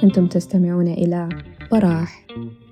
أنتم تستمعون إلى براح.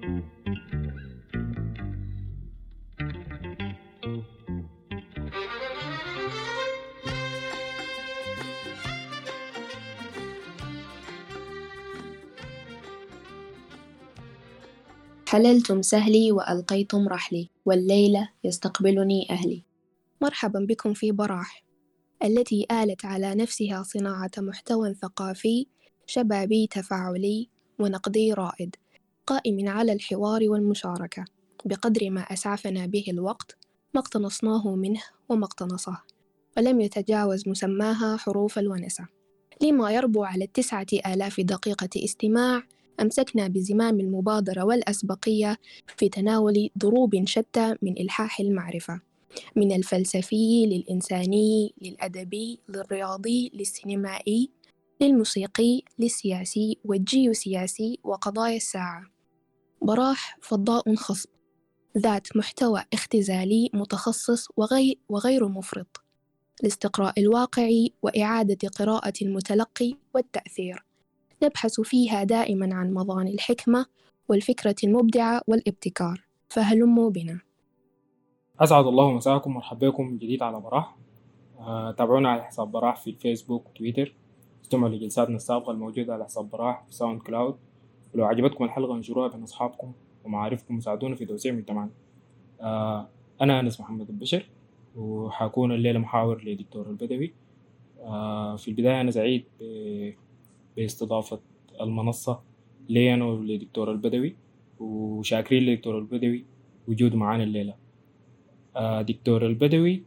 حللتم سهلي وألقيتم رحلي، والليلة يستقبلني أهلي. مرحبا بكم في براح، التي آلت على نفسها صناعة محتوى ثقافي شبابي تفاعلي ونقدي رائد، قائم على الحوار والمشاركة بقدر ما أسعفنا به الوقت، ما اقتنصناه منه وما اقتنصه، ولم يتجاوز مسماها حروف الونسة. لما يربو على 9000 دقيقة استماع، أمسكنا بزمام المبادرة والأسبقية في تناول ضروب شتى من إلحاح المعرفة، من الفلسفي للإنساني للأدبي للرياضي للسينمائي للموسيقي للسياسي والجيوسياسي وقضايا الساعة. براح فضاء خصب ذات محتوى اختزالي متخصص وغير مفرط لاستقراء الواقع وإعادة قراءة المتلقي والتأثير. نبحث فيها دائما عن مضان الحكمة والفكرة المبدعة والابتكار، فهلموا بنا. أسعد الله مساءكم، مرحبا بكم من جديد على براح. تابعونا على حساب براح في الفيسبوك وتويتر، استمعوا لجلساتنا السابقة الموجودة على حساب براح في ساوند كلاود، ولو عجبتكم الحلقة انشروها بين أصحابكم ومعارفكم وساعدونا في توسيع مجتمعنا. أنا أنس محمد البشر، وحاكون الليلة محاور لدكتور البدوي. في البداية أنا سعيد باستضافة المنصة لي أنا ولدكتور البدوي، وشاكرين لدكتور البدوي وجوده معانا الليلة. دكتور البدوي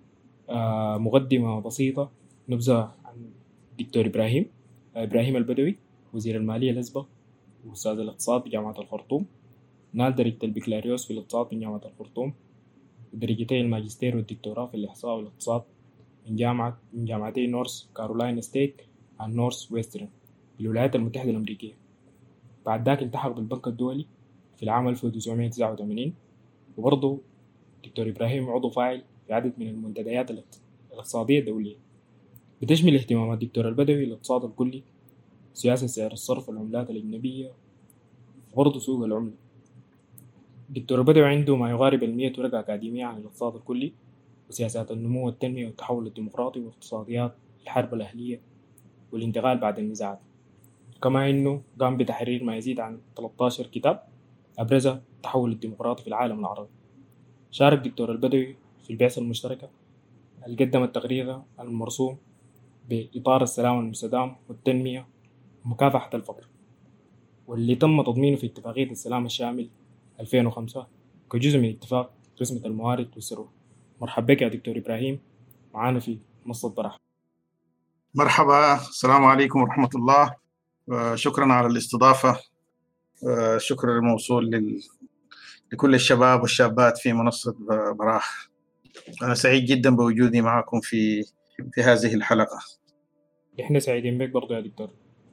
مقدمة بسيطة، نبذة عن دكتور إبراهيم البدوي، وزير المالية الأسبق وأستاذ الاقتصاد بجامعة الخرطوم. نال درجة البكالوريوس في الاقتصاد من جامعة الخرطوم، ودرجتي الماجستير والدكتوراه في الإحصاء والاقتصاد من جامعتي نورث كارولاينا ستيت والنورث ويسترن في الولايات المتحدة الأمريكية. بعد ذاك التحق بالبنك الدولي في العام 1989. وبرضه دكتور إبراهيم عضو فاعل في عدد من المنتديات الاقتصادية الدولية. بتشمل اهتمامات دكتور البدوي الاقتصاد الكلي، سياسة سعر الصرف والعملات الأجنبية، وبرضه سوق العملة. دكتور البدوي عنده ما يقارب 100 ورقة أكاديمية عن الاقتصاد الكلي وسياسات النمو والتنمية والتحول الديمقراطي واقتصاديات الحرب الأهلية والانتقال بعد النزاعات. كما إنه قام بتحرير ما يزيد عن 13 كتاب أبرزها التحول الديمقراطي في العالم العربي. شارك دكتور البدوي في البعثة المشتركة اللي قدمت تقريرها المرسوم بإطار السلام المستدام والتنمية ومكافحة الفقر، واللي تم تضمينه في اتفاقية السلام الشامل 2005 كجزء من اتفاق قسمة الموارد والثروة. مرحبا بك يا دكتور إبراهيم معانا في منصة براح. مرحبا، السلام عليكم ورحمة الله. شكرا على الاستضافة. شكرا الموصول لكل الشباب والشابات في منصة براح. أنا سعيد جدا بوجودي معكم في هذه الحلقة. إحنا سعيدين بك برضو يا دكتور.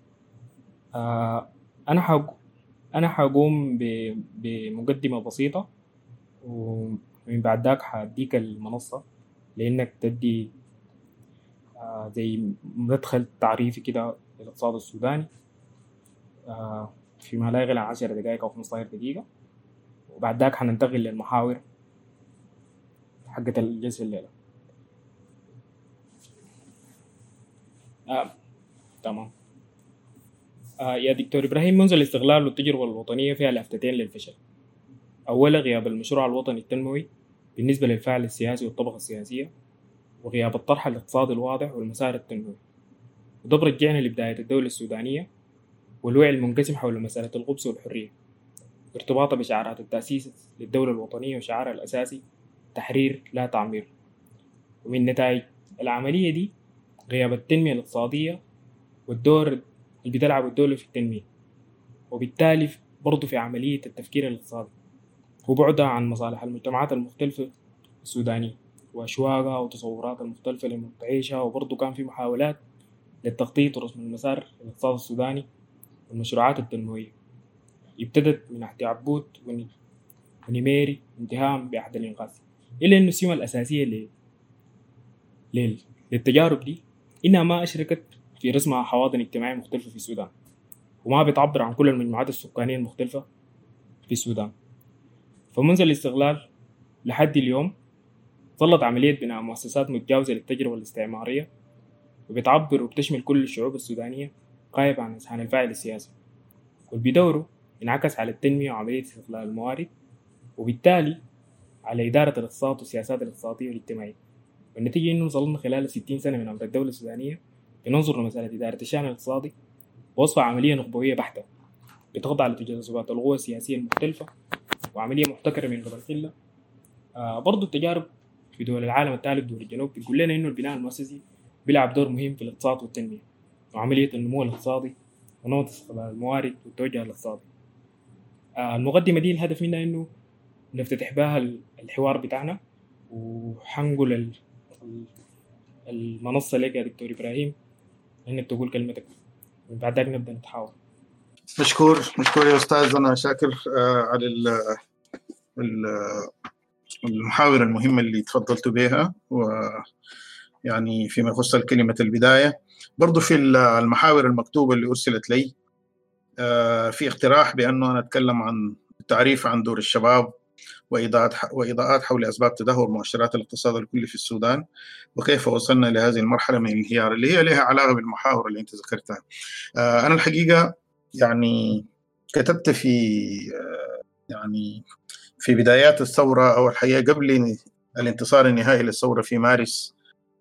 أنا حقوم بمقدمة بسيطة، ومن بعد ذاك حديك المنصة لأنك تدي زي مدخل تعريفي كده للاقتصاد السوداني فيما لا يقل عن 10 دقائق أو 15 دقيقة، وبعد ذاك حننتقل للمحاور حقة الجلسة الليلة. تمام. يا دكتور إبراهيم، منذ الاستغلال والتجربة الوطنية فيها لفتتين للفشل. أولا غياب المشروع الوطني التنموي بالنسبة للفاعل السياسي والطبقة السياسية، وغياب الطرح الاقتصادي الواضح والمسار التنموي. وده برجعنا لبداية الدولة السودانية والوعي المنقسم حول مسألة الخبز والحرية، ارتباطها بشعارات التأسيس للدولة الوطنية وشعارها الأساسي تحرير لا تعمير. ومن نتائج العملية دي غياب التنمية الاقتصادية والدور اللي بتلعب الدولة في التنمية، وبالتالي برضو في عملية التفكير الاقتصادي، وبعدها عن مصالح المجتمعات المختلفة السودانية وأشواقها وتصوراتها المختلفة لمعيشها. وبرضو كان في محاولات للتخطيط ورسم المسار الاقتصاد السوداني والمشروعات التنموية، ابتدت من عهد عبود ونميري انتهاء بعهد الإنقاذ. إلا أن السمة الأساسية للتجارب دي إنها ما أشركت في رسمها حواضن اجتماعية مختلفة في السودان، وما بتعبر عن كل المجموعات السكانية المختلفة في السودان. فمنذ الاستقلال لحد اليوم ظلت عملية بناء مؤسسات متجاوزة للتجربة الاستعمارية، وبتعبر وبتشمل كل الشعوب السودانية غايب عن الفاعل السياسي، والبدوره انعكس على التنمية وعملية استغلال الموارد، وبالتالي على إدارة الاقتصاد والسياسات الاقتصادية والاجتماعية. والنتيجة إنه ظلنا خلال 60 سنة من عمر الدولة السودانية بننظر لمسألة إدارة الشأن الاقتصادي بوصفها عملية نخبوية بحتة بتخضع لتجاذبات القوى السياسية المختلفة وعملية محتكرة من قبل قلة. برضو التجارب في دول العالم الثالث دول الجنوب بتقول لنا إنه البناء المؤسسي بيلعب دور مهم في الاقتصاد والتنمية وعملية النمو الاقتصادي ونمط استغلال الموارد والتوجه الاقتصادي. المقدمة دي الهدف منها إنه نفتتح بها الحوار بتاعنا، وحنقل المنصة لك يا دكتور إبراهيم إنك تقول كلمتك، من بعد ذلك نبدأ نتحاور. مشكور يا أستاذ، أنا شاكر على المحاور المهمة اللي تفضلت بها. ويعني فيما يخص الكلمة البداية، برضو في المحاور المكتوبة اللي أرسلت لي في اقتراح بأنه أنا أتكلم عن التعريف عن دور الشباب وإضاءات حول أسباب تدهور مؤشرات الاقتصاد الكلي في السودان، وكيف وصلنا لهذه المرحلة من الانهيار اللي هي لها علاقة بالمحاور اللي أنت ذكرتها. أنا الحقيقة يعني كتبت في بدايات الثورة، أو الحقيقة قبل الانتصار النهائي للثورة في مارس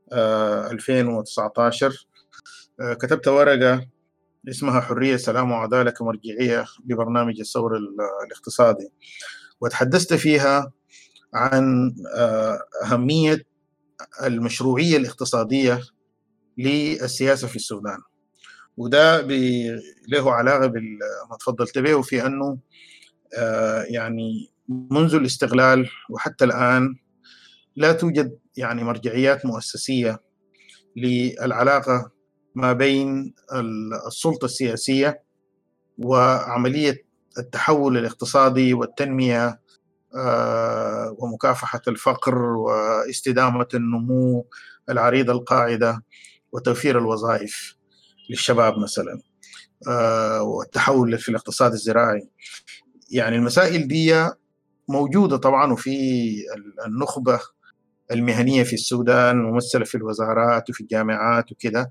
2019، كتبت ورقة اسمها حرية سلام وعدالة كمرجعية لبرنامج الثورة الاقتصادي، وتحدثت فيها عن أهمية المشروعية الاقتصادية للسياسة في السودان. وده له علاقة بما تفضلت به، في أنه يعني منذ الاستقلال وحتى الآن لا توجد يعني مرجعيات مؤسسية للعلاقة ما بين السلطة السياسية وعملية التحول الاقتصادي والتنمية ومكافحة الفقر واستدامة النمو العريض القاعدة وتوفير الوظائف للشباب مثلا، والتحول في الاقتصاد الزراعي. يعني المسائل دي موجودة طبعا، وفي النخبة المهنية في السودان ممثلة في الوزارات وفي الجامعات وكده،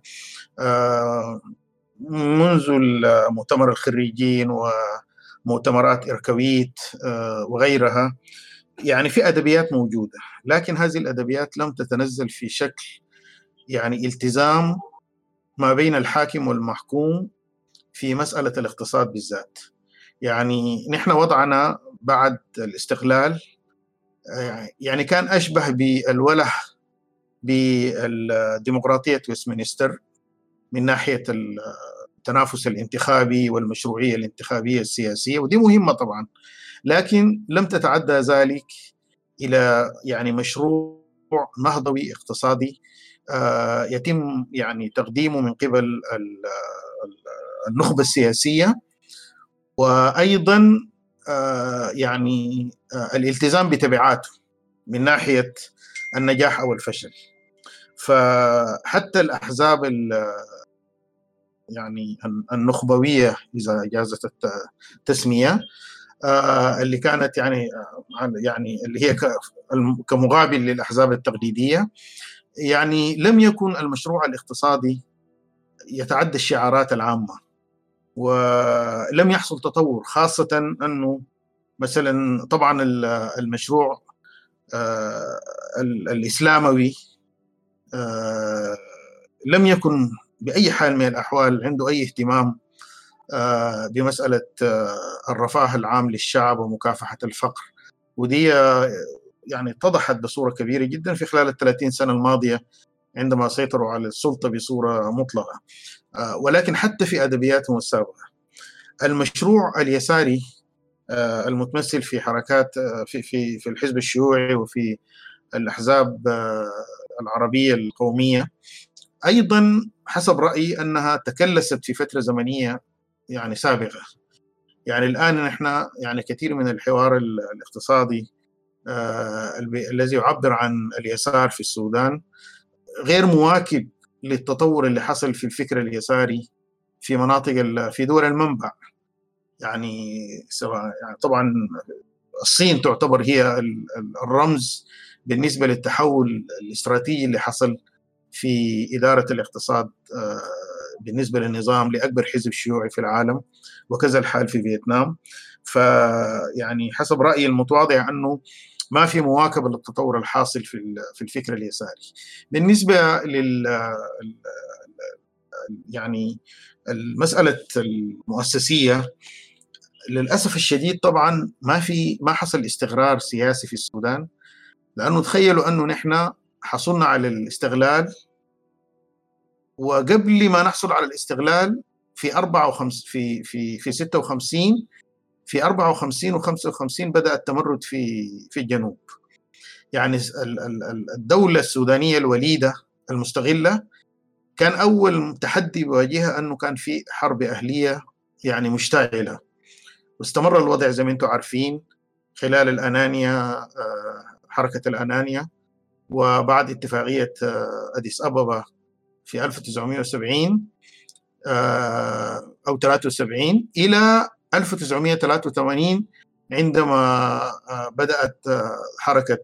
منذ مؤتمر الخريجين ومؤتمرات إركويت وغيرها. يعني في أدبيات موجودة، لكن هذه الأدبيات لم تتنزل في شكل يعني التزام ما بين الحاكم والمحكوم في مسألة الاقتصاد بالذات. يعني نحن وضعنا بعد الاستقلال يعني كان أشبه بالوله بالديمقراطية ويستمنستر من ناحية التنافس الانتخابي والمشروعية الانتخابية السياسية، ودي مهمة طبعا، لكن لم تتعدى ذلك إلى يعني مشروع نهضوي اقتصادي يتم يعني تقديمه من قبل النخبة السياسية، وأيضا يعني الالتزام بتبعاته من ناحية النجاح أو الفشل. فحتى الأحزاب يعني النخبوية إذا جازت التسمية اللي كانت يعني اللي هي كمقابل للأحزاب التقليدية، يعني لم يكن المشروع الاقتصادي يتعدى الشعارات العامة، ولم يحصل تطور، خاصة أنه مثلا طبعا المشروع الإسلاموي لم يكن بأي حال من الأحوال عنده أي اهتمام بمسألة الرفاه العام للشعب ومكافحة الفقر. ودي يعني اتضحت بصورة كبيرة جدا في خلال 30 سنة الماضية عندما سيطروا على السلطة بصورة مطلقة. ولكن حتى في أدبياتهم السابقة المشروع اليساري المتمثل في حركات في الحزب الشيوعي وفي الأحزاب العربية القومية أيضا حسب رأيي أنها تكلست في فترة زمنية يعني سابقة. يعني الآن نحن يعني كثير من الحوار الاقتصادي الذي يعبر عن اليسار في السودان غير مواكب للتطور اللي حصل في الفكر اليساري في مناطق في دول المنبع، يعني سواء يعني طبعا الصين تعتبر هي الرمز بالنسبة للتحول الاستراتيجي اللي حصل في إدارة الاقتصاد بالنسبة للنظام لأكبر حزب شيوعي في العالم، وكذا الحال في فيتنام. فيعني حسب رأيي المتواضع أنه ما في مواكبة للتطور الحاصل في الفكر اليساري. بالنسبة يعني المسألة المؤسسية، للأسف الشديد طبعا ما حصل استقرار سياسي في السودان، لأنه تخيلوا أنه نحن حصلنا على الاستقلال، وقبل ما نحصل على الاستقلال في 54 في 56 في 54 و55 بدأ التمرد في الجنوب. يعني الدولة السودانية الوليدة المستغلة كان أول تحدي بواجهها أنه كان في حرب أهلية يعني مشتعلة، واستمر الوضع زي ما انتم عارفين خلال الأنانية، حركة الأنانية، وبعد اتفاقية أديس أبابا في 1970 أو 73 إلى 1983 عندما بدأت حركة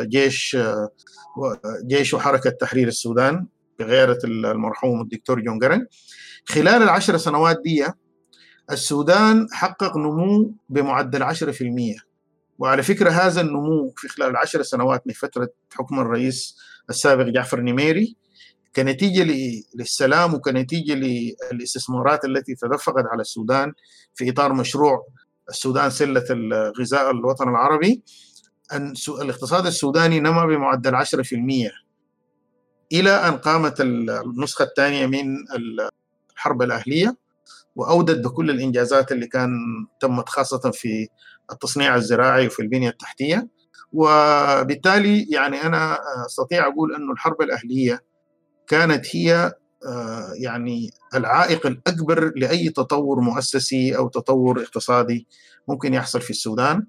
جيش وحركة تحرير السودان بقيادة المرحوم الدكتور جون جرن. خلال ال10 سنوات دي السودان حقق نمو بمعدل 10%. وعلى فكرة هذا النمو في خلال 10 سنوات من فترة حكم الرئيس السابق جعفر النميري كنتيجة للسلام وكنتيجة للاستثمارات التي تدفقت على السودان في إطار مشروع السودان سلة الغذاء الوطن العربي. الاقتصاد السوداني نما بمعدل 10% إلى أن قامت النسخة الثانية من الحرب الأهلية، وأودت بكل الإنجازات اللي كان تمت خاصة في التصنيع الزراعي وفي البنية التحتية. وبالتالي يعني أنا أستطيع أقول أن الحرب الأهلية كانت هي يعني العائق الأكبر لأي تطور مؤسسي أو تطور اقتصادي ممكن يحصل في السودان.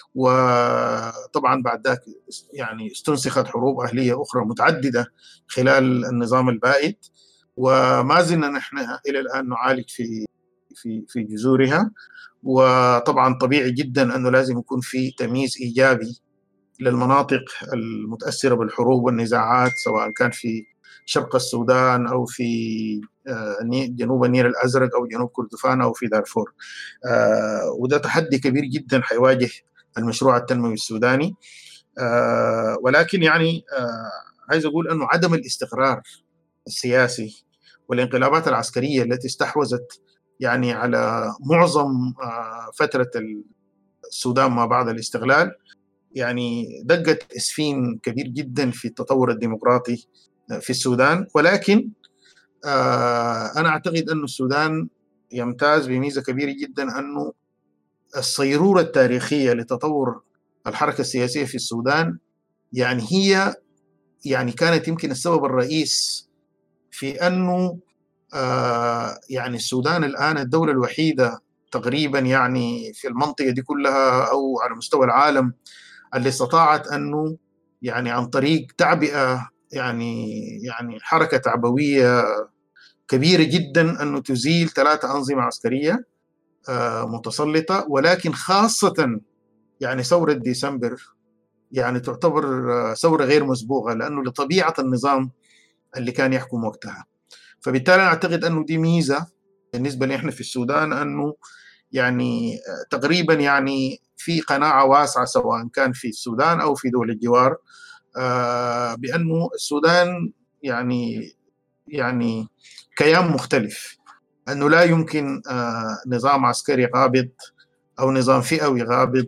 وطبعا بعد ذلك يعني استنسخت حروب أهلية أخرى متعددة خلال النظام البائد، وما زلنا نحن إلى الآن نعالج في جذورها. وطبعا طبيعي جدا أنه لازم يكون في تمييز إيجابي للمناطق المتأثرة بالحروب والنزاعات، سواء كان في شرق السودان أو في جنوب النيل الأزرق أو جنوب كردفان أو في دارفور. وده تحدي كبير جدا حيواجه المشروع التنموي السوداني. ولكن يعني عايز أقول أنه عدم الاستقرار السياسي والانقلابات العسكرية التي استحوذت يعني على معظم فترة السودان ما بعد الاستقلال يعني دقت إسفين كبير جدا في التطور الديمقراطي في السودان. ولكن أنا أعتقد أن السودان يمتاز بميزة كبيرة جدا، أنه الصيرورة التاريخية لتطور الحركة السياسية في السودان يعني هي يعني كانت يمكن السبب الرئيس في أنه يعني السودان الآن الدولة الوحيدة تقريبا يعني في المنطقة دي كلها أو على مستوى العالم اللي استطاعت أنه يعني عن طريق تعبئة يعني حركة تعبوية كبيرة جدا أنه تزيل 3 أنظمة عسكرية متسلطة. ولكن خاصة يعني ثورة ديسمبر يعني تعتبر ثورة غير مسبوقة، لأنه لطبيعة النظام اللي كان يحكم وقتها. فبالتالي أنا أعتقد أنه دي ميزة بالنسبة لنا في السودان، أنه يعني تقريبا يعني في قناعة واسعة سواء كان في السودان أو في دول الجوار بأنه السودان يعني كيان مختلف، أنه لا يمكن نظام عسكري قابض أو نظام فئوي قابض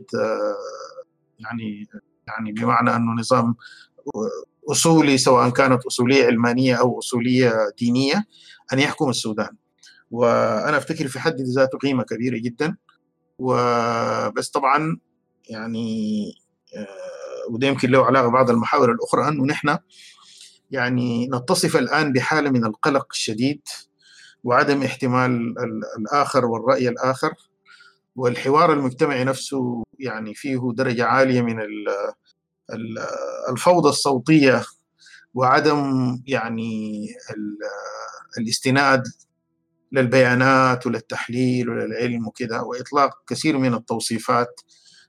يعني بمعنى أنه نظام أصولي سواء كانت أصولية علمانية أو أصولية دينية أن يحكم السودان. وأنا أفتكر في حد ذاته قيمة كبيرة جدا. وبس طبعا يعني وده يمكن له علاقة بعض المحاور الأخرى، أنه نحن يعني نتصف الآن بحالة من القلق الشديد وعدم احتمال الآخر والرأي الآخر، والحوار المجتمعي نفسه يعني فيه درجة عالية من الفوضى الصوتية وعدم يعني الاستناد للبيانات وللتحليل وللعلم وكذا، وإطلاق كثير من التوصيفات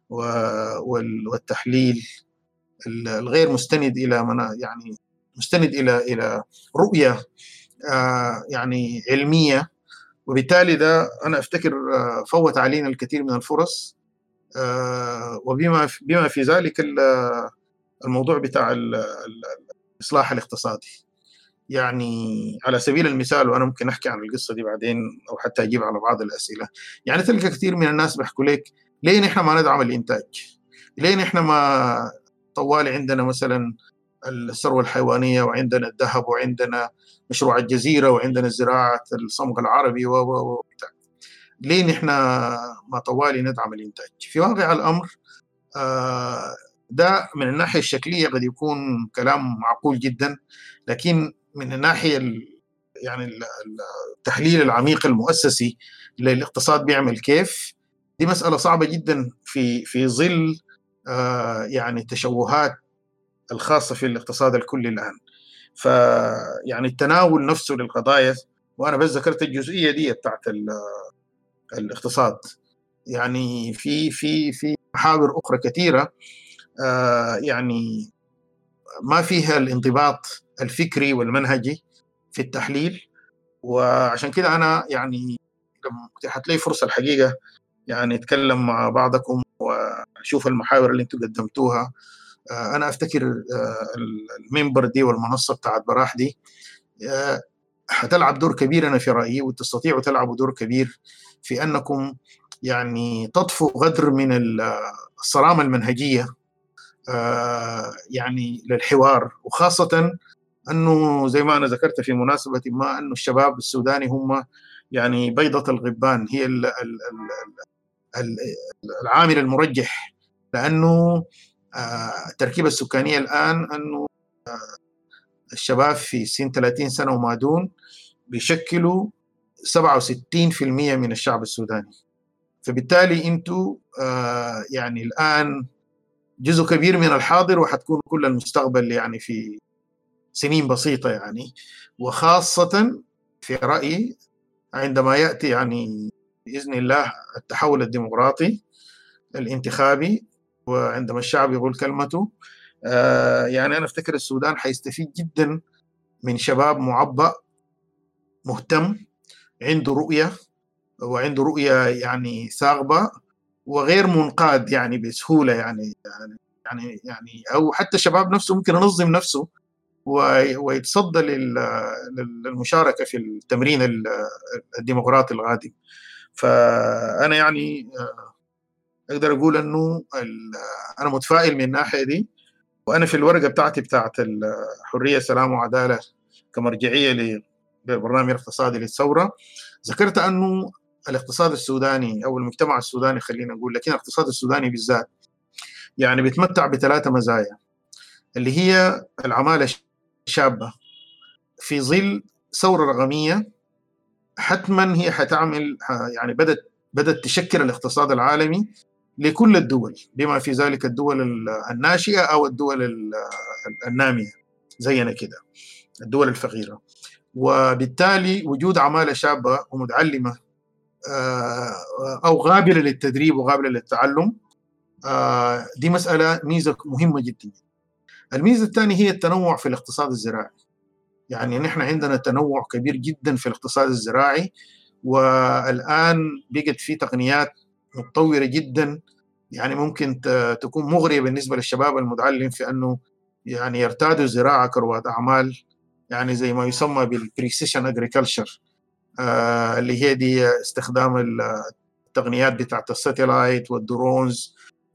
والتحليل الغير مستند إلى يعني مستند إلى رؤية يعني علمية. وبالتالي ده أنا أفتكر فوت علينا الكثير من الفرص، وبما في ذلك الموضوع بتاع الإصلاح الاقتصادي. يعني على سبيل المثال، وأنا ممكن أحكي عن القصة دي بعدين أو حتى أجيب على بعض الأسئلة، يعني تلقى كثير من الناس بيحكوا لك ليه نحن ما ندعم الإنتاج؟ ليه نحن ما طوالي عندنا مثلا الثروة الحيوانية وعندنا الذهب وعندنا مشروع الجزيرة وعندنا زراعة الصمغ العربي ليه نحن ما طوالي ندعم الإنتاج؟ في واقع الأمر ده من الناحية الشكلية قد يكون كلام معقول جدا، لكن من الناحية يعني التحليل العميق المؤسسي للاقتصاد بيعمل كيف، دي مسألة صعبة جدا في ظل يعني التشوهات الخاصة في الاقتصاد الكلي الآن. فيعني التناول نفسه للقضايا، وأنا بس ذكرت الجزئية دي بتاعت الاقتصاد، يعني في محاور أخرى كثيرة يعني ما فيها الانضباط الفكري والمنهجي في التحليل. وعشان كده أنا يعني لما اتيحت لي فرصة الحقيقة يعني أتكلم مع بعضكم وأشوف المحاور اللي أنتم قدمتوها، أنا أفتكر المنبر دي والمنصة بتاعت براح دي هتلعب دور كبير أنا في رأيي، وتستطيعوا تلعبوا دور كبير في أنكم يعني تطفوا غدر من الصرامة المنهجية يعني للحوار، وخاصة أنه زي ما أنا ذكرت في مناسبة ما أنه الشباب السوداني هم يعني بيضة الغبان، هي العامل المرجح، لأنه التركيبة السكانية الآن أنه الشباب في سن 30 سنة وما دون بيشكلوا 67% من الشعب السوداني. فبالتالي أنتوا يعني الآن جزء كبير من الحاضر وحتكون كل المستقبل يعني في سنين بسيطة يعني. وخاصة في رأيي عندما يأتي يعني بإذن الله التحول الديمقراطي الانتخابي، وعندما الشعب يقول كلمته، يعني أنا أفتكر السودان حيستفيد جدا من شباب معبأ مهتم عنده رؤية، وعنده رؤية يعني ثاقبة وغير منقاد يعني بسهولة يعني أو حتى شباب نفسه ممكن ينظم نفسه ويتصدى للمشاركة في التمرين الديمقراطي القادم. فأنا يعني أقدر أقول أنه أنا متفائل من الناحية دي. وأنا في الورقة بتاعتي بتاعت الحرية سلام وعدالة كمرجعية لبرنامج الاقتصادي للثورة ذكرت أنه الاقتصاد السوداني أو المجتمع السوداني خلينا نقول، لكن الاقتصاد السوداني بالذات يعني بيتمتع بثلاثة مزايا، اللي هي العمالة الشابة في ظل ثورة رقمية حتما هي حتعمل يعني بدأت تشكل الاقتصاد العالمي لكل الدول بما في ذلك الدول الناشئة أو الدول النامية زينا كده، الدول الفقيرة. وبالتالي وجود عمالة شابة ومتعلمة أو قابلة للتدريب وقابلة للتعلم دي مسألة ميزة مهمة جدا. الميزة الثانية هي التنوع في الاقتصاد الزراعي، يعني نحن عندنا تنوع كبير جدا في الاقتصاد الزراعي، والآن بقت في تقنيات متطورة جدا يعني ممكن تكون مغرية بالنسبة للشباب المتعلم في أنه يعني يرتادوا الزراعة كرواد أعمال، يعني زي ما يسمى بالبريسيشن أجريكلتشر اللي هي دي استخدام التقنيات بتاعت الساتلايت والدرونز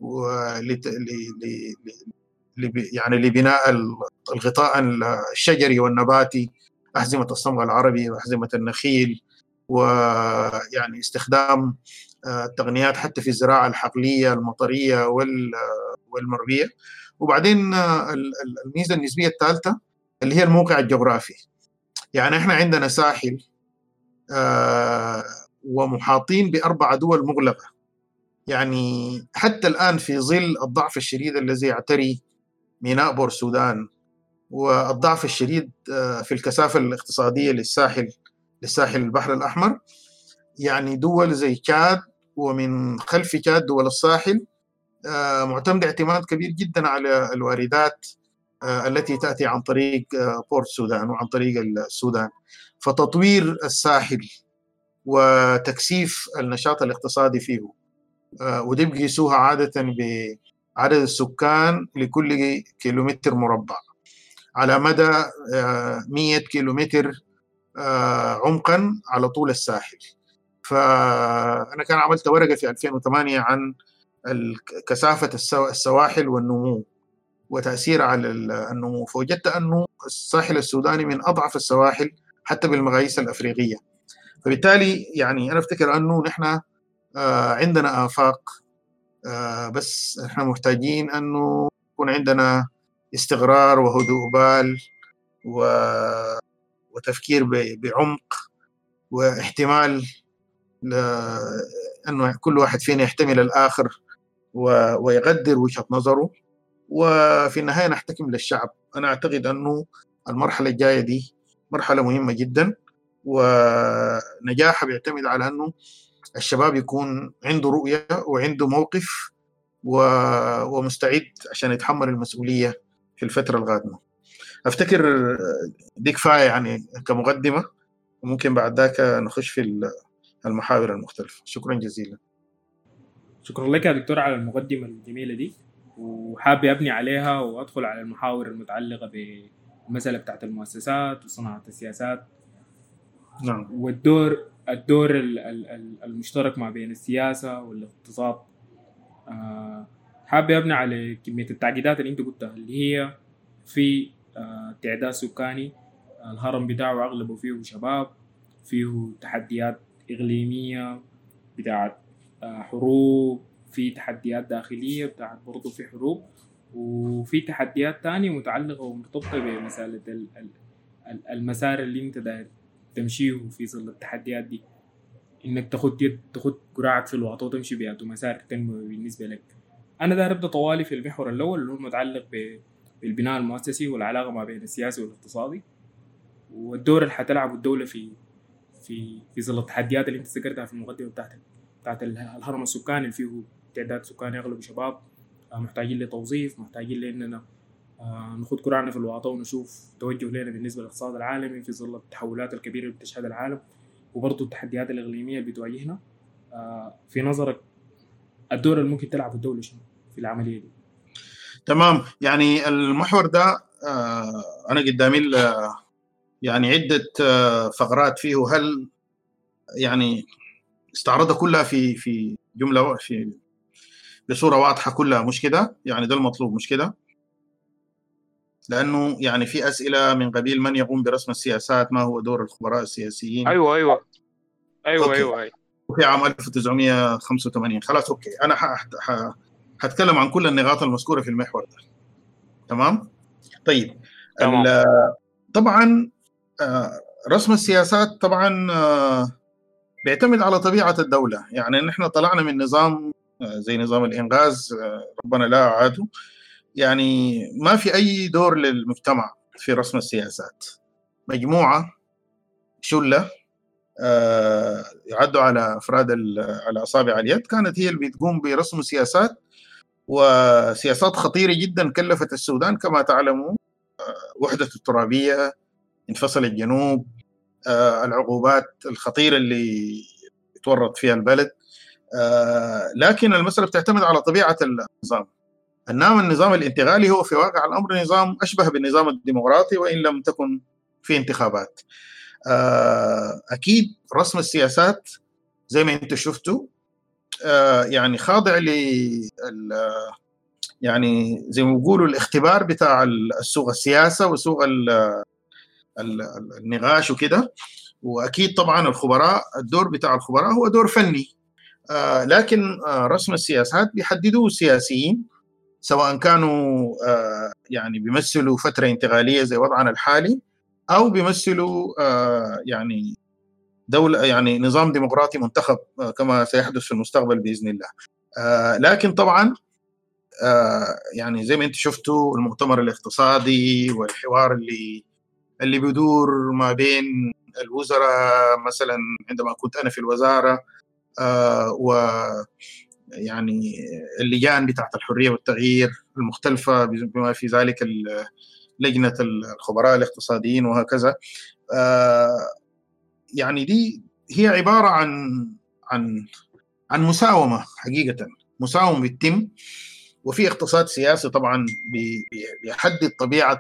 يعني لبناء الغطاء الشجري والنباتي، أحزمة الصمغ العربي وأحزمة النخيل، ويعني استخدام التقنيات حتى في الزراعة الحقلية المطرية والمروية. وبعدين الميزة النسبية الثالثة اللي هي الموقع الجغرافي، يعني احنا عندنا ساحل ومحاطين ب4 دول مغلقة، يعني حتى الآن في ظل الضعف الشديد الذي يعتري ميناء بور السودان والضعف الشديد في الكثافة الاقتصادية للساحل لساحل البحر الأحمر، يعني دول زي تشاد ومن خلف تشاد دول الساحل معتمدة اعتماد كبير جدا على الواردات التي تأتي عن طريق بورت السودان وعن طريق السودان. فتطوير الساحل وتكثيف النشاط الاقتصادي فيه، ودي بيقيسوها عادة بعدد السكان لكل كيلومتر مربع على مدى 100 كيلومتر عمقا على طول الساحل. فأنا كان عملت ورقة في 2008 عن كثافة السواحل والنمو وتأثير على النمو، فوجدت أنه الساحل السوداني من أضعف السواحل حتى بالمقاييس الأفريقية. فبالتالي يعني أنا أفتكر أنه نحن عندنا آفاق، بس احنا محتاجين أنه يكون عندنا استقرار وهدوء بال وتفكير بعمق واحتمال أنه كل واحد فينا يحتمل الآخر ويقدر وجهة نظره، وفي النهاية نحتكم للشعب. أنا أعتقد أنه المرحلة الجاية دي مرحلة مهمة جدا، ونجاحها بيعتمد على أنه الشباب يكون عنده رؤية وعنده موقف ومستعد عشان يتحمل المسؤولية في الفترة القادمة. أفتكر دي كفاية يعني كمقدمة، وممكن بعد ذاك نخش في المحاور المختلفة. شكرا جزيلا. شكرا لك يا دكتور على المقدمة الجميلة دي، وحابب أبني عليها وأدخل على المحاور المتعلقة بالمسألة بتاعت المؤسسات وصناعة السياسات. نعم. والدور المشترك ما بين السياسة والاقتصاد. حابب أبني على كمية التعقيدات اللي أنت قلتها، اللي هي في تعداد سكاني الهرم بتاعه أغلبه فيه شباب، فيه تحديات إقليمية بتاعت حروب، في تحديات داخلية بتاعت برضو في حروب، وفي تحديات تانية متعلقة ومرتبطة بمسألة المسار اللي انت داير تمشيه في ظل التحديات دي، انك تاخد قراعك في الوسط وتمشي بها مسار تنموي بالنسبة لك. انا داير ابدا طوالي في المحور الاول اللي هو المتعلق بالبناء المؤسسي والعلاقة ما بين السياسي والاقتصادي، والدور اللي حتلعبه الدولة في ظل التحديات اللي انت ذكرتها في المقدمة بتاعت الهرم السكاني اللي فيه تعداد سكاني اغلب شباب، محتاجين لتوظيف، محتاجين لاننا ناخد قرعنا في الواقع ونشوف توجه لنا بالنسبه للاقتصاد العالمي في ظل التحولات الكبيره اللي بتشهدها العالم، وبرضه التحديات الاقليميه اللي بتواجهنا. في نظرك الدور اللي ممكن تلعبه الدوله شنو في العمليه دي؟ تمام. يعني المحور ده انا قدامي يعني عده فقرات فيه، هل يعني استعرضها كلها في جمله بصوره واضحه كلها، مش كده؟ يعني ده المطلوب مش كده؟ لانه يعني في اسئله من قبيل من يقوم برسم السياسات، ما هو دور الخبراء السياسيين. ايوه أوكي. وفي عام 1985. خلاص اوكي، انا هتكلم عن كل النقاط المذكوره في المحور ده. تمام. طيب تمام. طبعا رسم السياسات طبعا بيعتمد على طبيعه الدوله. يعني نحن طلعنا من نظام زي نظام الانغاز، ربنا لا اعاده، يعني ما في اي دور للمجتمع في رسم السياسات. مجموعه شله يعدوا على افراد على اصابع اليد كانت هي اللي بتقوم برسم سياسات، وسياسات خطيره جدا كلفت السودان كما تعلمون وحده الترابيه، انفصل الجنوب، العقوبات الخطيره اللي تورط فيها البلد. لكن المساله بتعتمد على طبيعه النظام. النظام الانتقالي هو في واقع الامر نظام اشبه بالنظام الديمقراطي وان لم تكن في انتخابات. اكيد رسم السياسات زي ما انتم شفتوا يعني خاضع يعني زي ما بيقولوا الاختبار بتاع السوق السياسه وسوق النقاش وكده. واكيد طبعا الخبراء، الدور بتاع الخبراء هو دور فني، لكن رسم السياسات بيحددوه السياسيين، سواء كانوا يعني بيمثلوا فتره انتقاليه زي وضعنا الحالي، او بيمثلوا يعني دولة، يعني نظام ديمقراطي منتخب كما سيحدث في المستقبل بإذن الله. لكن طبعا يعني زي ما انت شفتوا المؤتمر الاقتصادي والحوار اللي بيدور ما بين الوزراء مثلا عندما كنت أنا في الوزارة، ويعني اللجان بتاعت الحرية والتغيير المختلفة بما في ذلك لجنة الخبراء الاقتصاديين وهكذا. يعني دي هي عبارة عن مساومة حقيقة، مساومة بيتم، وفي اقتصاد سياسي طبعا بيحدد طبيعة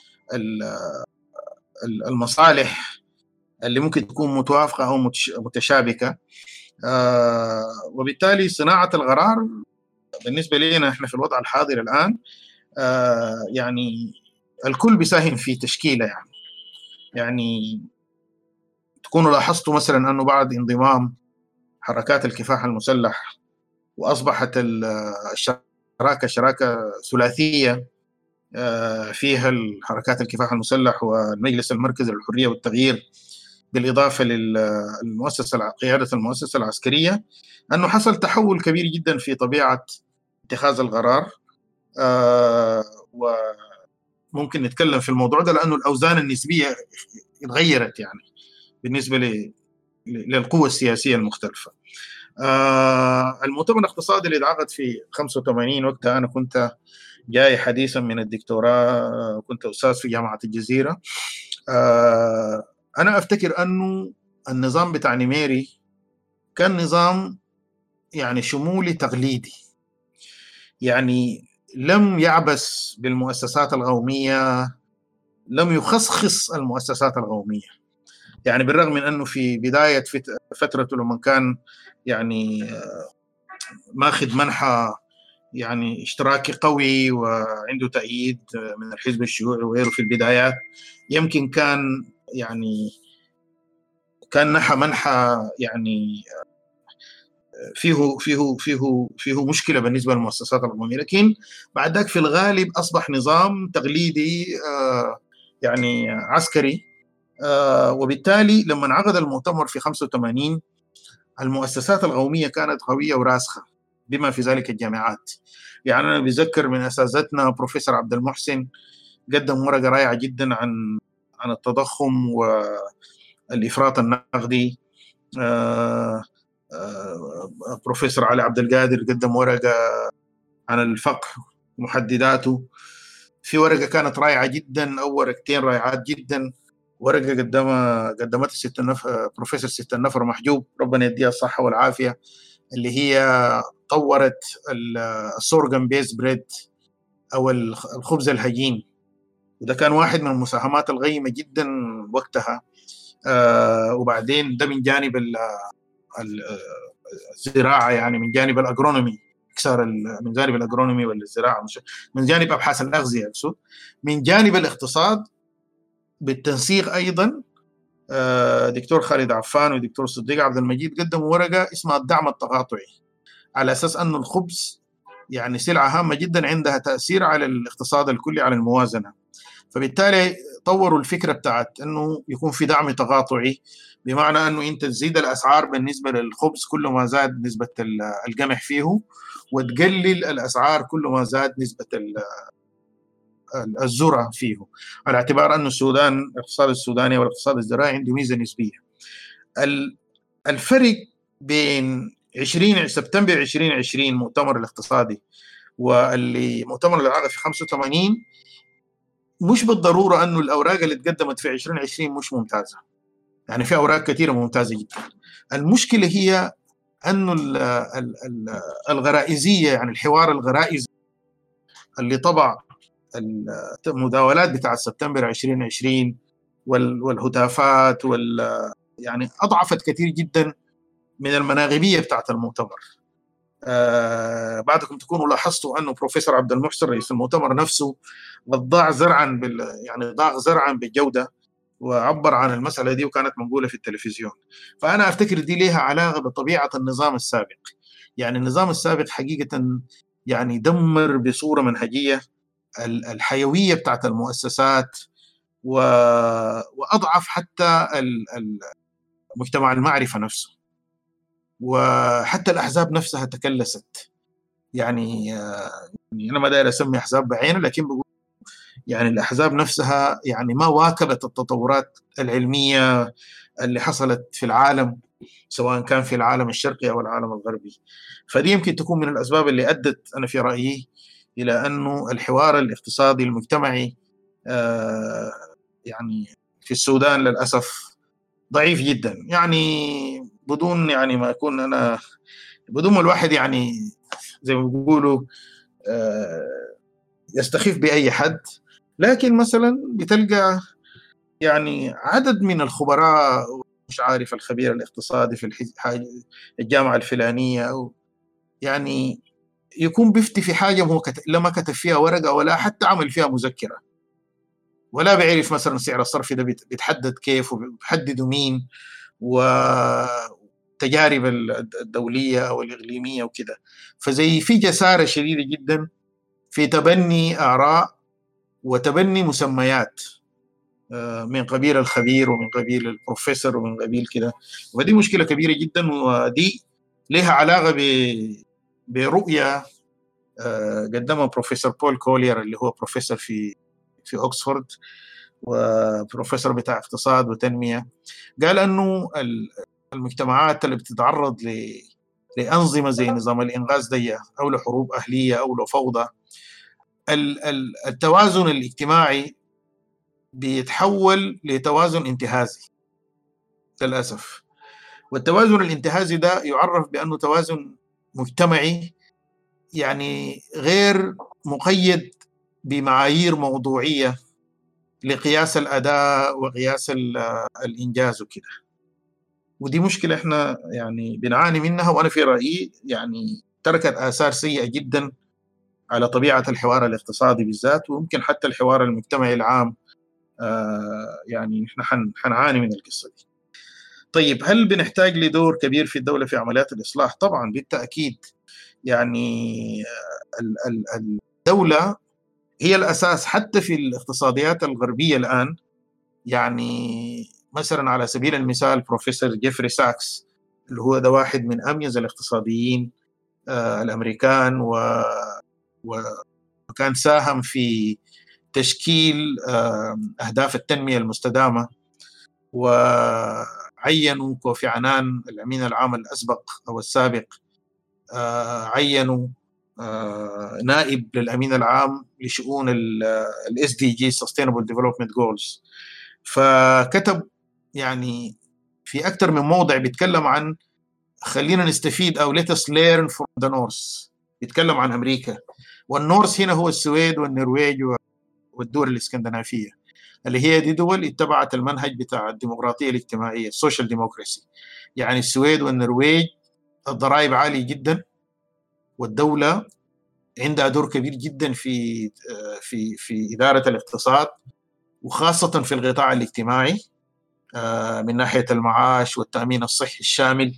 المصالح اللي ممكن تكون متوافقة أو متشابكة. وبالتالي صناعة القرار بالنسبة لنا احنا في الوضع الحاضر الآن يعني الكل بيساهم في تشكيله. يعني تكونوا لاحظتوا مثلا أنه بعد انضمام حركات الكفاح المسلح وأصبحت الشراكة شراكة ثلاثية فيها الحركات الكفاح المسلح والمجلس المركزي للحرية والتغيير بالإضافة للمؤسسة قيادة المؤسسة العسكرية، أنه حصل تحول كبير جدا في طبيعة اتخاذ القرار. وممكن نتكلم في الموضوع ده لأنه الأوزان النسبية اتغيرت يعني بالنسبة للقوة السياسية المختلفة. المؤتمر الاقتصادي اللي اتعقد في 85 وقتها أنا كنت جاي حديثا من الدكتوراه، كنت أستاذ في جامعة الجزيرة. أنا أفتكر أنه النظام بتاع نميري كان نظام يعني شمولي تقليدي، يعني لم يعبث بالمؤسسات القومية، لم يخصخص المؤسسات القومية. يعني بالرغم من أنه في بداية فترته لما كان يعني ماخذ منحى يعني اشتراكي قوي وعنده تأييد من الحزب الشيوعي وغيره في البدايات، يمكن كان يعني كان نحى منحى يعني فيه مشكلة بالنسبة للمؤسسات القومية، لكن بعد ذلك في الغالب أصبح نظام تقليدي يعني عسكري. وبالتالي لما انعقد المؤتمر في 85 المؤسسات القومية كانت قوية وراسخة بما في ذلك الجامعات. يعني أنا بذكر من أساتذتنا بروفيسور عبد المحسن قدم ورقة رائعة جدا عن التضخم والإفراط النقدي. بروفيسور علي عبد القادر قدم ورقة عن الفقر ومحدداته. في ورقة كانت رائعة جدا أو ورقتين رائعات جدا. ورقة قدمتها بروفيسور ست النفر محجوب ربنا يديها الصحة والعافية، اللي هي طورت السورغن بيز بريد أو الخبز الهجين، وده كان واحد من المساهمات القيمة جدا وقتها. وبعدين ده من جانب الزراعة، يعني من جانب الأجرونومي، من جانب الأجرونومي والزراعة، من جانب أبحاث الأغذية أقصد. من جانب الاقتصاد بالتنسيق أيضا دكتور خالد عفان ودكتور صديق عبد المجيد قدموا ورقة اسمها الدعم التقاطعي، على أساس أن الخبز يعني سلعة هامة جدا عندها تأثير على الاقتصاد الكلي على الموازنة. فبالتالي طوروا الفكرة بتاعت أنه يكون في دعم تقاطعي، بمعنى أنه أنت تزيد الأسعار بالنسبة للخبز كل ما زاد نسبة القمح فيه، وتقلل الأسعار كل ما زاد نسبة الذرة فيه، على اعتبار أن السودان الاقتصاد السوداني والاقتصاد الزراعي عنده ميزة نسبية. الفرق بين سبتمبر 2020 مؤتمر الاقتصادي واللي مؤتمر العقد في 85 مش بالضرورة أنه الأوراق اللي تقدمت في 2020 مش ممتازة، يعني في أوراق كثيرة ممتازة جدا. المشكلة هي أنه الغرائزية، يعني الحوار الغرائزي اللي طبع المداولات بتاع سبتمبر 2020 والهتافات يعني أضعفت كثير جدا من المناغبية بتاعت المؤتمر. بعدكم تكونوا لاحظتوا أنه بروفيسور عبد المحسن رئيس المؤتمر نفسه ضاع زرعا يعني ضاق زرعا بالجودة وعبر عن المسألة دي وكانت منقولة في التلفزيون. فأنا أفتكر دي لها علاقة بطبيعة النظام السابق. يعني النظام السابق حقيقة يعني دمر بصورة منهجية الحيوية بتاعت المؤسسات وأضعف حتى مجتمع المعرفة نفسه، وحتى الأحزاب نفسها تكلست. يعني أنا ما داير أسمي أحزاب بعينه، لكن بقول يعني الأحزاب نفسها يعني ما واكبت التطورات العلمية اللي حصلت في العالم، سواء كان في العالم الشرقي أو العالم الغربي. فدي يمكن تكون من الأسباب اللي أدت أنا في رأيي إلى أنه الحوار الاقتصادي المجتمعي يعني في السودان للأسف ضعيف جدا. يعني بدون يعني ما أكون أنا، بدون ما الواحد يعني زي ما بيقولوا يستخف بأي حد، لكن مثلا بتلقى يعني عدد من الخبراء، مش عارف الخبير الاقتصادي في الجامعة الفلانية، أو يعني يكون بيفتي في حاجة هو لما كتب فيها ورقة ولا حتى عمل فيها مذكرة، ولا بيعرف مثلا سعر الصرف ده بيتحدد كيف وبيحدده مين، وتجارب الدولية أو الإقليمية وكده. فزي في جسارة شديدة جدا في تبني آراء وتبني مسميات من قبيل الخبير ومن قبيل البروفيسور ومن قبيل كده. ودي مشكلة كبيرة جدا، ودي لها علاقة برؤية قدمها بروفيسور بول كولير اللي هو بروفيسور في أوكسفورد وبروفيسور بتاع اقتصاد وتنمية. قال أنه المجتمعات اللي بتتعرض لأنظمة زي نظام الإنغاز دي أو لحروب أهلية أو لفوضى، التوازن الاجتماعي بيتحول لتوازن انتهازي للأسف. والتوازن الانتهازي ده يعرف بأنه توازن مجتمعي يعني غير مقيد بمعايير موضوعية لقياس الأداء وقياس الإنجاز وكده. ودي مشكلة احنا يعني بنعاني منها، وأنا في رأيي يعني تركت آثار سيئة جدا على طبيعة الحوار الاقتصادي بالذات، ويمكن حتى الحوار المجتمعي العام. يعني احنا حنعاني من القصة دي. طيب، هل بنحتاج لدور كبير في الدولة في عمليات الإصلاح؟ طبعا بالتأكيد. يعني الدولة هي الأساس حتى في الاقتصاديات الغربية الآن. يعني مثلا على سبيل المثال بروفيسور جيفري ساكس اللي هو ده واحد من أميز الاقتصاديين الأمريكان، وكان ساهم في تشكيل أهداف التنمية المستدامة، وعينوا كوفي عنان الأمين العام الأسبق أو السابق، عينوا نائب للأمين العام لشؤون ال SDG Sustainable Development Goals. فكتب يعني في أكثر من موضع بيتكلم عن خلينا نستفيد أو let us learn from the North. بيتكلم عن أمريكا، والنورث هنا هو السويد والنرويج والدول الإسكندنافية، اللي هي دي دول اتبعت المنهج بتاع الديمقراطية الاجتماعية السوشيال ديموكراسي. يعني السويد والنرويج الضرائب عالية جدا، والدولة عندها دور كبير جدا في إدارة الاقتصاد، وخاصة في القطاع الاجتماعي من ناحية المعاش والتأمين الصحي الشامل.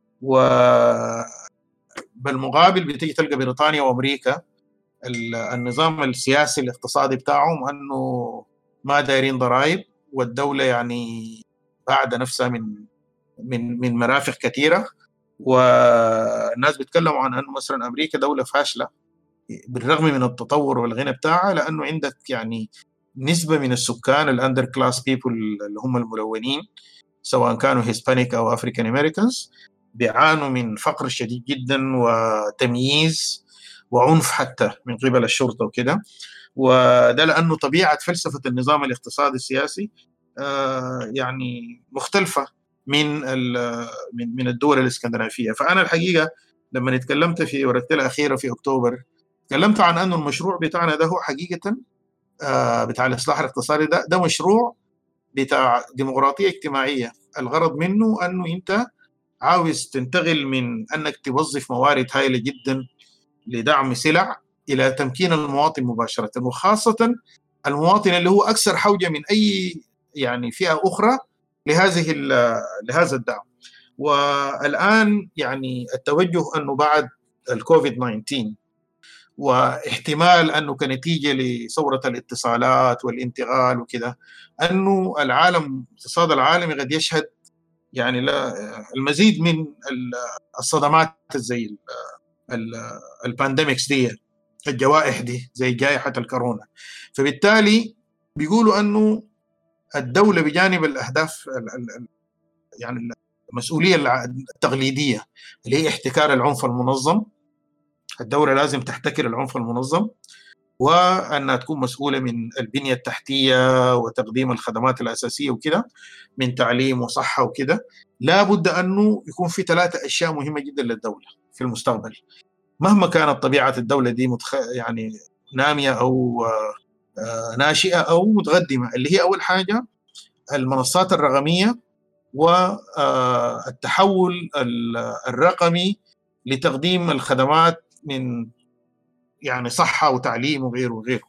وبالمقابل بتيجي تلقى بريطانيا وأمريكا النظام السياسي الاقتصادي بتاعهم أنه ما دايرين ضرائب، والدولة يعني بعد نفسها من مرافق كثيرة. والناس بيتكلموا عن أنه مثلا أمريكا دولة فاشلة بالرغم من التطور والغنى بتاعها، لأنه عندك يعني نسبة من السكان الأندر كلاس بيبل اللي هم الملونين، سواء كانوا هيسبانيك أو أفريكان أمريكانز، بيعانوا من فقر شديد جدا وتمييز وعنف حتى من قبل الشرطة وكده. وده لأنه طبيعة فلسفة النظام الاقتصادي السياسي يعني مختلفة من الدول الإسكندنافية. فأنا الحقيقة لما اتكلمت في ورقتي الأخيرة في أكتوبر، تكلمت عن أنه المشروع بتاعنا ده هو حقيقة بتاع الإصلاح الاقتصادي ده مشروع بتاع ديمقراطية اجتماعية. الغرض منه أنه أنت عاوز تنتقل من أنك توظف موارد هائلة جدا لدعم سلع إلى تمكين المواطن مباشرة، وخاصة المواطن اللي هو أكثر حوجة من أي يعني فئة أخرى لهذا الدعم. والآن يعني التوجه أنه بعد الكوفيد 19 واحتمال أنه كنتيجة لثورة الاتصالات والانتقال وكده، أنه الاقتصاد العالمي قد يشهد يعني المزيد من الصدمات زي البانديميكس دي. الجوائح دي زي جائحة الكورونا. فبالتالي بيقولوا أنه الدولة بجانب الأهداف يعني المسؤولية التقليدية اللي هي احتكار العنف المنظم، الدولة لازم تحتكر العنف المنظم، وأنها تكون مسؤولة من البنية التحتية وتقديم الخدمات الأساسية وكده، من تعليم وصحة وكده. لا بد أنه يكون في 3 أشياء مهمة جدا للدولة في المستقبل، مهما كانت طبيعة الدولة دي يعني نامية أو ناشئة أو متقدمة، اللي هي أول حاجة المنصات الرقمية والتحول الرقمي لتقديم الخدمات من يعني صحة وتعليم وغيره وغيره.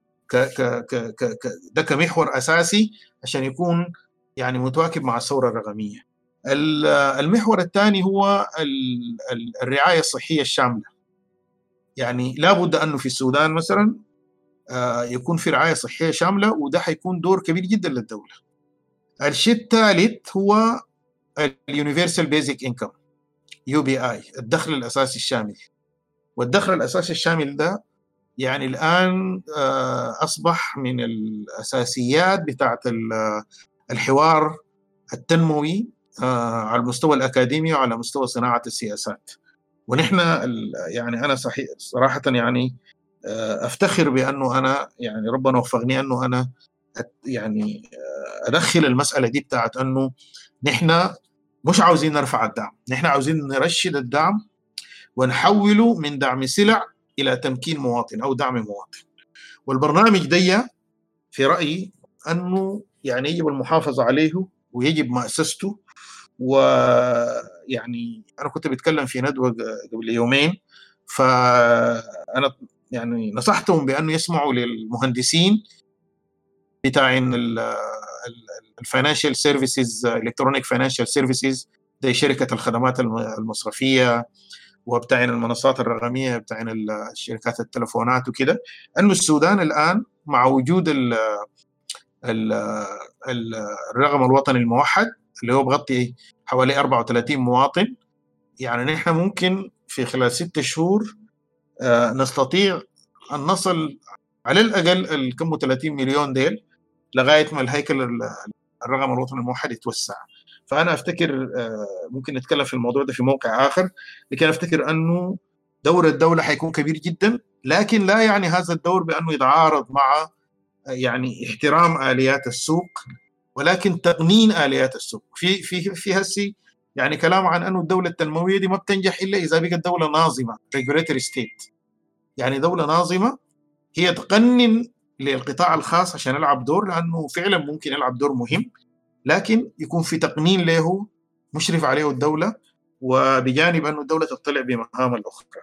ده كمحور أساسي عشان يكون يعني متواكب مع الثورة الرقمية. المحور الثاني هو الرعاية الصحية الشاملة. يعني لابد أنه في السودان مثلا يكون في رعاية صحية شاملة، وده حيكون دور كبير جدا للدولة. الشيء الثالث هو اليونيفرسال بيزك انكم UBI، الدخل الأساسي الشامل. والدخل الأساسي الشامل ده يعني الآن أصبح من الأساسيات بتاعت الحوار التنموي على المستوى الأكاديمي وعلى مستوى صناعة السياسات. ونحن يعني أنا صراحة يعني أفتخر بأنه أنا يعني ربنا وفقني أنه أنا يعني أدخل المسألة دي بتاعت أنه نحن مش عاوزين نرفع الدعم، نحن عاوزين نرشد الدعم ونحوله من دعم سلع إلى تمكين مواطن أو دعم مواطن. والبرنامج ده في رأيي أنه يعني يجب المحافظة عليه ويجب مؤسسته. ويعني أنا كنت بتكلم في ندوة قبل يومين، فأنا يعني نصحتهم بأنه يسمعوا للمهندسين بتاعين الفاينانشال سيرفيسز، الكترونيك فاينانشال سيرفيسز، زي شركة الخدمات المصرفية وبتاعين المنصات الرقمية بتاعين الشركات التلفونات وكده، أنه السودان الآن مع وجود الرقم الوطني الموحد اللي هو بغطي حوالي 34 مواطن، يعني نحن ممكن في خلال 6 شهور نستطيع أن نصل على الأقل كم 30 مليون ديل لغاية ما الهيكل الرقم الوطني الموحد يتوسع. فأنا أفتكر ممكن نتكلم في الموضوع ده في موقع آخر، لكن أفتكر أنه دور الدولة حيكون كبير جدا، لكن لا يعني هذا الدور بأنه يتعارض مع يعني احترام آليات السوق، ولكن تقنين آليات السوق. في هسي يعني كلام عن أنه الدولة التنموية دي ما بتنجح إلا إذا بقت دولة ناظمة regulatory state، يعني دولة ناظمة هي تقنن للقطاع الخاص عشان يلعب دور، لأنه فعلا ممكن يلعب دور مهم، لكن يكون في تقنين له مشرف عليه الدولة، وبجانب أنه الدولة تطلع بمهام الأخرى.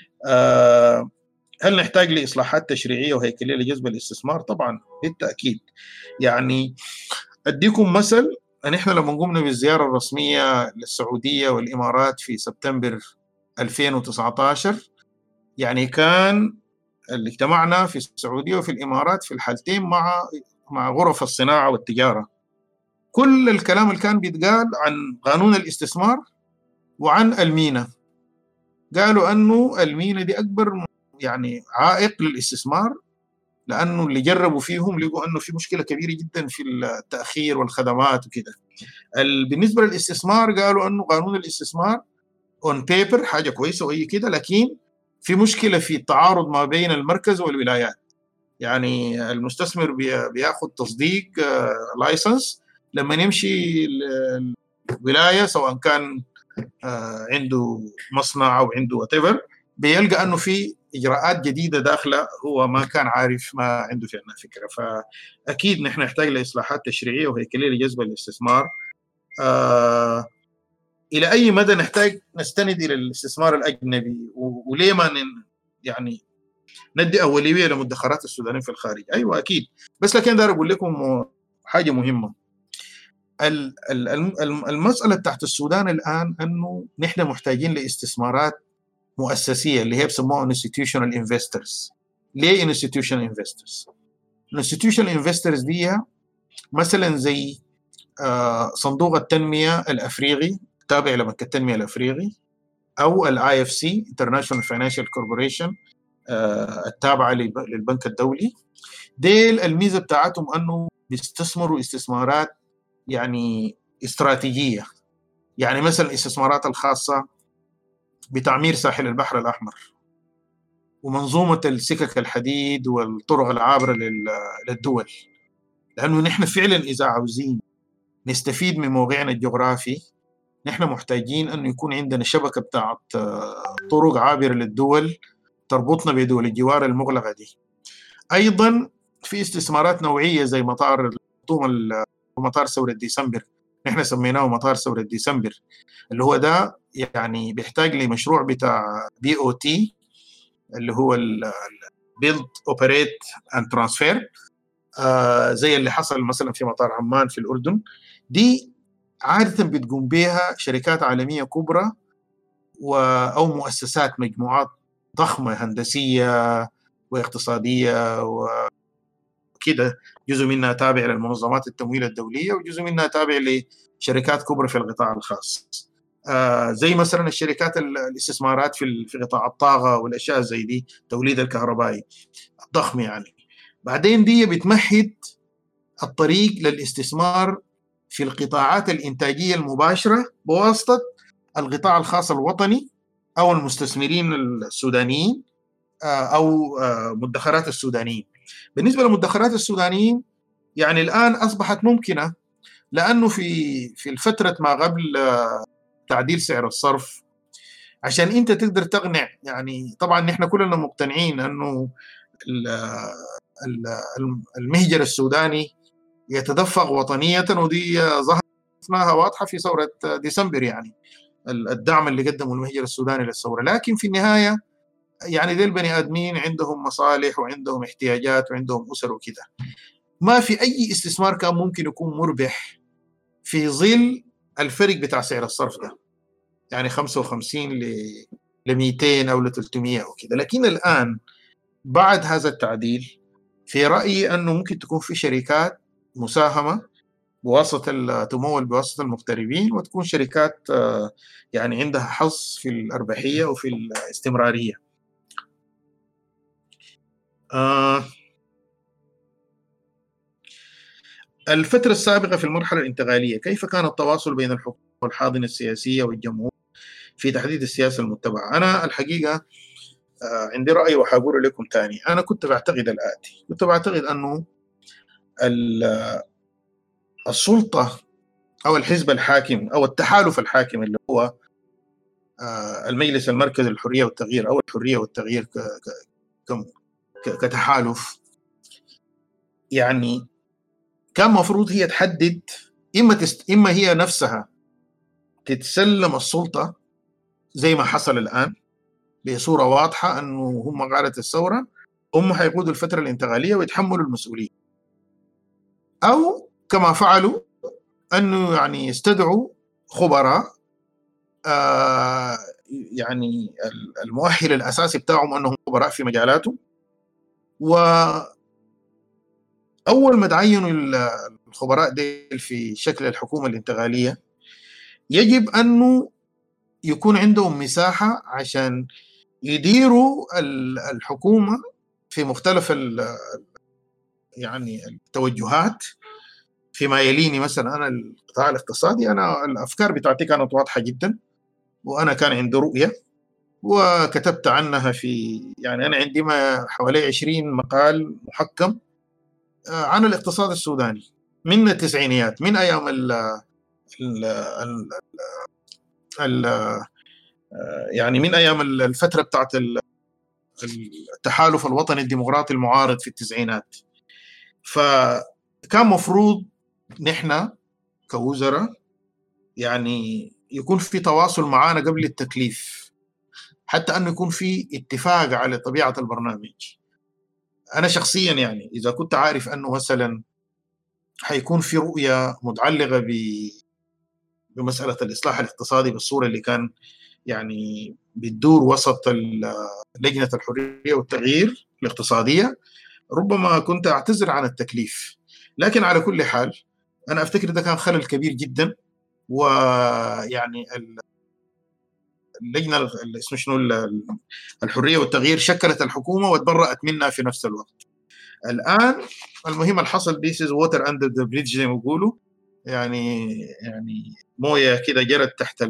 هل نحتاج لإصلاحات تشريعية وهيكلية لجذب الاستثمار؟ طبعا بالتأكيد. يعني أديكم مثل، نحن لما قمنا بالزيارة الرسمية للسعودية والإمارات في سبتمبر 2019، يعني كان اللي اجتمعنا في السعودية وفي الإمارات في الحالتين مع غرف الصناعة والتجارة. كل الكلام اللي كان بيتقال عن قانون الاستثمار وعن المينا، قالوا أنه المينا دي أكبر يعني عائق للاستثمار، لأنه اللي جربوا فيهم لقوا أنه في مشكلة كبيرة جدا في التأخير والخدمات وكده. بالنسبة للاستثمار قالوا أنه قانون الاستثمار on paper حاجة كويسة وأي كده، لكن في مشكلة في التعارض ما بين المركز والولايات. يعني المستثمر بياخد تصديق لايسنس، لما يمشي الولاية سواء كان عنده مصنع أو عنده whatever، بيلقى أنه في إجراءات جديدة داخلة هو ما كان عارف، ما عنده في عنها فكرة. فأكيد نحن نحتاج لإصلاحات تشريعية وهيكلية لجذب الاستثمار. إلى أي مدى نحتاج نستند إلى الاستثمار الأجنبي، وليه ما يعني ندي أولوية لمدخرات السودانيين في الخارج؟ أيوة أكيد، بس لكن دار أقول لكم حاجة مهمة. المسألة تحت السودان الآن أنه نحن محتاجين لاستثمارات مؤسسية اللي هي بسموها institutional investors. ليه institutional investors؟ institutional investors دي مثلا زي صندوق التنمية الأفريقي تابع لبنك التنمية الأفريقي، أو IFC International Financial Corporation، التابعة للبنك الدولي. ديل الميزة بتاعتهم أنه بيستثمروا استثمارات يعني استراتيجية، يعني مثلا الاستثمارات الخاصة بتعمير ساحل البحر الأحمر ومنظومة السكك الحديد والطرق العابرة للدول. لأنه نحن فعلا إذا عاوزين نستفيد من موقعنا الجغرافي نحن محتاجين أن يكون عندنا شبكة بتاعت طرق عابرة للدول تربطنا بدول الجوار المغلقة دي. أيضا في استثمارات نوعية زي مطار الخرطوم، مطار ثورة ديسمبر، نحن سميناه مطار ثورة ديسمبر، اللي هو ده يعني بيحتاج لمشروع بتاع BOT اللي هو Build Operate and Transfer، زي اللي حصل مثلا في مطار عمان في الأردن. دي عادة بتقوم بها شركات عالمية كبرى أو مؤسسات، مجموعات ضخمة هندسية واقتصادية وكده، جزء منها تابع للمنظمات التمويل الدولية وجزء منها تابع لشركات كبرى في القطاع الخاص، زي مثلا الشركات الاستثمارات في قطاع الطاقة والأشياء زي دي، توليد الكهربائي الضخم يعني. بعدين دي بتمهد الطريق للاستثمار في القطاعات الإنتاجية المباشرة بواسطة القطاع الخاص الوطني أو المستثمرين السودانيين أو مدخرات السودانيين. بالنسبة لمدخرات السودانيين يعني الآن أصبحت ممكنة، لأنه في الفترة ما قبل تعديل سعر الصرف عشان أنت تقدر تقنع، يعني طبعا نحن كلنا مقتنعين أنه المهجر السوداني يتدفق وطنية، ودي ظهرناها واضحة في ثورة ديسمبر، يعني الدعم اللي قدمه المهجر السوداني للثورة. لكن في النهاية يعني ذي البني آدمين عندهم مصالح وعندهم احتياجات وعندهم أسر وكده. ما في أي استثمار كان ممكن يكون مربح في ظل الفرق بتاع سعر الصرف ده، يعني 55 ل 200 أو ل 300 وكده. لكن الآن بعد هذا التعديل في رأيي أنه ممكن تكون في شركات مساهمة بواسطة تمول بواسطة المغتربين، وتكون شركات يعني عندها حظ في الأرباحية وفي الاستمرارية. الفترة السابقة في المرحلة الانتقالية كيف كان التواصل بين الحكومة والحاضنة السياسية والجمهور في تحديد السياسة المتبعة؟ أنا الحقيقة عندي رأي وحقول لكم تاني. أنا كنت بعتقد الآتي، كنت بعتقد أنه السلطة أو الحزب الحاكم أو التحالف الحاكم اللي هو المجلس المركزي للحرية والتغيير أو الحرية والتغيير كتحالف، يعني كان مفروض هي تحدد، إما هي نفسها تتسلم السلطة زي ما حصل الآن بصورة واضحة أنه هم قادة الثورة، هم هيقودوا الفترة الانتقالية ويتحملوا المسؤولية، أو كما فعلوا أنه يعني يستدعوا خبراء يعني المؤهل الأساسي بتاعهم أنهم خبراء في مجالاتهم، وأول ما تعينوا الخبراء دي في شكل الحكومة الانتقالية يجب أنه يكون عندهم مساحة عشان يديروا الحكومة في مختلف يعني التوجهات. فيما يليني مثلا أنا القطاع الاقتصادي، أنا الأفكار بتاعتي كانت واضحة جدا، وأنا كان عندي رؤية وكتبت عنها يعني أنا عندي حوالي 20 مقال محكم عن الاقتصاد السوداني من التسعينيات، من أيام يعني من أيام الفترة بتاعت التحالف الوطني الديمقراطي المعارض في التسعينات. فكان مفروض نحن كوزراء يعني يكون في تواصل معانا قبل التكليف، حتى أنه يكون في اتفاق على طبيعة البرنامج. أنا شخصيا يعني إذا كنت عارف أنه مثلا حيكون في رؤية متعلقة بمسألة الإصلاح الاقتصادي بالصورة اللي كان يعني بتدور وسط لجنة الحرية والتغيير الاقتصادية، ربما كنت أعتذر عن التكليف. لكن على كل حال أنا أفتكر ده كان خلل كبير جدا، ويعني اللجنه اللي اسمه شنو الحريه والتغيير شكلت الحكومه وتبرأت منها في نفس الوقت. الان المهم الحصل this is water under the bridge زي ما بيقولوا، يعني مويه كده جرت تحت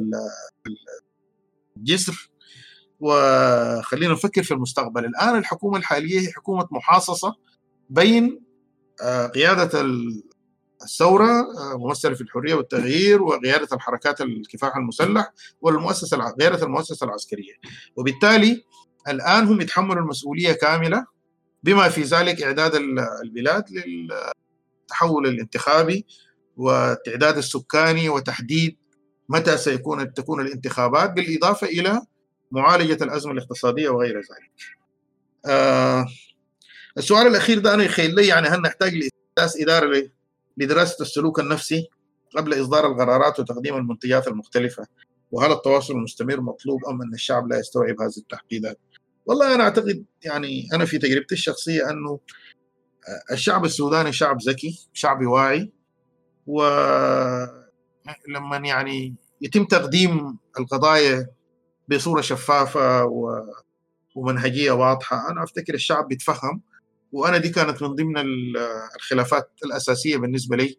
الجسر. وخلينا نفكر في المستقبل. الان الحكومه الحاليه هي حكومه محاصصه بين قياده الثوره ممثله في الحريه والتغيير وقياده الحركات الكفاح المسلح قياده المؤسسه العسكريه، وبالتالي الان هم يتحملوا المسؤوليه كامله بما في ذلك اعداد البلاد للتحول الانتخابي والتعداد السكاني وتحديد متى تكون الانتخابات، بالاضافه الى معالجه الازمه الاقتصاديه وغير ذلك. السؤال الاخير ده انا يخيل لي يعني هل نحتاج لاساس اداره لدراسه السلوك النفسي قبل اصدار القرارات وتقديم المنتجات المختلفه؟ وهل التواصل المستمر مطلوب ام ان الشعب لا يستوعب هذه التعقيدات؟ والله انا اعتقد يعني انا في تجربتي الشخصيه انه الشعب السوداني شعب ذكي، شعب واعي، ولما يعني يتم تقديم القضايا بصوره شفافه ومنهجيه واضحه انا افتكر الشعب بيتفهم. وانا دي كانت من ضمن الخلافات الاساسيه بالنسبه لي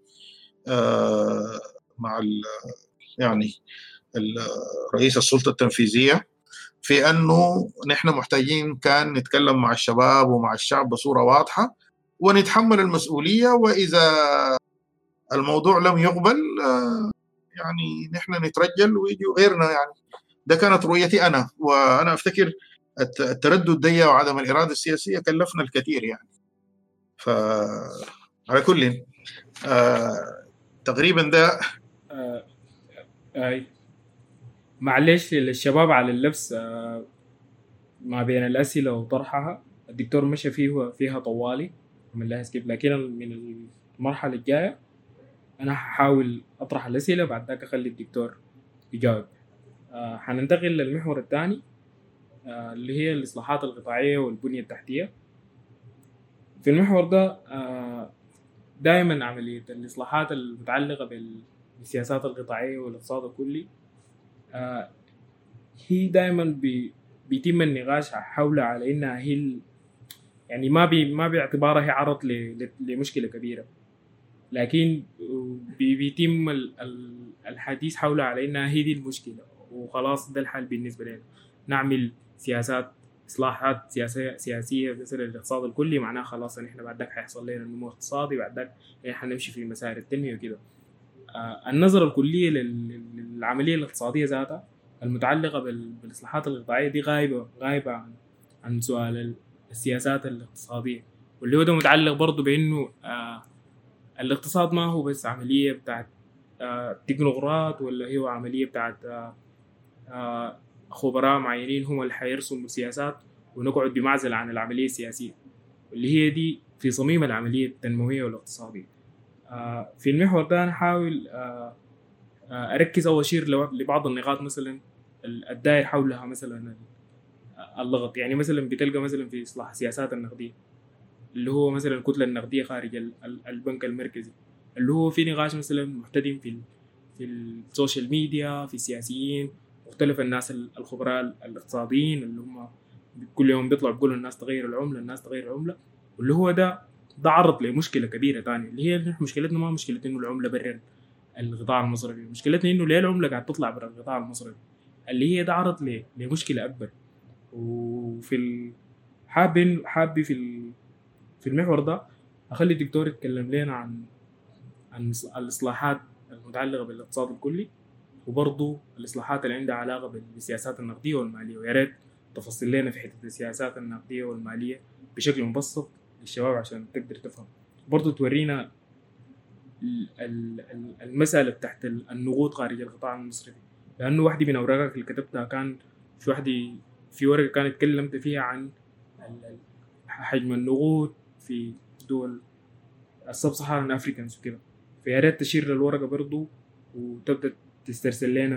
مع يعني رئيس السلطه التنفيذيه، في انه نحن محتاجين كان نتكلم مع الشباب ومع الشعب بصوره واضحه ونتحمل المسؤوليه، واذا الموضوع لم يقبل يعني نحن نترجل ويجي غيرنا. يعني ده كانت رؤيتي انا، وانا افتكر التردد دي وعدم الاراده السياسيه كلفنا الكثير يعني. على كل تقريبا ده معلش للشباب على اللبس ما بين الأسئلة وطرحها. الدكتور مشى فيها طوالي من الله سكيب، لكن من المرحلة الجاية أنا هحاول أطرح الأسئلة بعد ذاك أخلي الدكتور يجاوب. حننتقل للمحور الثاني اللي هي الإصلاحات القطاعية والبنية التحتية. في المحور ده دائما عملية الإصلاحات المتعلقة بالسياسات القطاعية والاقتصاد الكلي هي دائما بيتم النقاش حولها على إنها هي يعني ما باعتبارها هي عرض لمشكلة كبيرة، لكن بيتم الحديث حولها على إنها هي دي المشكلة وخلاص ده الحل بالنسبة لنا. نعمل إصلاحات سياسية مثلا الاقتصاد الكلي، معناها خلاص نحن بعد ذاك حيحصل لنا نمو اقتصادي، بعد ذاك حنمشي في مسار التنمية وكده. النظرة الكلية للعملية الاقتصادية ذاتها المتعلقة بالإصلاحات القطاعية دي غايبة عن سؤال السياسات الاقتصادية، واللي هو ده متعلق برضو بأنه الاقتصاد ما هو بس عملية بتاعت تكنوقراط، ولا هو عملية بتاعت خبراء معينين هم اللي حيرسموا السياسات ونقعد بمعزل عن العملية السياسية اللي هي دي في صميم العملية التنموية والاقتصادية. في المحور ده أنا حاول أركز أو أشير لبعض النقاط مثلا الدائر حولها مثلا اللغط. يعني مثلا بتلقى مثلا في إصلاح السياسات النقدية اللي هو مثلا الكتلة النقدية خارج البنك المركزي، اللي هو في نقاش مثلا محتدم في السوشيال ميديا، في السياسيين مختلف الناس الخبراء الاقتصاديين اللي هم كل يوم بيطلعوا بيقولوا الناس تغير العملة، واللي هو ده عرض لمشكلة كبيرة تانية اللي هي مشكلتنا ما مشكلة إنه العملة برا القطاع المصرفي، مشكلتنا إنه ليه العملة قاعد تطلع برا القطاع المصرفي، اللي هي ده عرض لمشكلة أكبر. وفي حابي في المحور ده أخلي الدكتور يتكلم لنا عن الإصلاحات المتعلقة بالاقتصاد الكلي، وبرضو الإصلاحات اللي عندها علاقة بالسياسات النقدية والمالية. ويا ريت تفصل لنا في حتة السياسات النقدية والمالية بشكل مبسط للشباب عشان تقدر تفهم، برضو تورينا المسألة تحت النقود خارج القطاع المصرفي، لأنه واحدة من أوراقك اللي كتبتها كان في ورقة كانت تكلمت فيها عن حجم النقود في دول السب سهران أفريكانز وكده، فيا ريت تشير للورقة برضو وتبدأ تسترسل لنا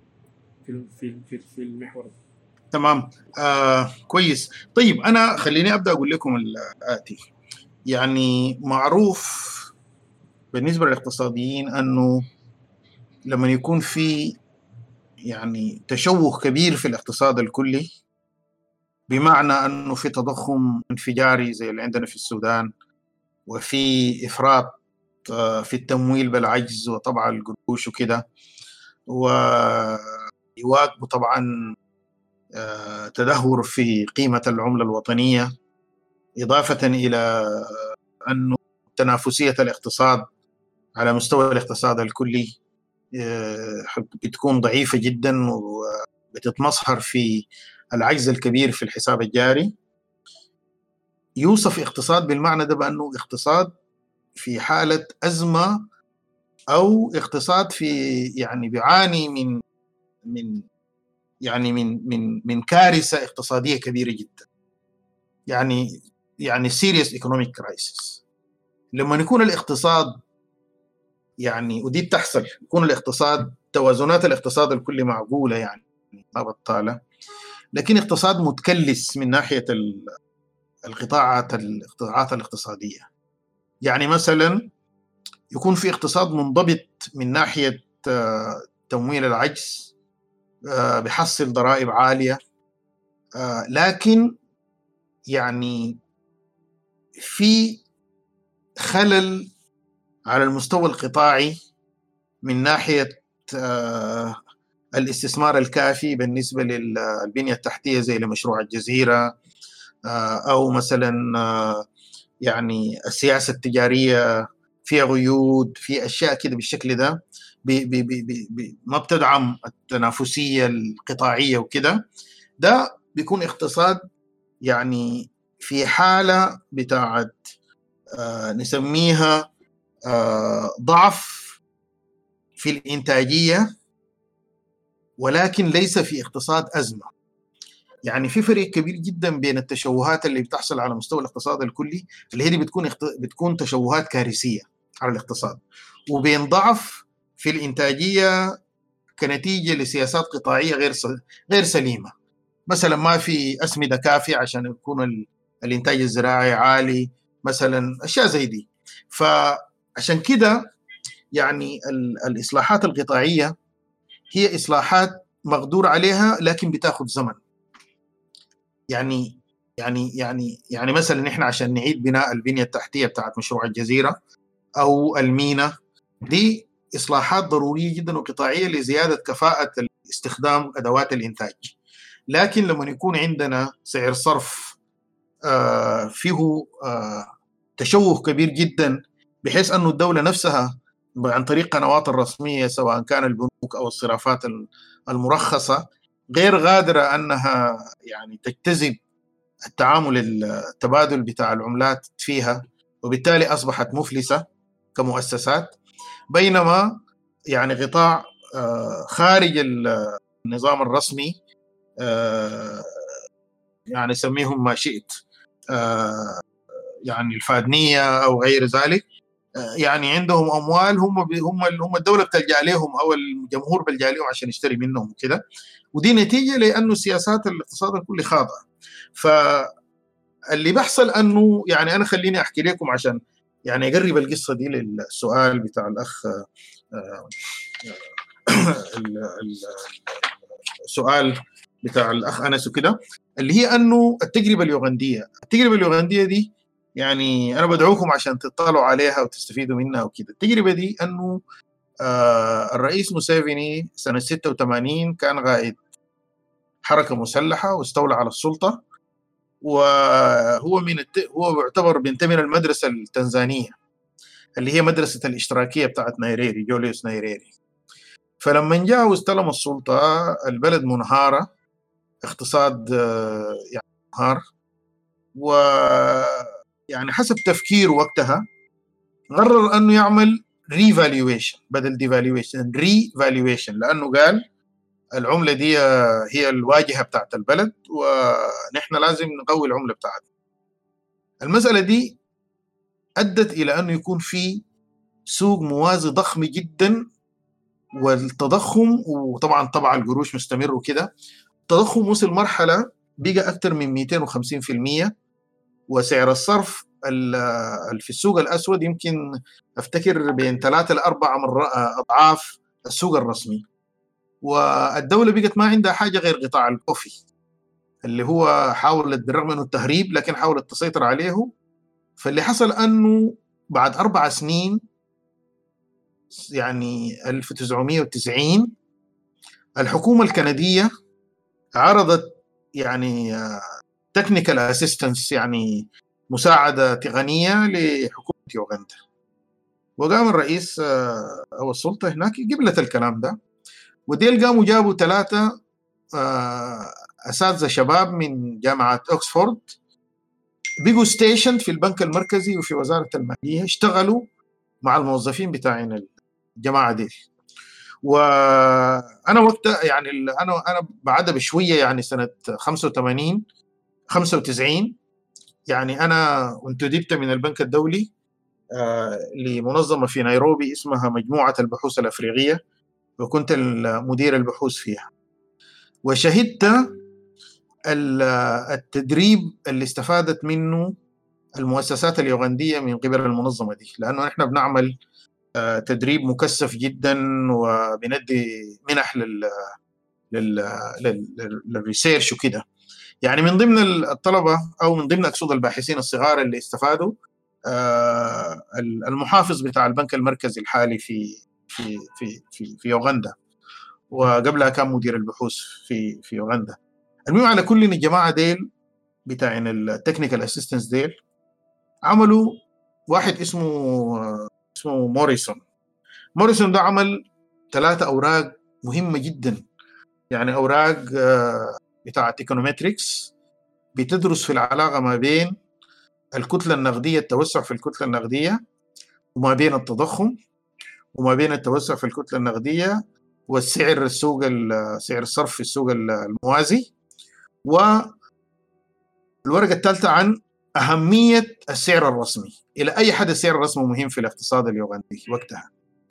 في المحور ده. تمام. كويس. طيب أنا خليني أبدأ أقول لكم الآتي. يعني معروف بالنسبة للاقتصاديين أنه لما يكون في يعني تشوه كبير في الاقتصاد الكلي، بمعنى أنه في تضخم انفجاري زي اللي عندنا في السودان، وفي إفراط في التمويل بالعجز وطبع القروش وكده، ويواكب طبعا تدهور في قيمة العملة الوطنية، إضافة إلى أنه تنافسية الاقتصاد على مستوى الاقتصاد الكلي بتكون ضعيفة جدا، وبتتمصهر في العجز الكبير في الحساب الجاري. يوصف اقتصاد بالمعنى ده بأنه اقتصاد في حالة أزمة، أو اقتصاد في يعني بيعاني من كارثة اقتصادية كبيرة جدا، يعني serious economic crisis. لما يكون الاقتصاد يعني، ودي بتحصل، يكون الاقتصاد توازنات الاقتصاد الكلي معقولة يعني ما بطالة، لكن اقتصاد متكلس من ناحية القطاعات الاقتصادية. يعني مثلا يكون في اقتصاد منضبط من ناحية تمويل العجز، بيحصل ضرائب عالية، لكن يعني في خلل على المستوى القطاعي من ناحية الاستثمار الكافي بالنسبة للبنية التحتية زي لمشروع الجزيرة، أو مثلا يعني السياسة التجارية فيها غيود، في أشياء كده بالشكل ده ما بتدعم التنافسية القطاعية وكده. ده بيكون اقتصاد يعني في حالة بتاعت نسميها ضعف في الإنتاجية، ولكن ليس في اقتصاد أزمة. يعني في فرق كبير جدا بين التشوهات اللي بتحصل على مستوى الاقتصاد الكلي، اللي هي دي بتكون تشوهات كارثية على الاقتصاد، وبين ضعف في الإنتاجية كنتيجة لسياسات قطاعية غير سليمة. مثلا ما في أسمدة كافية عشان يكون الإنتاج الزراعي عالي، مثلا أشياء زي دي. فعشان كده يعني الإصلاحات القطاعية هي إصلاحات مقدور عليها، لكن بتاخذ زمن. يعني مثلا نحن عشان نعيد بناء البنية التحتية بتاعت مشروع الجزيرة أو المينا، دي إصلاحات ضرورية جدا وقطاعية لزيادة كفاءة استخدام أدوات الإنتاج. لكن لما يكون عندنا سعر صرف فيه تشوه كبير جدا، بحيث أن الدولة نفسها عن طريق قنوات الرسمية سواء كان البنوك أو الصرافات المرخصة غير قادرة أنها يعني تجتذب التبادل بتاع العملات فيها، وبالتالي أصبحت مفلسة كمؤسسات. بينما يعني قطاع خارج النظام الرسمي، يعني نسميهم ما شئت، يعني الفادنية أو غير ذلك، يعني عندهم أموال، هم الدولة بتلجأ لهم أو الجمهور بيلجأ لهم عشان يشتري منهم وكده، ودي نتيجة لأنه سياسات الاقتصاد الكلي خاطئة. فاللي بيحصل أنه يعني أنا خليني أحكي لكم عشان يعني أقرب القصة دي للسؤال بتاع الأخ، السؤال بتاع الأخ أنس وكده، اللي هي أنه التجربة اليوغندية دي يعني أنا بدعوكم عشان تطلعوا عليها وتستفيدوا منها وكده. التجربة دي أنه الرئيس موسيفيني سنة 86 كان قائد حركة مسلحة واستولى على السلطة، وهو هو بيعتبر بينتمي للمدرسة التنزانية اللي هي مدرسة الاشتراكية بتاعت نيريري، جوليوس نيريري. فلما جاء واستلم السلطة البلد منهارة، اقتصاد يعني منهار، ويعني حسب تفكير وقتها قرر أنه يعمل ريفالويشن بدل ديفالويشن، ريفالويشن، لأنه قال العملة دي هي الواجهة بتاعت البلد ونحن لازم نقوي العملة بتاعتنا. المسألة دي أدت إلى أنه يكون في سوق موازي ضخم جدا، والتضخم وطبعا طبع القروش مستمر وكده، التضخم وصل مرحلة بقى أكثر من 250%، وسعر الصرف في السوق الأسود يمكن أفتكر بين 3 ل4 أضعاف السوق الرسمي. والدولة بقت ما عندها حاجة غير قطاع الكوفي اللي هو حاولت بالرغم انه التهريب لكن حاولت تسيطر عليه. فاللي حصل انه بعد 4 سنين يعني 1990 الحكومة الكندية عرضت يعني تكنيكال اسيستنس، يعني مساعدة تقنية لحكومة يوغندا، وقام الرئيس أو السلطة هناك قبلت الكلام ده، وديل قاموا جابوا 3 أساتذة شباب من جامعة أكسفورد بيجوا ستيشن في البنك المركزي وفي وزارة المالية، اشتغلوا مع الموظفين بتاعين الجماعة دي. وأنا وقتها يعني أنا بعدها بشوية يعني سنة 95 يعني أنا انتدبت من البنك الدولي لمنظمة في نيروبي اسمها مجموعة البحوث الأفريقية، وكنت مدير البحوث فيها، وشهدت التدريب اللي استفادت منه المؤسسات اليوغندية من قبل المنظمة دي، لأنه نحن بنعمل تدريب مكثف جدا وبندي منح للريسيرش وكده. يعني من ضمن الطلبة أو من ضمن أقصد الباحثين الصغار اللي استفادوا المحافظ بتاع البنك المركزي الحالي في يوغندا، وقبلها كان مدير البحوث في يوغندا. المهم على كل الجماعة ديل بتاعين التكنيكال اسيستنس ديل عملوا واحد اسمه موريسون ده عمل 3 أوراق مهمة جدا، يعني أوراق بتاعة ايكونومتريكس بتدرس في العلاقة ما بين الكتلة النقدية، التوسع في الكتلة النقدية، وما بين التضخم، وما بين التوسع في الكتلة النقدية والسعر سعر الصرف في السوق الموازي. والورقة الثالثة عن أهمية السعر الرسمي، إلى أي حد السعر الرسمي مهم في الاقتصاد اليوغندي وقتها.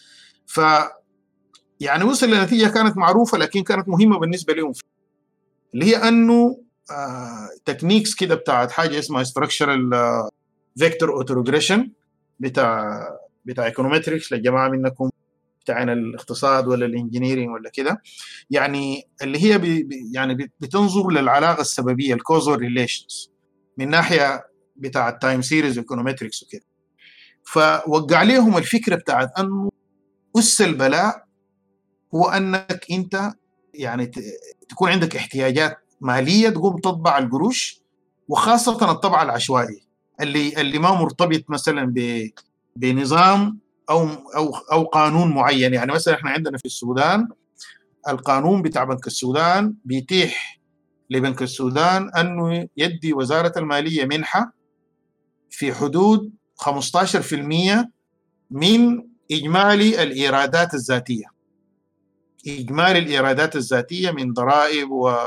يعني وصل لنتيجة كانت معروفة لكن كانت مهمة بالنسبة لهم، اللي هي أنه تكنيكس كده بتاعت حاجة اسمها structural vector autoregression بتاع ايكونومتريكس للجماعة منكم بتاعين الاقتصاد ولا الانجينيرينج ولا كده، يعني اللي هي يعني بتنظر للعلاقة السببية الكوزال ريليشنز من ناحية بتاع التايم سيريز ايكونومتريكس وكده. فوقع عليهم الفكرة بتاعت أنه أس البلاء هو أنك أنت يعني تكون عندك احتياجات مالية تقوم تطبع القروش، وخاصة الطبع العشوائي اللي ما مرتبط مثلا بنظام أو قانون معين. يعني مثلا احنا عندنا في السودان القانون بتاع بنك السودان بيتيح لبنك السودان أنه يدي وزارة المالية منحة في حدود 15% من إجمالي الإيرادات الذاتية، إجمالي الإيرادات الذاتية من ضرائب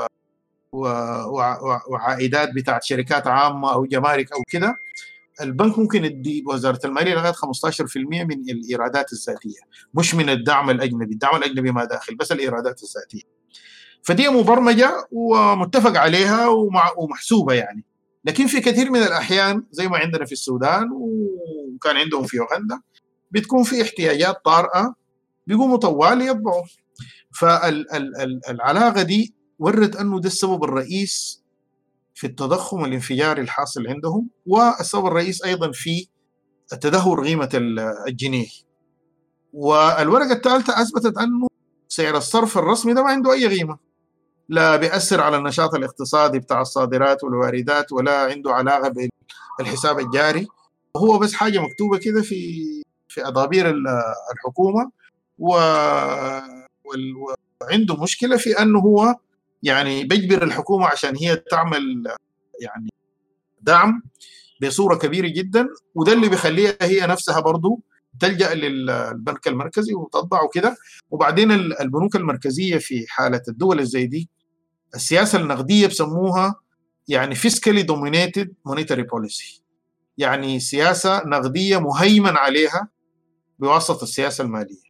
وعائدات بتاعت شركات عامة أو جمارك أو كده. البنك ممكن يدي وزارة المالية لغاية 15% من الإيرادات الذاتية، مش من الدعم الأجنبي. الدعم الأجنبي ما داخل، بس الإيرادات الذاتية. فدي مبرمجة ومتفق عليها ومحسوبة يعني. لكن في كثير من الأحيان زي ما عندنا في السودان وكان عندهم في يوغندا بتكون في احتياجات طارئة بيقوموا طوال يطبعوا. فالعلاقة دي ورت أنه ده السبب الرئيس في التضخم الانفجاري الحاصل عندهم، والسبب الرئيس أيضا في تدهور قيمة الجنيه. والورقة الثالثة أثبتت أنه سعر الصرف الرسمي ده ما عنده أي قيمة، لا بيأثر على النشاط الاقتصادي بتاع الصادرات والواردات، ولا عنده علاقة بالحساب الجاري، وهو بس حاجة مكتوبة كده في أضابير الحكومة. وعنده مشكلة في أنه هو يعني بيجبر الحكومة عشان هي تعمل يعني دعم بصورة كبيرة جدا، وده اللي بيخليها هي نفسها برضو تلجأ للبنك المركزي وتطبع وكده. وبعدين البنوك المركزية في حالة الدول زي دي السياسة النقدية بسموها يعني fiscally dominated monetary policy، يعني سياسة نقدية مهيمن عليها بواسطة السياسة المالية.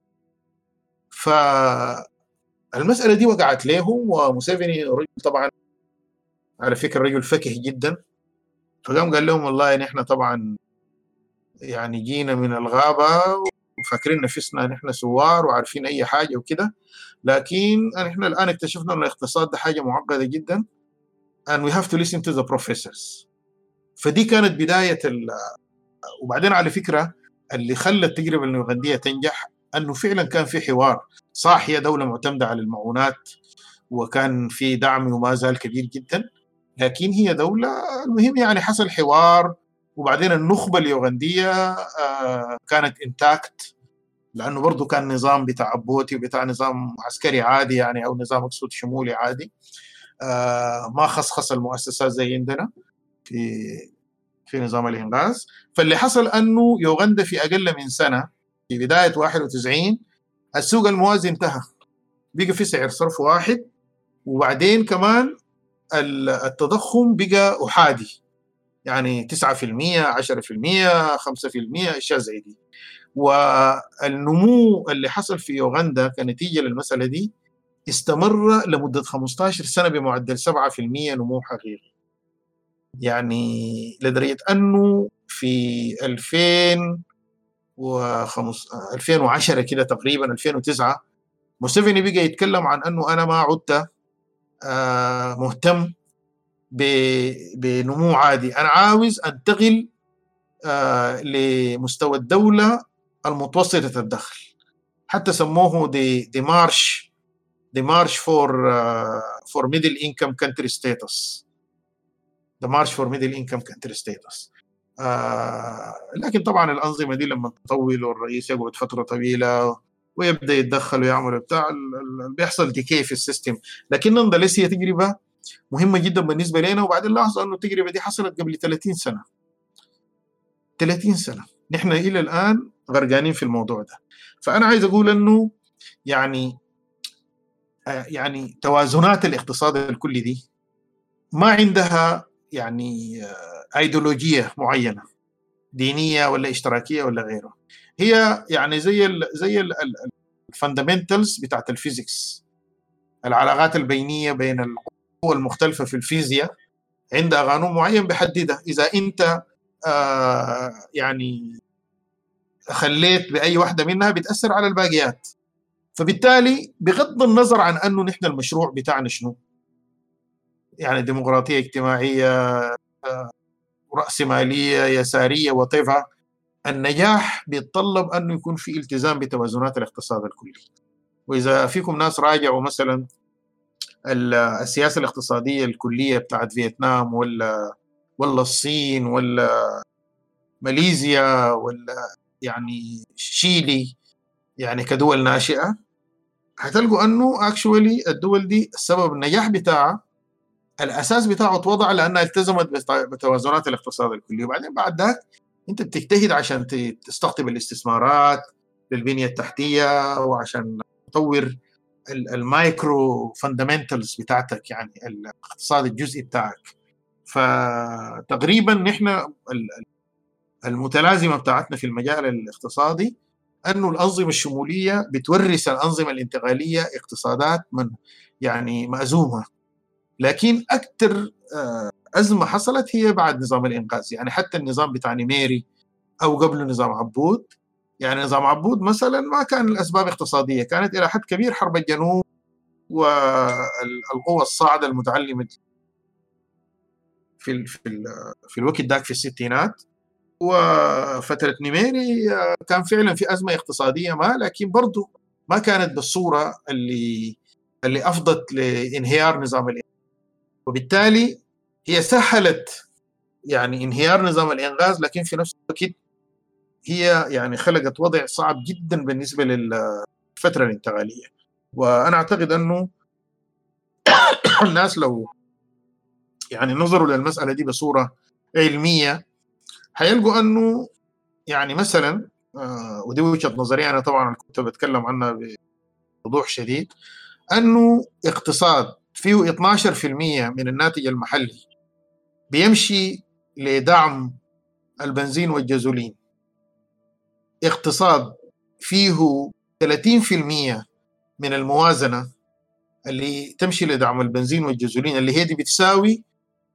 فالمسألة دي وقعت لهم، وموسيفيني رجل طبعا على فكرة رجل فكه جدا، فقام قال لهم والله نحن طبعا يعني جينا من الغابة وفاكرين نفسنا نحن سوار وعارفين أي حاجة وكده، لكن نحن الآن اكتشفنا أن الاقتصاد ده حاجة معقدة جدا and we have to listen to the professors. فدي كانت بداية وبعدين على فكرة اللي خلى التجربة النيوغندية تنجح أنه فعلا كان في حوار. صح هي دولة معتمدة على المعونات وكان في دعم وما زال كبير جدا، لكن هي دولة المهم يعني حصل حوار. وبعدين النخبة اليوغندية كانت انتاكت، لأنه برضو كان نظام بتاع عبوتي وبتاع نظام عسكري عادي يعني، أو نظام مقصود شمولي عادي، ما خصخص المؤسسات زي عندنا في نظام الإنغاذ. فاللي حصل أنه يوغندا في أقل من سنة في بداية 91 السوق الموازي انتهى، بقى في سعر صرف واحد، وبعدين كمان التضخم بقى أحادي، يعني 9%، 10%، 5%، أشياء زي دي. والنمو اللي حصل في يوغندا كنتيجة للمسألة دي استمر لمدة 15 سنة بمعدل 7% نمو حقيقي. يعني لدرجة أنه في 2010 كده تقريبا 2009 موسيفيني بقى يتكلم عن أنه أنا ما عدت مهتم بنمو عادي، أنا عاوز أنتقل لمستوى الدولة المتوسطة الدخل. حتى سموه the march for middle income country status. the march for middle income country status. لكن طبعا الأنظمة دي لما تطول والرئيس يقعد فترة طويلة ويبدأ يتدخل ويعمل بتاع، بيحصل ديكي في السيستم. لكن نضلس هي تجربة مهمة جدا بالنسبة لنا. وبعدين لاحظوا أنه التجربة دي حصلت قبل 30 سنة. 30 سنة نحن إلى الآن غرقانين في الموضوع ده. فأنا عايز أقول أنه يعني توازنات الاقتصاد الكلي دي ما عندها يعني ايديولوجية معينة دينية ولا اشتراكية ولا غيره. هي يعني زي الفاندامنتالز بتاعت الفيزيكس، العلاقات البينية بين القوى المختلفة في الفيزياء عندها قانون معين بحددها. إذا أنت يعني خليت بأي واحدة منها بتأثر على الباقيات. فبالتالي بغض النظر عن أنه نحن المشروع بتاعنا شنو، يعني ديمقراطية اجتماعية، رأسمالية، يسارية، وطيفة، النجاح بيتطلب أنه يكون في التزام بتوازنات الاقتصاد الكلي. وإذا فيكم ناس راجعوا مثلا السياسة الاقتصادية الكلية بتاعت فيتنام ولا الصين ولا ماليزيا ولا يعني شيلي، يعني كدول ناشئة، هتلقوا أنه actually الدول دي السبب النجاح بتاعها الأساس بتاعه اتوضع لأنها التزمت بتوازنات الاقتصاد الكلي. وبعدين بعد ذاك أنت بتجتهد عشان تستقطب الاستثمارات للبنية التحتية وعشان تطور المايكرو فاندامنتالز بتاعتك، يعني الاقتصاد الجزئي بتاعك. فتقريبا نحن المتلازمة بتاعتنا في المجال الاقتصادي أنه الأنظمة الشمولية بتورث الأنظمة الانتقالية اقتصادات يعني مأزومة. لكن أكثر أزمة حصلت هي بعد نظام الإنقاذ. يعني حتى النظام بتاع نيميري أو قبل نظام عبود، يعني نظام عبود مثلا ما كان الأسباب اقتصادية، كانت إلى حد كبير حرب الجنوب والقوى الصاعدة المتعلمة في الوقت داك في الستينات. وفترة نيميري كان فعلا في أزمة اقتصادية لكن برضو ما كانت بالصورة اللي أفضت لانهيار نظام الإنقاذ. وبالتالي هي سهلت يعني انهيار نظام الإنغاز، لكن في نفس الوقت هي يعني خلقت وضع صعب جدا بالنسبة للفترة الانتقالية. وأنا أعتقد أنه الناس لو يعني نظروا للمسألة دي بصورة علمية هيلقوا أنه يعني مثلا ودي وجهة نظري أنا طبعا كنت بتكلم عنها بوضوح شديد، أنه اقتصاد فيه 12% من الناتج المحلي بيمشي لدعم البنزين والجازولين، اقتصاد فيه 30% من الموازنة اللي تمشي لدعم البنزين والجازولين، اللي هي دي بتساوي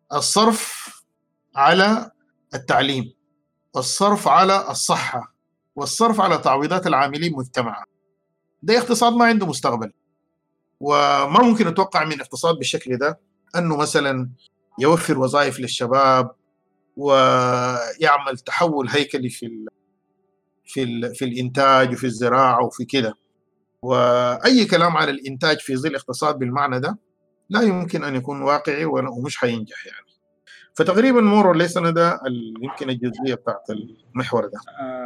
الصرف على التعليم والصرف على الصحة والصرف على تعويضات العاملين مجتمعا. ده اقتصاد ما عنده مستقبل، وما ممكن نتوقع من اقتصاد بالشكل ده أنه مثلا يوفر وظائف للشباب ويعمل تحول هيكلي في الإنتاج وفي الزراعة وفي كده. وأي كلام على الإنتاج في ظل اقتصاد بالمعنى ده لا يمكن أن يكون واقعي ومش حينجح يعني. فتقريبا مور ليس أنا ده يمكن الجزئية بتاعت المحور ده.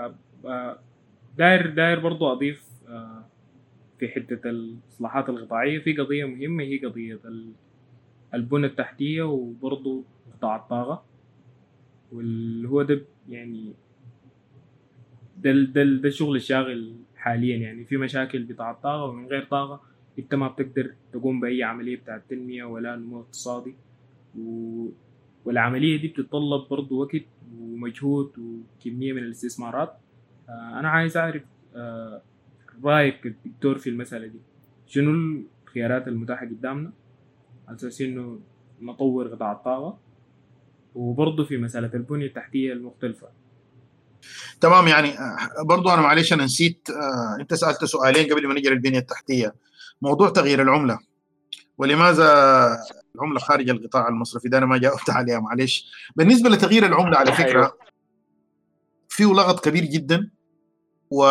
داير برضو أضيف في حتة الإصلاحات القطاعية في قضية مهمة، هي قضية البنى التحتية وبرضو قطاع الطاقة، واللي هو ده يعني ده الشغل الشاغل حاليا. يعني في مشاكل بتاع الطاقة، ومن غير طاقة انت ما بتقدر تقوم بأي عملية بتاع التنمية ولا نمو اقتصادي، والعملية دي بتتطلب برضو وقت ومجهود وكمية من الاستثمارات. أنا عايز أعرف رأيك الدكتور في المسألة دي، شنو الخيارات المتاحة قدامنا على أساس إنه نطور قطاع الطاقة وبرضو في مسألة البنية التحتية المختلفة. تمام. يعني برضو أنا معلش أنا نسيت، أنت سألت سؤالين قبل ما نجي للبنية التحتية. موضوع تغيير العملة ولماذا العملة خارج القطاع المصرفي، ده أنا ما جاوبت عليها معلش. بالنسبة لتغيير العملة على فكرة فيه لغط كبير جدا، و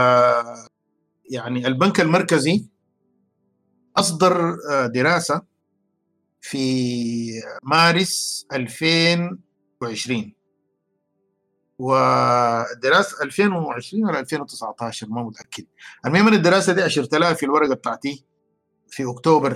يعني البنك المركزي أصدر دراسة في مارس 2020 ودراسة 2020 ولا 2019 ما متأكد. المهم ان الدراسة دي أشرت لها في الورقة بتاعتي في أكتوبر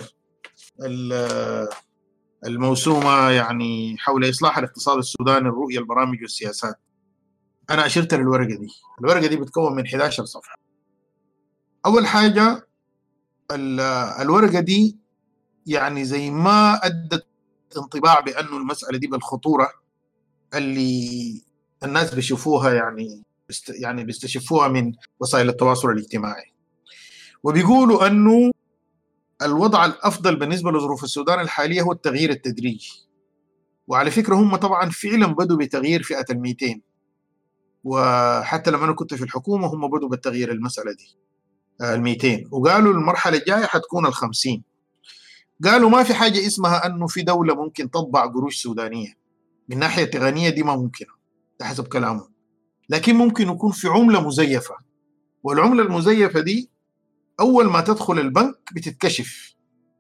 الموسومة يعني حول إصلاح الاقتصاد السوداني، الرؤية البرامج والسياسات. أنا أشرت للورقة دي. الورقة دي بتكون من 11 صفحة. أول حاجة الورقة دي يعني زي ما أدت انطباع بأنه المسألة دي بالخطورة اللي الناس بيشوفوها، يعني بيستشفوها من وسائل التواصل الاجتماعي، وبيقولوا أنه الوضع الأفضل بالنسبة لظروف السودان الحالية هو التغيير التدريجي. وعلى فكرة هم طبعا فعلا بدوا بتغيير فئة 200، وحتى لما أنا كنت في الحكومة هم بدوا بالتغيير المسألة دي 200، وقالوا المرحلة الجاية حتكون 50. قالوا ما في حاجة اسمها أنه في دولة ممكن تطبع قروش سودانية من ناحية تقنية، دي ما ممكنة، ده حسب كلامهم. لكن ممكن يكون في عملة مزيفة، والعملة المزيفة دي أول ما تدخل البنك بتتكشف.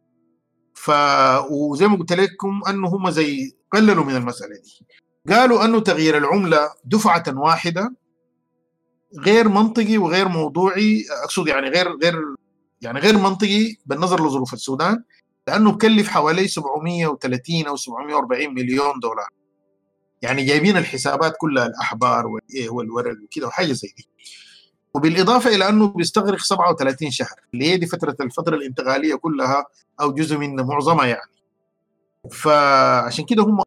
وزي ما قلت لكم أنه هم زي قللوا من المسألة دي. قالوا أنه تغيير العملة دفعة واحدة غير منطقي وغير موضوعي. أقصد يعني غير منطقي بالنظر لظروف السودان، لأنه بكلف حوالي 730 أو 740 مليون دولار. يعني جايبين الحسابات كلها، الأحبار والورق وكده وحاجة زي دي. وبالإضافة إلى أنه بيستغرق 37 شهر اللي هي دي الفترة الانتقالية كلها أو جزء من معظمها يعني. فعشان كده هم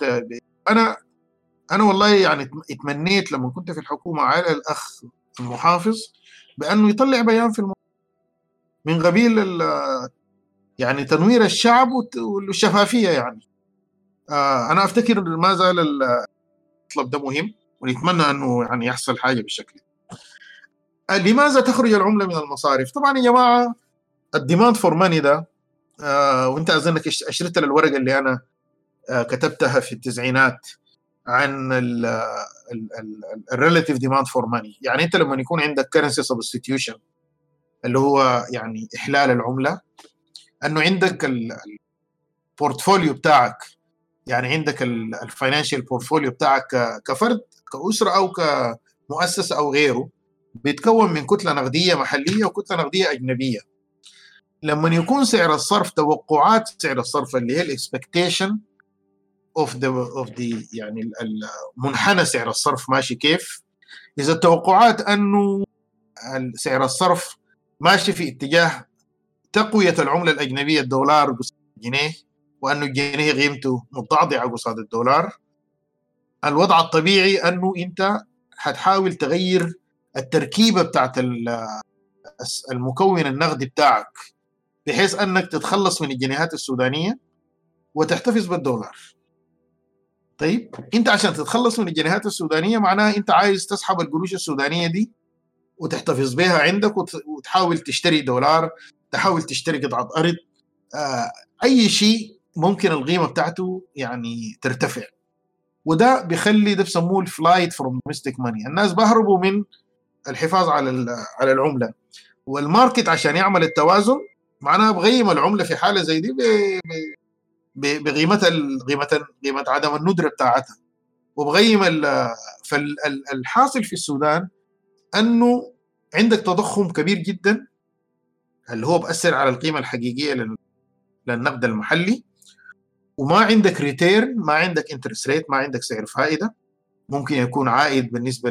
أنا والله يعني اتمنيت لما كنت في الحكومة على الأخ المحافظ بأنه يطلع بيان في من قبيل يعني تنوير الشعب والشفافية يعني. أنا أفتكر ما زال المطلب ده مهم، ونتمنى أنه يعني يحصل حاجة بالشكل. لماذا تخرج العملة من المصارف؟ طبعا يا جماعة الديماند فور ماني ده وانت أظنك أشرت للورقة اللي أنا كتبتها في التسعينات عن الريلاتيف ديماند فور ماني. يعني انت لما يكون عندك كرنسي سبستيتيوشن اللي هو يعني إحلال العملة، أنه عندك البورتفوليو بتاعك، يعني عندك الفاينانشال بورتفوليو بتاعك كفرد كأسرة أو كمؤسسة أو غيره، بيتكون من كتلة نقدية محلية وكتلة نقدية أجنبية. لما يكون سعر الصرف، توقعات سعر الصرف اللي هي الاكسبكتيشن اوف ذا يعني منحنى سعر الصرف ماشي كيف، إذا التوقعات أنه سعر الصرف ماشي في اتجاه تقوية العملة الأجنبية الدولار قصاد الجنيه، وأنه الجنيه قيمته متضعضعة قصاد الدولار، الوضع الطبيعي أنه أنت هتحاول تغير التركيبة بتاعت المكون النقدي بتاعك بحيث أنك تتخلص من الجنيهات السودانية وتحتفظ بالدولار. طيب أنت عشان تتخلص من الجنيهات السودانية معناها أنت عايز تسحب القروش السودانية دي وتحتفظ بها عندك وتحاول تشتري دولار، تحاول تشتري قطعة أرض، أي شيء ممكن القيمة بتاعته يعني ترتفع. وده بيخلي ده بسموه الفلايت فروم دوميستيك ماني. الناس بيهربوا من الحفاظ على العملة، والماركت عشان يعمل التوازن معناها بغيم العملة في حالة زي دي بقيمتها قيمة عدم الندرة بتاعتها وبغيم فالحاصل في السودان أنه عندك تضخم كبير جدا اللي هو بأثر على القيمة الحقيقية للنقد المحلي، وما عندك ريتيرن، ما عندك انترست ريت، ما عندك سعر فائدة ممكن يكون عائد بالنسبة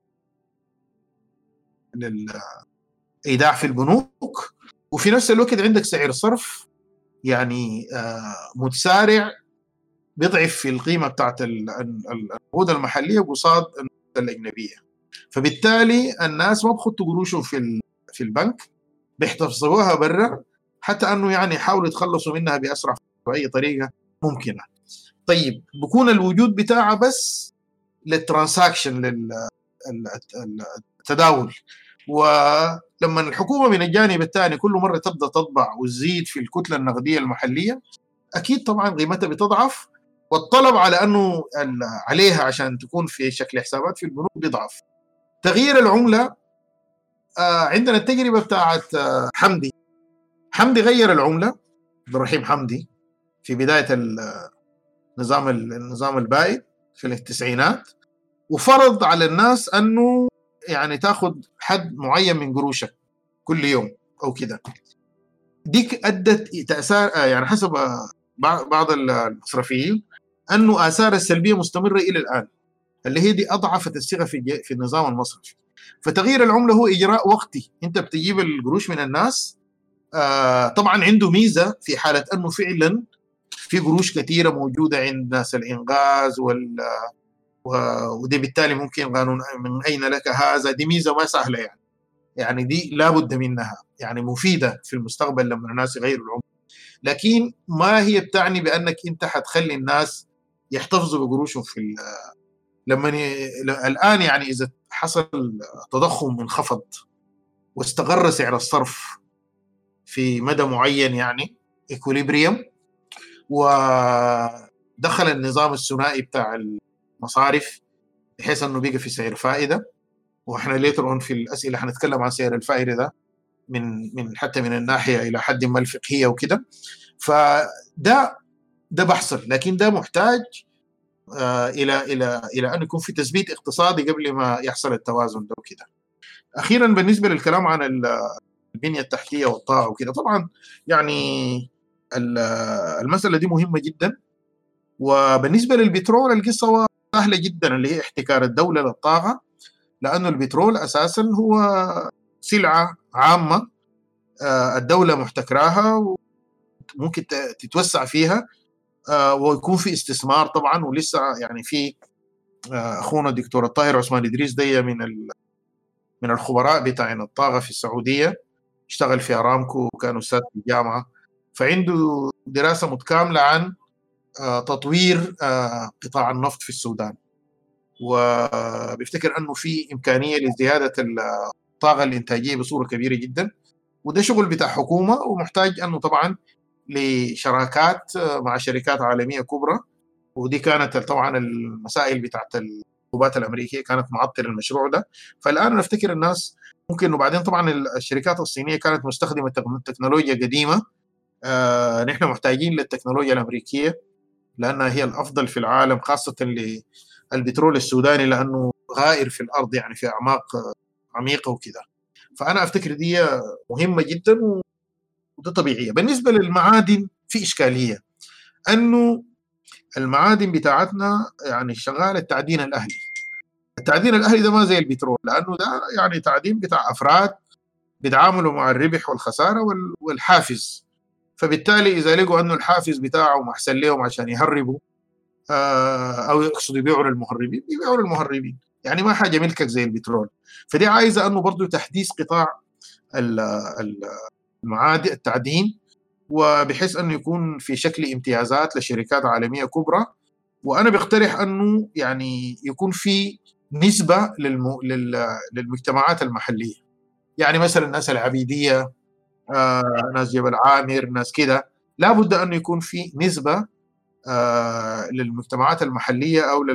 للإيداع في البنوك، وفي نفس الوقت عندك سعر صرف يعني متسارع بيضعف في القيمة بتاعت النقود المحلية قصاد النقود الأجنبية. فبالتالي الناس ما بخطوا قروشهم في البنك، بيحتفظوها برا حتى أنه يعني يحاولوا يتخلصوا منها بأسرع بأي طريقة ممكنة. طيب بكون الوجود بتاعها بس للترانساكشن، للتداول. ولما الحكومة من الجانب الثاني كل مرة تبدأ تطبع وتزيد في الكتلة النقدية المحلية، أكيد طبعا قيمتها بتضعف، والطلب على أنه عليها عشان تكون في شكل حسابات في البنوك بيضعف. تغيير العملة، عندنا التجربة بتاعت حمدي غير العملة، عبد الرحيم حمدي، في بداية النظام البائد في التسعينات، وفرض على الناس أنه يعني تاخد حد معين من قروشك كل يوم أو كده. ديك أدت تأثار يعني حسب بعض المصرفيين أنه آثار السلبية مستمرة إلى الآن، اللي هي دي أضعفت الثقة في النظام المصرفي. فتغيير العملة هو إجراء وقتي، أنت بتجيب القروش من الناس. طبعا عنده ميزة في حالة أنه فعلا في قروش كثيرة موجودة عند ناس الإنغاز ودي بالتالي ممكن قانون من أين لك هذا، دي ميزة ما سهلة يعني دي لابد منها، يعني مفيدة في المستقبل لما الناس يغيروا العملة، لكن ما هي بتعني بأنك أنت حتخلي الناس يحتفظوا بقروشهم الآن يعني إذا حصل تضخم منخفض واستقر سعر الصرف في مدى معين يعني إكوليبريم، ودخل النظام الثنائي بتاع المصارف بحيث أنه بيقى في سعر فائدة، وإحنا ليتر في الأسئلة حنتكلم عن سعر الفائدة ده حتى من الناحية إلى حد ما الفقهية وكده. فده بحصل، لكن ده محتاج إلى أن يكون في تثبيت اقتصادي قبل ما يحصل التوازن ده وكده. أخيرا بالنسبة للكلام عن البنية التحتية والطاقة وكده، طبعا يعني المسألة دي مهمة جدا. وبالنسبة للبترول القصة سهلة جدا، اللي هي احتكار الدولة للطاقة، لأنه البترول أساسا هو سلعة عامة الدولة محتكراها وممكن تتوسع فيها ويكون في استثمار طبعا. ولسه يعني في أخونا الدكتور الطاهر عثمان إدريس دي من الخبراء بتاع الطاقة في السعودية، اشتغل في أرامكو وكان أستاذ في الجامعة، فعنده دراسة متكاملة عن تطوير قطاع النفط في السودان، وبيفتكر أنه في إمكانية لزيادة الطاقة الإنتاجية بصورة كبيرة جدا. وده شغل بتاع حكومة ومحتاج أنه طبعا لشراكات مع شركات عالمية كبرى، ودي كانت طبعا المسائل بتاعت العقوبات الأمريكية كانت معطلة المشروع ده. فالآن نفتكر الناس ممكن، وبعدين طبعا الشركات الصينية كانت مستخدمة تكنولوجيا قديمة، نحن محتاجين للتكنولوجيا الأمريكية لأنها هي الأفضل في العالم، خاصة للبترول السوداني لأنه غائر في الأرض يعني في أعماق عميقة وكده. فأنا أفتكر دي مهمة جدا وده طبيعية. بالنسبة للمعادن في إشكالية، أنه المعادن بتاعتنا يعني شغال التعدين الأهلي. التعدين الأهلي ده ما زي البترول، لأنه ده يعني تعدين بتاع أفراد بيتعاملوا مع الربح والخسارة والحافز، فبالتالي إذا لقوا أنه الحافز بتاعهم أحسن لهم عشان يهربوا أو يقصدوا يبيعوا للمهربين يبيعوا للمهربين، يعني ما حاجة ملكك زي البترول. فدي عايزة أنه برضو تحديث قطاع المعادن التعدين، وبحيث أنه يكون في شكل امتيازات لشركات عالمية كبرى. وأنا بقترح أنه يعني يكون في نسبة للمجتمعات المحلية. يعني مثلا الناس العبيدية، ناس جبل عامر، ناس كده، لابد أن يكون في نسبة للمجتمعات المحلية أو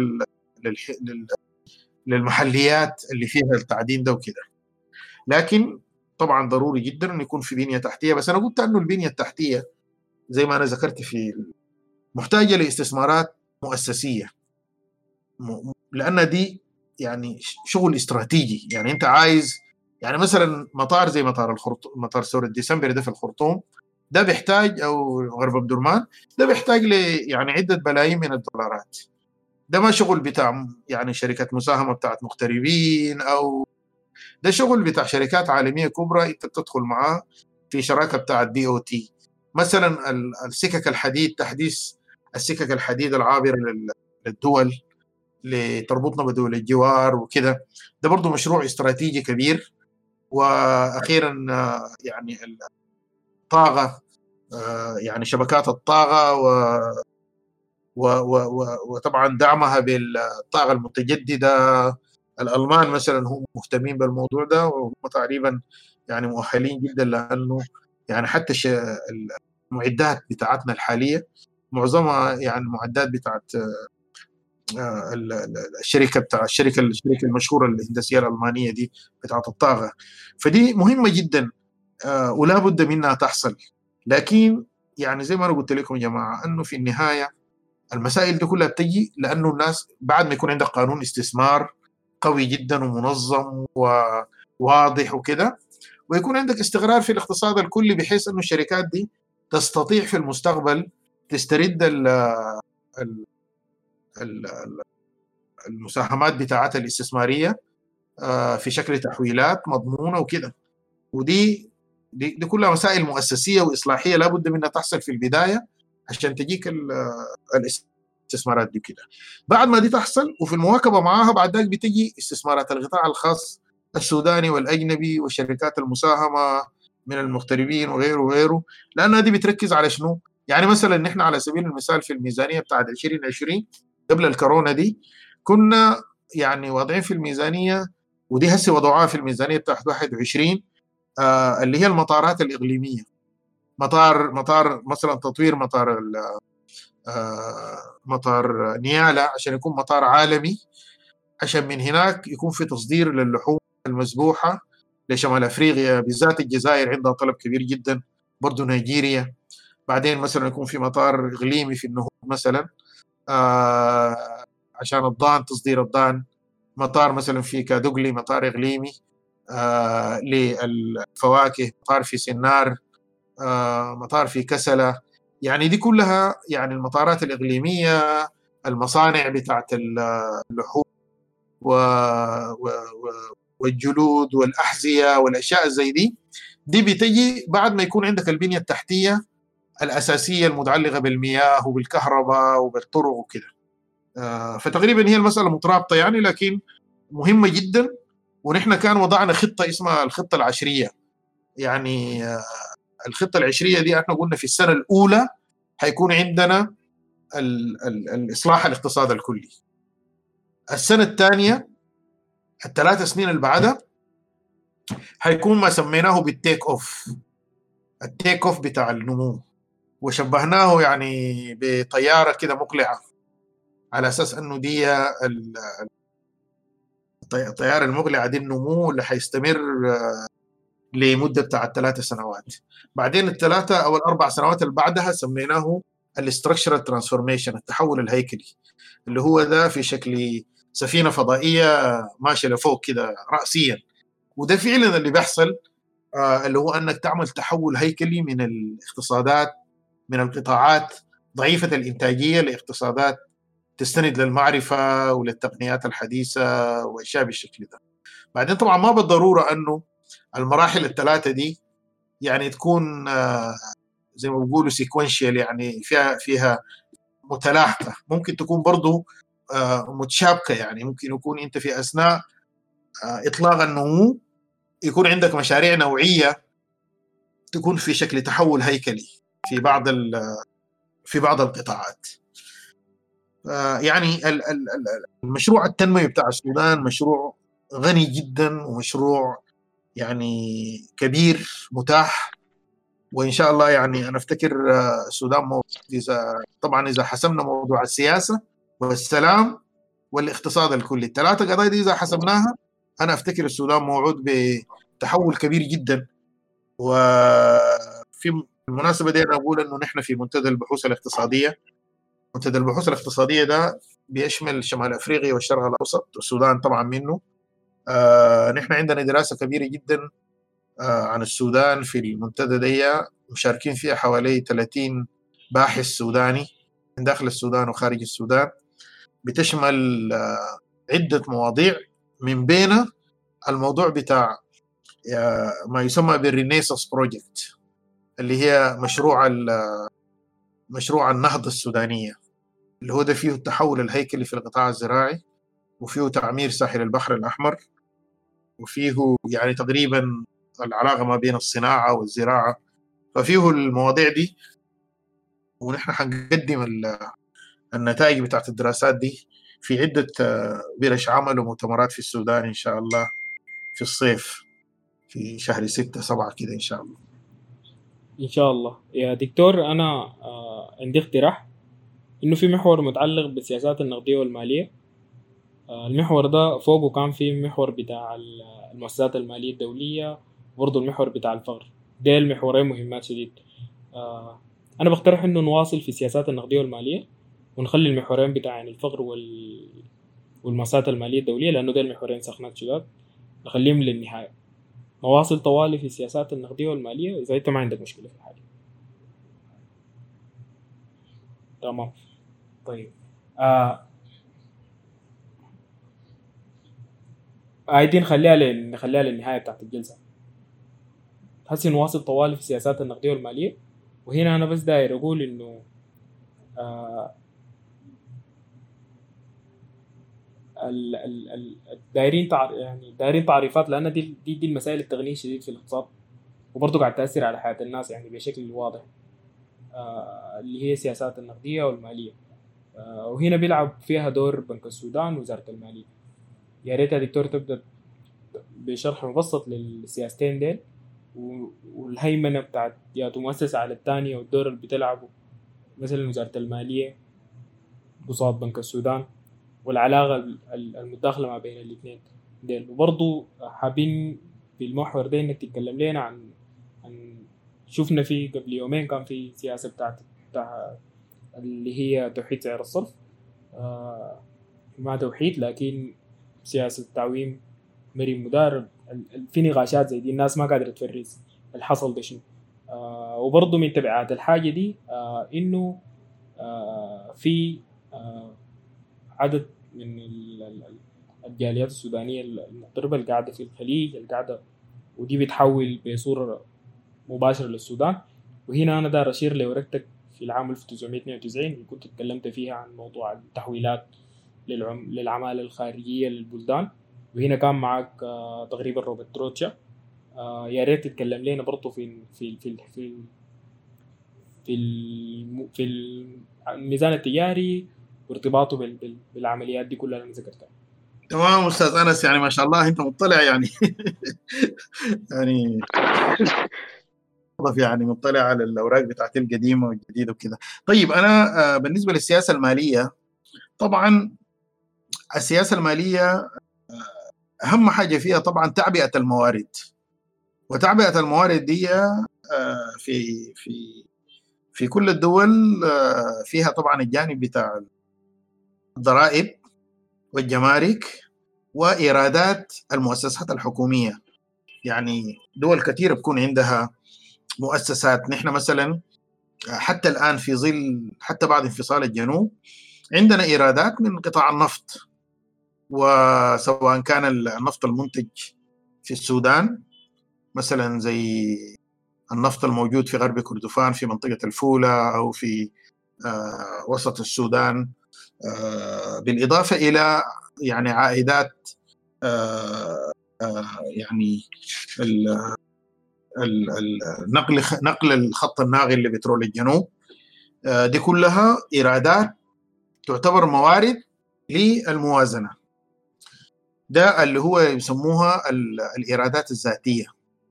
للمحليات اللي فيها التعدين ده وكده. لكن طبعا ضروري جدا أن يكون في بنية تحتية، بس أنا قلت أنه البنية التحتية زي ما أنا ذكرت في محتاجة لاستثمارات مؤسسية، لأن دي يعني شغل استراتيجي. يعني أنت عايز يعني مثلا مطار زي مطار الخرطوم، مطار سورة ديسمبر ده في الخرطوم، ده بيحتاج، أو غرب أم درمان، ده بيحتاج يعني عدة بلايين من الدولارات. ده ما شغل بتاع يعني شركة مساهمة بتاعت مغتربين، أو ده شغل بتاع شركات عالمية كبرى أنت بتدخل معاه في شراكة بتاعت BOT. مثلا السكك الحديد، تحديث السكك الحديد العابرة للدول لتربطنا بدول الجوار وكده، ده برضو مشروع استراتيجي كبير. وأخيرا يعني الطاقة، يعني شبكات الطاقة وطبعا دعمها بالطاقة المتجددة. الألمان مثلا هم مهتمين بالموضوع ده، وهم تقريبا يعني مؤهلين جدا، لأنه يعني حتى المعدات بتاعتنا الحالية معظمها يعني معدات بتاعت الشركه المشهوره الهندسيه الالمانيه دي بتاعت الطاقه. فدي مهمه جدا ولا بد منها تحصل. لكن يعني زي ما انا قلت لكم يا جماعه، انه في النهايه المسائل دي كلها بتجي لانه الناس بعد ما يكون عندك قانون استثمار قوي جدا ومنظم وواضح وكده، ويكون عندك استقرار في الاقتصاد الكلي، بحيث انه الشركات دي تستطيع في المستقبل تسترد المساهمات بتاعتها الاستثماريه في شكل تحويلات مضمونه وكده. ودي دي كلها مسائل مؤسسيه واصلاحيه لابد منها تحصل في البدايه عشان تجيك الاستثمارات دي كده. بعد ما دي تحصل وفي المواكبه معاها، بعد ذلك بتجي استثمارات القطاع الخاص السوداني والاجنبي والشركات المساهمه من المغتربين وغيره وغيره، لانها دي بتركز على شنو؟ يعني مثلا نحن على سبيل المثال في الميزانيه بتاعت 2020 قبل الكورونا دي، كنا يعني واضعين في الميزانيه، ودي هسه وضعوها في الميزانيه بتاعت 21، اللي هي المطارات الاقليميه. مطار مثلا تطوير مطار نيالا عشان يكون مطار عالمي، عشان من هناك يكون في تصدير للحوم المذبوحه لشمال افريقيا، بالذات الجزائر عندها طلب كبير جدا، برضه نيجيريا. بعدين مثلا يكون في مطار اقليمي في النهوض مثلا عشان الضان، تصدير الضان. مطار مثلا في كادوغلي مطار اقليمي للفواكه. مطار في سنار، مطار في كسلة. يعني دي كلها يعني المطارات الإقليمية، المصانع بتاعت اللحوم والجلود والأحذية والأشياء زي دي بتجي بعد ما يكون عندك البنية التحتية الأساسية المتعلقة بالمياه وبالكهرباء وبالطرق وكده. فتقريبا هي المسألة مترابطة يعني، لكن مهمة جدا. ونحن كان وضعنا خطة اسمها الخطة العشرية. يعني الخطة العشرية دي احنا قلنا في السنة الأولى هيكون عندنا الإصلاح الاقتصادي الكلي. السنة الثانية ال3 سنين اللي بعدها هيكون ما سميناه بالتيك أوف، التيك أوف بتاع النمو، وشبهناه يعني بطيارة كده مقلعة، على أساس أنه دي الطيارة المقلعة دي النمو اللي هيستمر لمدة بتاعت 3 سنوات. بعدين ال3 أو ال4 سنوات اللي بعدها سميناه الاستراكشرال ترانسفورميشن، التحول الهيكلي، اللي هو ده في شكل سفينة فضائية ماشية لفوق كده رأسيا. وده فعلا اللي بيحصل، اللي هو أنك تعمل تحول هيكلي من الاقتصادات، من القطاعات ضعيفة الإنتاجية لاقتصادات تستند للمعرفة وللتقنيات الحديثة وأشياء بالشكل ده. بعدين طبعا ما بالضرورة أنه المراحل ال3 دي يعني تكون زي ما بيقولوا سيكونشيال، يعني فيها متلاحقة، ممكن تكون برضو متشابكة. يعني ممكن يكون أنت في أثناء إطلاق النمو يكون عندك مشاريع نوعية تكون في شكل تحول هيكلي في بعض القطاعات. يعني المشروع التنموي بتاع السودان مشروع غني جدا، ومشروع يعني كبير متاح. وإن شاء الله يعني أنا أفتكر السودان طبعا إذا حسمنا موضوع السياسة والسلام والاقتصاد الكلي، الثلاثة قضايا دي إذا حسبناها أنا أفتكر السودان موعود بتحول كبير جدا. وفي المناسبة دي أنا أقول إنه نحن في منتدى البحوث الاقتصادية. منتدى البحوث الاقتصادية ده بيشمل شمال أفريقيا والشرق الأوسط، والسودان طبعا منه. نحن عندنا دراسة كبيرة جدا عن السودان في المنتدى دي، مشاركين فيها حوالي 30 باحث سوداني من داخل السودان وخارج السودان، بتشمل عدة مواضيع، من بينها الموضوع بتاع ما يسمى بالرينيسانس بروجكت، اللي هي مشروع النهضة السودانية، اللي هو ده فيه التحول الهيكلي في القطاع الزراعي، وفيه تعمير ساحل البحر الأحمر، وفيه يعني تقريبا العلاقة ما بين الصناعة والزراعة. ففيه المواضيع دي، ونحن حنقدم النتائج بتاعت الدراسات دي في عدة ورش عمل ومؤتمرات في السودان إن شاء الله في الصيف، في شهر 6-7 كده إن شاء الله. إن شاء الله يا دكتور. أنا عندي اقتراح إنه في محور متعلق بالسياسات النقدية والمالية. المحور ده فوقه كان في محور بتاع المؤسسات المالية الدولية، وبرضه المحور بتاع الفقر. ده المحورين مهمات شديد. أنا بقترح إنه نواصل في السياسات النقدية والمالية، ونخلي المحورين بتاع الفقر والمؤسسات المالية الدولية، لأنه ده المحورين سخنات شداد، نخليهم للنهاية. نواصل طوالي في السياسات النقدية والمالية إذا أنت ما عندك مشكلة في الحاجة. تمام. طيب عايزين نخليها للنهاية بتاعت الجلسة. هسي نواصل طوالي في السياسات النقدية والمالية. وهنا أنا بس داير أقول إنه دايرين تعريفات، لأن دي المسائل التقنية شديد في الاقتصاد، وبرضه قاعد تأثر على حياة الناس يعني بشكل واضح، اللي هي السياسات النقدية والمالية. وهنا بيلعب فيها دور بنك السودان ووزارة المالية. يا ريت يا دكتور تبدأ بشرح مبسط للسياستين ديل، والهيمنة بتاعت يا مؤسسة على الثانية، والدور اللي بتلعبه مثلا وزارة المالية قصاد بنك السودان، والعلاقة المتداخلة ما بين الاثنين ديل. وبرضو حابين في المحور ده انك تتكلم لنا عن شفنا فيه قبل يومين كان في سياسة بتاع اللي هي توحيد سعر الصرف، ما توحيد لكن سياسة تعويم مريم مدارب. في نقاشات زي دي الناس ما قادرة تفرز الحصل ده شنو. وبرضو من تبعات الحاجة دي انه في عدد من الجاليات السودانية المغتربة اللي قاعدة في الخليج، القاعدة ودي بتحول بصورة مباشرة للسودان. وهنا أنا دار أشير لورقتك في العام 1992 اللي كنت تكلمت فيها عن موضوع التحويلات للعمالة الخارجية للبلدان، وهنا كان معك تقريبا روبرت روتشا. يا ريت تتكلم لنا برضو في الميزان التجاري وارتباطه بالعمليات دي كلها اللي ذكرتها. تمام أستاذ أنس، يعني ما شاء الله أنت مطلع يعني يعني مطلع على الأوراق بتاعت القديمة والجديدة وكده. طيب أنا بالنسبة للسياسة المالية، طبعا السياسة المالية أهم حاجة فيها طبعا تعبئة الموارد. وتعبئة الموارد دي في كل الدول فيها طبعا الجانب بتاع الضرائب والجمارك وإيرادات المؤسسات الحكومية. يعني دول كثيرة بكون عندها مؤسسات. نحن مثلا حتى الآن في ظل حتى بعد انفصال الجنوب عندنا إيرادات من قطاع النفط، وسواء كان النفط المنتج في السودان مثلا زي النفط الموجود في غرب كردفان في منطقة الفولة، أو في وسط السودان، بالإضافة إلى يعني عائدات يعني نقل الخط الناقل لبترول الجنوب. دي كلها إيرادات تعتبر موارد للموازنة. ده اللي هو يسموها الإيرادات الذاتية.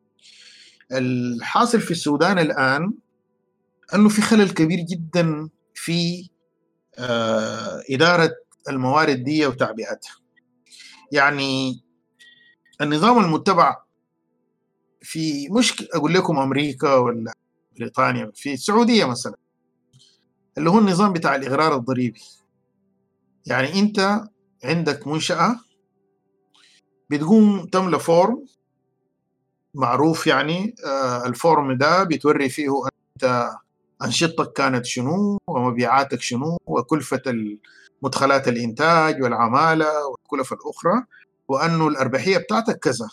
الحاصل في السودان الآن أنه في خلل كبير جدا في إدارة الموارد دي وتعبئتها. يعني النظام المتبع في مشكلة، أقول لكم أمريكا ولا بريطانيا، في السعودية مثلا، اللي هو النظام بتاع الإغرار الضريبي. يعني أنت عندك منشأة بتقوم تملى فورم معروف، يعني الفورم ده بتوري فيه أنت أنشطتك كانت شنو ومبيعاتك شنو وكلفة مدخلات الإنتاج والعمالة والكلف الأخرى، وأنه الأرباحية بتاعتك كذا،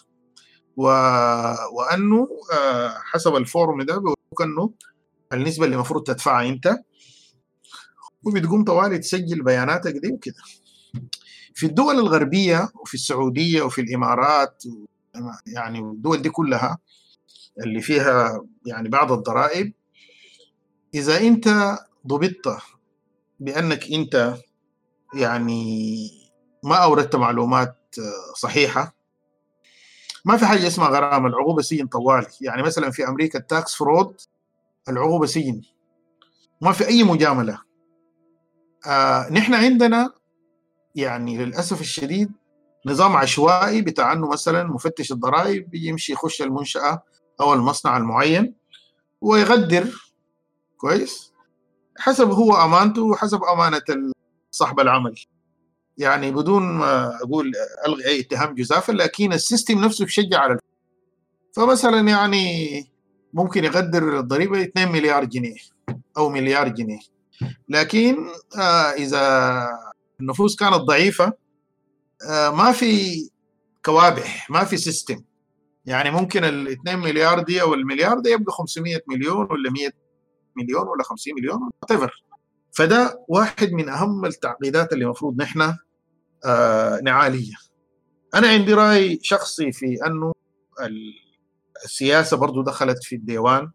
وأنه حسب الفورم ده بيقولك أنه النسبة اللي المفروض تدفعها أنت، وبتقوم طوالي تسجل بياناتك دي وكده. في الدول الغربية وفي السعودية وفي الإمارات، يعني الدول دي كلها اللي فيها يعني بعض الضرائب، إذا أنت ضبطت بأنك أنت يعني ما أوردت معلومات صحيحة، ما في حاجة اسمها غرامة، العقوبة سجن طوالي. يعني مثلا في أمريكا التاكس فرود العقوبة سجن، ما في أي مجاملة. نحن عندنا يعني للأسف الشديد نظام عشوائي بتاع أنه مثلا مفتش الضرائب يمشي يخش المنشأة أو المصنع المعين ويغدر كويس حسب هو أمانته وحسب أمانة صاحب العمل، يعني بدون ما أقول ألغي أي اتهام جزافا، لكن السيستم نفسه بيشجع على فمثلا يعني ممكن يقدر الضريبة 2 مليار جنيه أو مليار جنيه، لكن إذا النفوس كانت ضعيفة ما في كوابح، ما في سيستم. يعني ممكن ال 2 مليار دي أو المليار ده يبقى 500 مليون ولا 100 مليون ولا 50 مليون whatever. فده واحد من أهم التعقيدات اللي المفروض نحن نعالجها. أنا عندي رأي شخصي في أنه السياسة برضو دخلت في الديوان،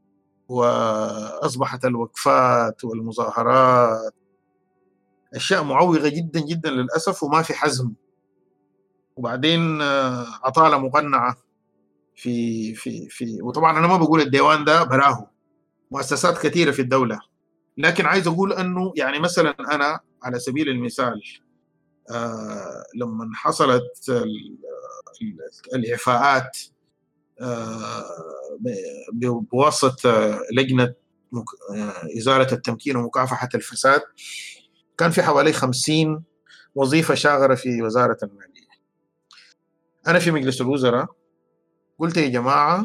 وأصبحت الوقفات والمظاهرات أشياء معوقة جدا جدا للأسف، وما في حزم. وبعدين عطالة مقنعة في وطبعا أنا ما بقول الديوان ده براهو، مؤسسات كثيرة في الدولة، لكن عايز أقول أنه يعني مثلا أنا على سبيل المثال لما حصلت الإعفاءات بواسطة لجنة إزالة التمكين ومكافحة الفساد، كان في حوالي 50 وظيفة شاغرة في وزارة المالية. أنا في مجلس الوزراء قلت يا جماعة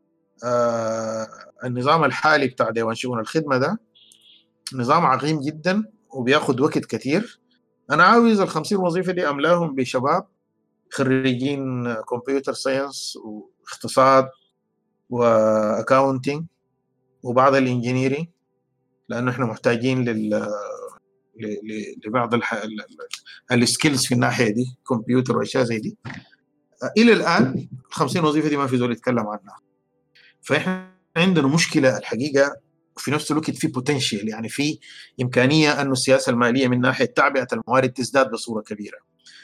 النظام الحالي بتاع ديوان شؤون الخدمة ده نظام عقيم جدا وبياخد وقت كتير. أنا عاوز 50 وظيفة دي أملاهم بشباب خريجين كمبيوتر ساينس واقتصاد واكاونتينج وبعض الانجينيرينج، لأنه إحنا محتاجين لبعض السكيلز في الناحية دي، كمبيوتر وأشياء زي دي. إلى الآن 50 وظيفة دي ما في زول يتكلم عنها. فإحنا عندنا مشكلة الحقيقة، وفي نفس الوقت في بوتنشال، يعني في إمكانية أن السياسة المالية من ناحية تعبئة الموارد تزداد بصورة كبيرة.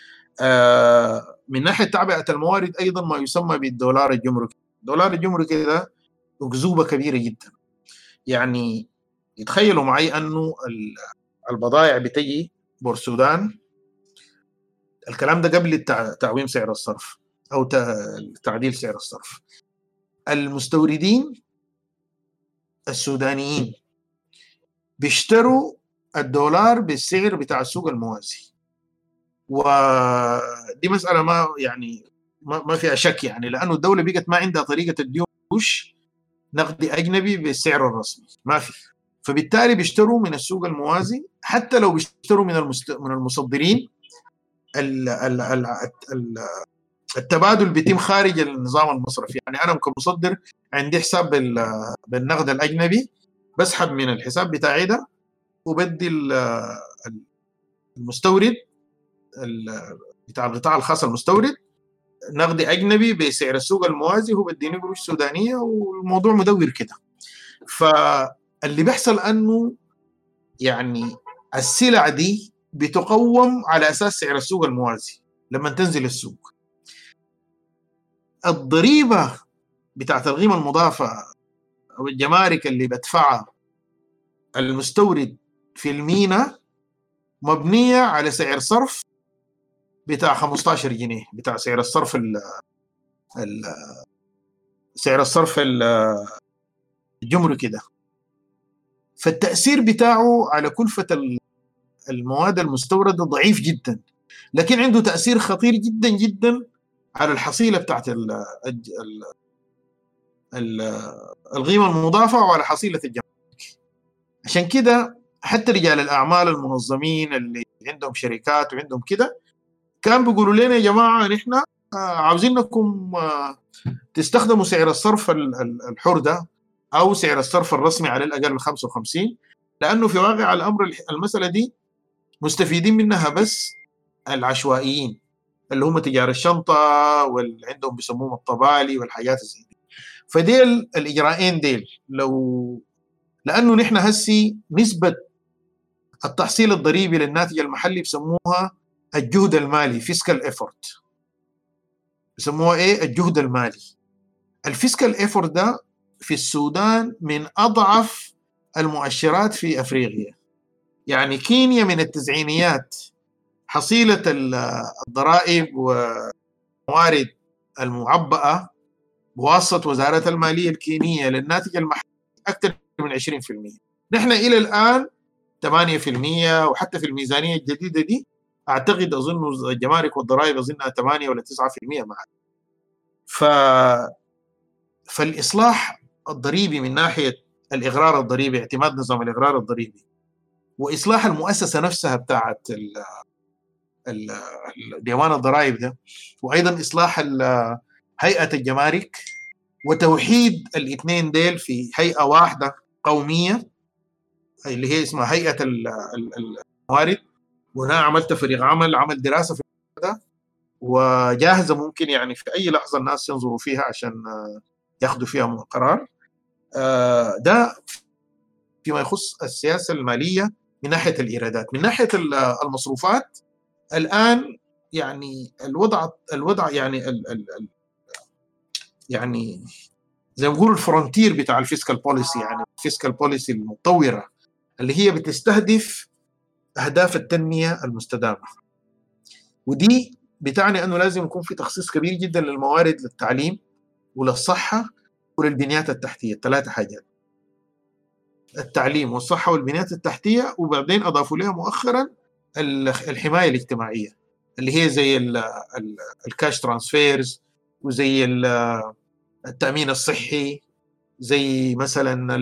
من ناحية تعبئة الموارد أيضا ما يسمى بالدولار الجمركي. الدولار الجمركي ده أكذوبة كبيرة جدا. يعني يتخيلوا معي أنه البضائع بتجي بورسودان، الكلام ده قبل تعويم سعر الصرف أو تعديل سعر الصرف. المستوردين السودانيين بيشتروا الدولار بالسعر بتاع السوق الموازي، ودي مسألة ما يعني ما فيها شك، يعني لأنه الدولة بقت ما عندها طريقة تديوش نقدي أجنبي بالسعر الرسمي، ما في. فبالتالي بيشتروا من السوق الموازي، حتى لو بيشتروا من المصدرين التبادل بيتم خارج النظام المصرفي. يعني أنا كمصدر عندي حساب بالنقد الأجنبي، بسحب من الحساب بتاعي ده وبدي المستورد بتاع القطاع الخاص المستورد نقدي أجنبي بسعر السوق الموازي، هو بديني قروش سودانية، والموضوع مدور كده. فاللي بيحصل أنه يعني السلع دي بتقوم على أساس سعر السوق الموازي لما تنزل السوق. الضريبة بتاعت القيمة المضافة أو الجمارك اللي بدفعها المستورد في المينا مبنية على سعر صرف بتاع 15 جنيه بتاع سعر الصرف سعر الصرف الجمركي ده. فالتأثير بتاعه على كلفة المواد المستوردة ضعيف جدا، لكن عنده تأثير خطير جدا جدا على الحصيلة بتاعت القيمة المضافة وعلى حصيلة الجمارك. عشان كده حتى رجال الأعمال المنظمين اللي عندهم شركات وعندهم كده كان بيقولوا لنا يا جماعة نحن عاوزينكم تستخدموا سعر الصرف الحر ده أو سعر الصرف الرسمي على الأقل 55، لأنه في واقع الأمر المسألة دي مستفيدين منها بس العشوائيين اللي هم تجار الشنطة واللي عندهم بيسموهم الطبالي والحاجات زي دي. فديل الإجراءين ديل لأنه نحن هسي نسبة التحصيل الضريبي للناتج المحلي بيسموها الجهد المالي fiscal effort، بيسموها إيه؟ الجهد المالي. الفيسكال effort ده في السودان من أضعف المؤشرات في أفريقيا. يعني كينيا من التسعينيات حصيلة الضرائب والموارد المعبأة بواسطة وزارة المالية الكينية للناتج المحلي أكثر من 20%. نحن إلى الآن 8%، وحتى في الميزانية الجديدة دي أعتقد أظن الجمارك والضرائب أظنها 8 ولا 9% معها. فالإصلاح الضريبي من ناحية الإغرار الضريبي، اعتماد نظام الإغرار الضريبي، وإصلاح المؤسسة نفسها بتاعت ديوان الضرائب ده، وأيضا إصلاح هيئة الجمارك، وتوحيد الاثنين ديل في هيئة واحدة قومية اللي هي اسمها هيئة الموارد. وأنا عملت فريق عمل دراسة في ده وجاهزة، ممكن يعني في أي لحظة الناس ينظروا فيها عشان ياخدوا فيها قرار. ده فيما يخص السياسة المالية من ناحية الإيرادات. من ناحية المصروفات الآن يعني الوضع يعني زي ما بيقولوا الفرونتير بتاع الفيسكال بوليسي، يعني الفيسكال بوليسي المطورة اللي هي بتستهدف أهداف التنمية المستدامة، ودي بتعني أنه لازم يكون في تخصيص كبير جدا للموارد للتعليم وللصحة وللبنيات التحتية. 3 حاجات: التعليم والصحة والبنيات التحتية، وبعدين أضافوا لها مؤخرا الحماية الاجتماعية اللي هي زي الكاش ترانسفيرز، وزي التأمين الصحي، زي مثلا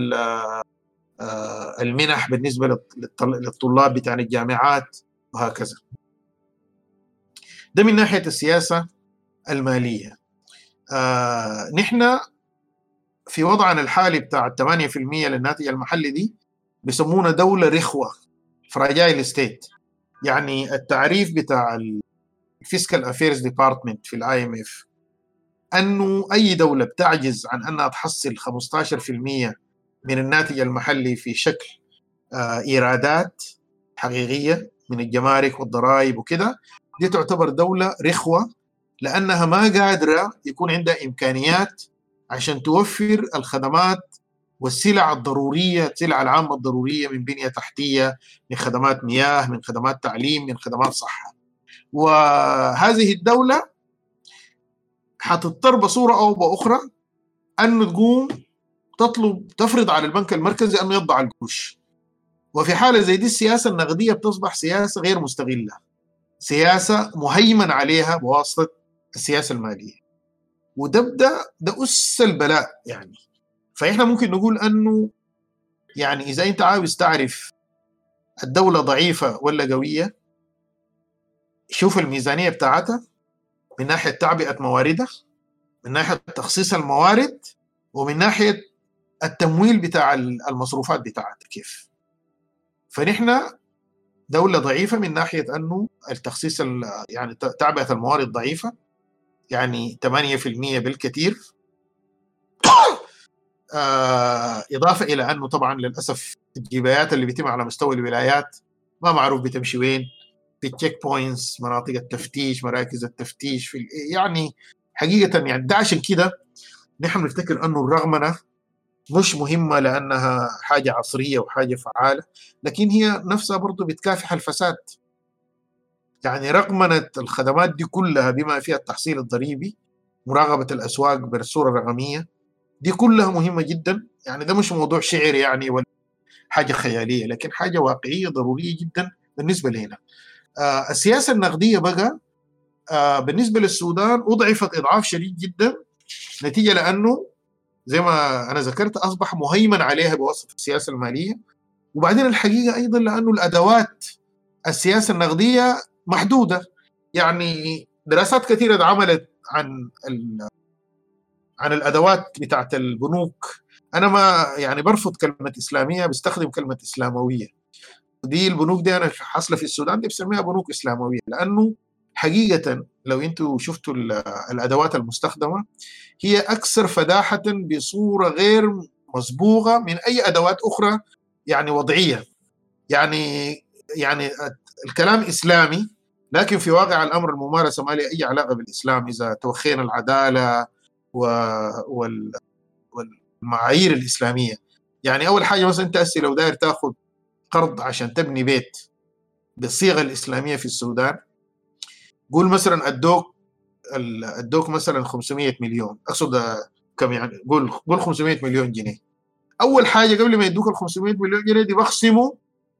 المنح بالنسبة للطلاب بتاع الجامعات وهكذا. ده من ناحية السياسة المالية. نحن في وضعنا الحالي بتاع 8% للناتج المحلي دي بيسمونا دولة رخوة فراجايل ستيت. يعني التعريف بتاع الفيسكال افيرز ديبارتمنت في IMF أنه أي دولة بتعجز عن أنها تحصل 15% من الناتج المحلي في شكل إيرادات حقيقية من الجمارك والضرائب وكده، دي تعتبر دولة رخوة، لأنها ما قادرة يكون عندها إمكانيات عشان توفر الخدمات والسلع الضرورية، السلع العامة الضرورية من بنية تحتية، من خدمات مياه، من خدمات تعليم، من خدمات صحة. وهذه الدولة حتضطر بصورة أو بأخرى أن تقوم تفرض على البنك المركزي أن يضع القروش. وفي حالة زي دي السياسة النقدية بتصبح سياسة غير مستغلة، سياسة مهيمن عليها بواسطة السياسة المالية، ده أس البلاء يعني. فإحنا ممكن نقول أنه يعني إذا أنت عاوز تعرف الدولة ضعيفة ولا قوية، شوف الميزانية بتاعتها من ناحية تعبئة مواردها، من ناحية تخصيص الموارد، ومن ناحية التمويل بتاع المصروفات بتاعتها كيف. فنحن دولة ضعيفة من ناحية أنه التخصيص يعني تعبئة الموارد ضعيفة، يعني 8% بالكثير. إضافة إلى أنه طبعا للأسف الجبايات اللي بيتم على مستوى الولايات ما معروف بتمشي وين، في التشيك بوينتس، مناطق التفتيش، مراكز التفتيش، يعني حقيقة يعني ده عشان كده نحن نفتكر أنه الرقمنة مش مهمة لأنها حاجة عصرية وحاجة فعالة، لكن هي نفسها برضو بتكافح الفساد. يعني رقمنة الخدمات دي كلها بما فيها التحصيل الضريبي، مراقبة الأسواق بالصورة الرقمية، دي كلها مهمة جدا. يعني ده مش موضوع شعر يعني ولا حاجة خيالية، لكن حاجة واقعية ضرورية جدا بالنسبة لنا. السياسة النقدية بقى بالنسبة للسودان أضعفت إضعاف شديد جدا، نتيجة لأنه زي ما أنا ذكرت أصبح مهيمن عليها بواسطة السياسة المالية. وبعدين الحقيقة أيضا لأنه الأدوات السياسة النقدية محدودة. يعني دراسات كثيرة اتعملت عن الأدوات بتاعت البنوك. أنا ما يعني برفض كلمة إسلامية، بستخدم كلمة إسلاموية. ودي البنوك دي أنا حاصلة في السودان دي بسميها بنوك إسلاموية، لأنه حقيقة لو أنتوا شفتوا الأدوات المستخدمة هي أكثر فداحة بصورة غير مسبوقة من أي أدوات أخرى يعني وضعية. يعني الكلام إسلامي، لكن في واقع الأمر الممارسة ما لها أي علاقة بالإسلام إذا توخينا العدالة والمعايير الإسلامية. يعني أول حاجة مثلا أنت لو داير تاخذ قرض عشان تبني بيت بالصيغة الإسلامية في السودان، قول مثلا ادوك مثلا 500 مليون، اقصد كم يعني، قول 500 مليون جنيه. اول حاجه قبل ما يدوك ال 500 مليون جنيه دي بخصموا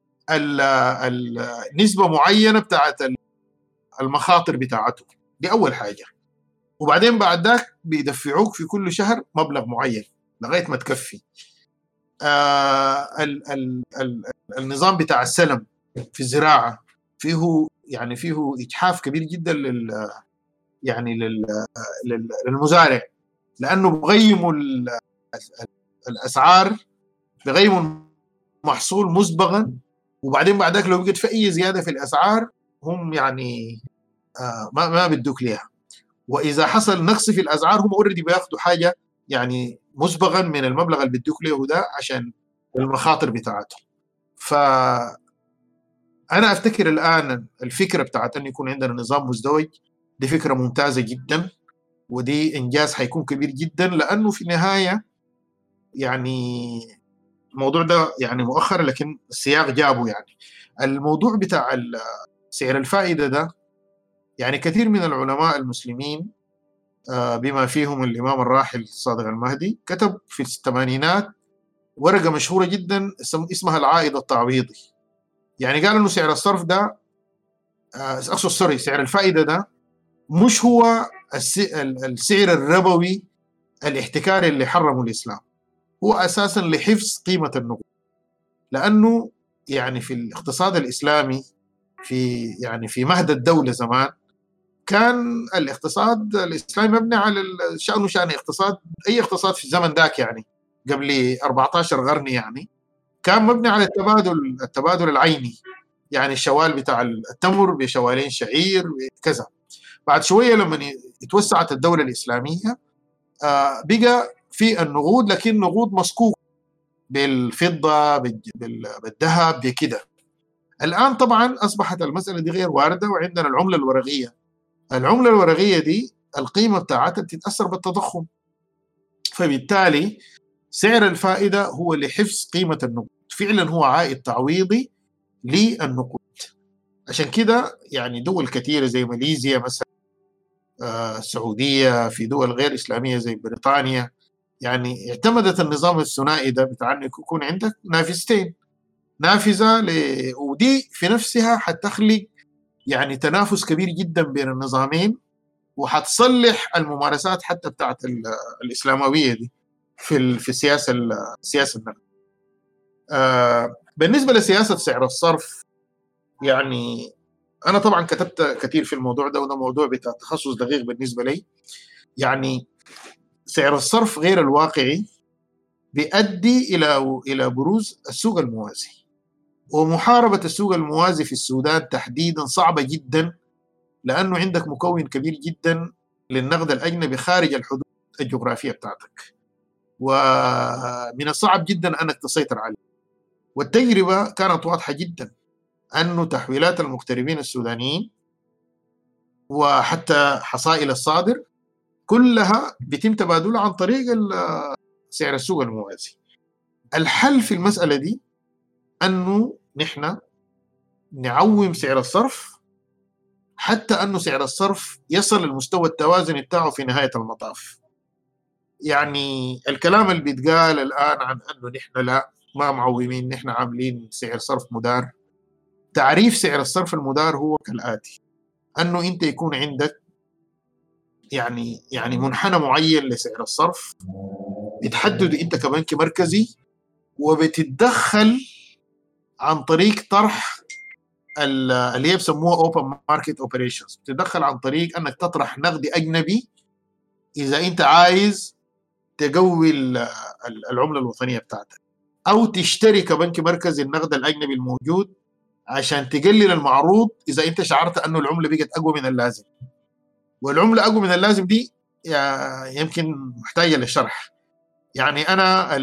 النسبه معينه بتاعت المخاطر بتاعته، دي اول حاجه. وبعدين بعد ذاك بيدفعوك في كل شهر مبلغ معين لغايه ما تكفي. النظام بتاع السلم في الزراعه فيه اجحاف كبير جدا للمزارع، لانه بغيموا الاسعار، بغيموا المحصول مسبقا، وبعدين بعد ذاك لو بقت في اي زياده في الاسعار هم يعني ما بيدوك ليها. واذا حصل نقص في الاسعار هم اوريدي بياخذوا حاجه يعني مسبقا من المبلغ اللي بيدوك له ده عشان المخاطر بتاعته. فانا افتكر الان الفكره بتاعت ان يكون عندنا نظام مزدوج دي فكره ممتازه جدا، ودي انجاز حيكون كبير جدا، لانه في النهايه يعني الموضوع ده يعني مؤخرا لكن السياق جابه. يعني الموضوع بتاع سعر الفائده ده، يعني كثير من العلماء المسلمين بما فيهم الامام الراحل صادق المهدي كتب في الثمانينات ورقه مشهوره جدا اسمها العائد التعويضي. يعني قال انه سعر الصرف ده اقصد سعر الفائده ده مش هو السعر الربوي الاحتكاري اللي حرمه الاسلام، هو اساسا لحفظ قيمه النقود. لانه يعني في الاقتصاد الاسلامي في مهد الدوله زمان كان الاقتصاد الاسلامي مبني على شان اقتصاد، اي اقتصاد في الزمن ذاك يعني قبل 14 قرن، يعني كان مبني على التبادل العيني. يعني الشوال بتاع التمر بشوالين شعير كذا. بعد شويه لما اتوسعت الدوله الاسلاميه بقى في النقود، لكن نقود مصكوك بالفضه بالذهب بكده. الان طبعا اصبحت المساله دي غير وارده، وعندنا العمله الورقيه. العمله الورقيه دي القيمه بتاعتها بتتاثر بالتضخم، فبالتالي سعر الفائده هو لحفظ قيمه النقود، فعلا هو عائد تعويضي للنقود. عشان كده يعني دول كثيره زي ماليزيا مثلا، السعوديه، في دول غير اسلاميه زي بريطانيا، يعني اعتمدت النظام الثنائي ده بتاع انك يكون عندك نافذتين، نافذه ودي في نفسها حتخلق يعني تنافس كبير جدا بين النظامين، وحتصلح الممارسات حتى بتاعت الاسلامويه دي في السياسه النقديه. بالنسبه لسياسه سعر الصرف، يعني انا طبعا كتبت كثير في الموضوع ده، وده موضوع بتاع تخصص دقيق بالنسبه لي. يعني سعر الصرف غير الواقعي بيؤدي الى بروز السوق الموازي، ومحاربه السوق الموازي في السودان تحديدا صعبه جدا، لانه عندك مكون كبير جدا للنقد الاجنبي خارج الحدود الجغرافيه بتاعتك، ومن الصعب جدا انك تسيطر عليه. والتجربه كانت واضحه جدا. أنه تحويلات المغتربين السودانيين وحتى حصائل الصادر كلها بيتم تبادلها عن طريق سعر السوق الموازي. الحل في المسألة دي أنه نحن نعوم سعر الصرف حتى أنه سعر الصرف يصل للمستوى التوازن بتاعه في نهاية المطاف. يعني الكلام اللي بيتقال الآن عن أنه نحن لا ما معومين، نحن عاملين سعر صرف مدار. تعريف سعر الصرف المدار هو كالآتي: أنه أنت يكون عندك يعني منحنى معين لسعر الصرف بتحدد أنت كبنك مركزي، وبتتدخل عن طريق طرح اللي هي بسموها open market operations. بتتدخل عن طريق أنك تطرح نقد أجنبي إذا أنت عايز تقوي العملة الوطنية بتاعتك، أو تشتري كبنك مركزي النقد الأجنبي الموجود عشان تقلل المعروض إذا أنت شعرت أنه العملة بقت أقوى من اللازم. والعملة أقوى من اللازم دي يمكن محتاجة للشرح. يعني أنا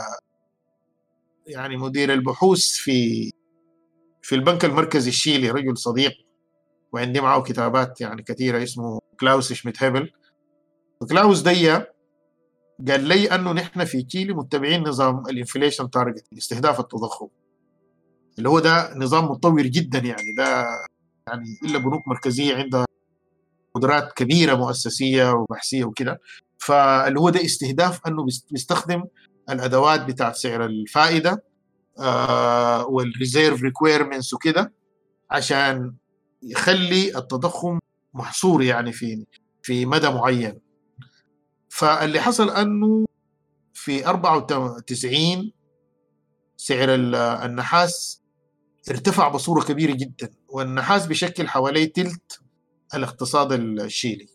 يعني مدير البحوث في البنك المركزي الشيلي، رجل صديق وعندي معه كتابات يعني كثيرة، اسمه كلاوس شميت هيبل. كلاوس دي قال لي أنه نحن في تشيلي متبعين نظام الانفليشن تارجت، استهداف التضخم، اللي هو ده نظام متطور جدا. يعني ده يعني إلا بنوك مركزية عندها قدرات كبيرة مؤسسية وبحثية وكده. فاللي هو ده استهداف أنه بيستخدم الأدوات بتاعت سعر الفائدة والريزيرف ريكويرمنتس وكده عشان يخلي التضخم محصور يعني في مدى معين. فاللي حصل أنه في 94 سعر النحاس ارتفع بصورة كبيرة جدا، والنحاس بيشكل حوالي تلت الاقتصاد الشيلي.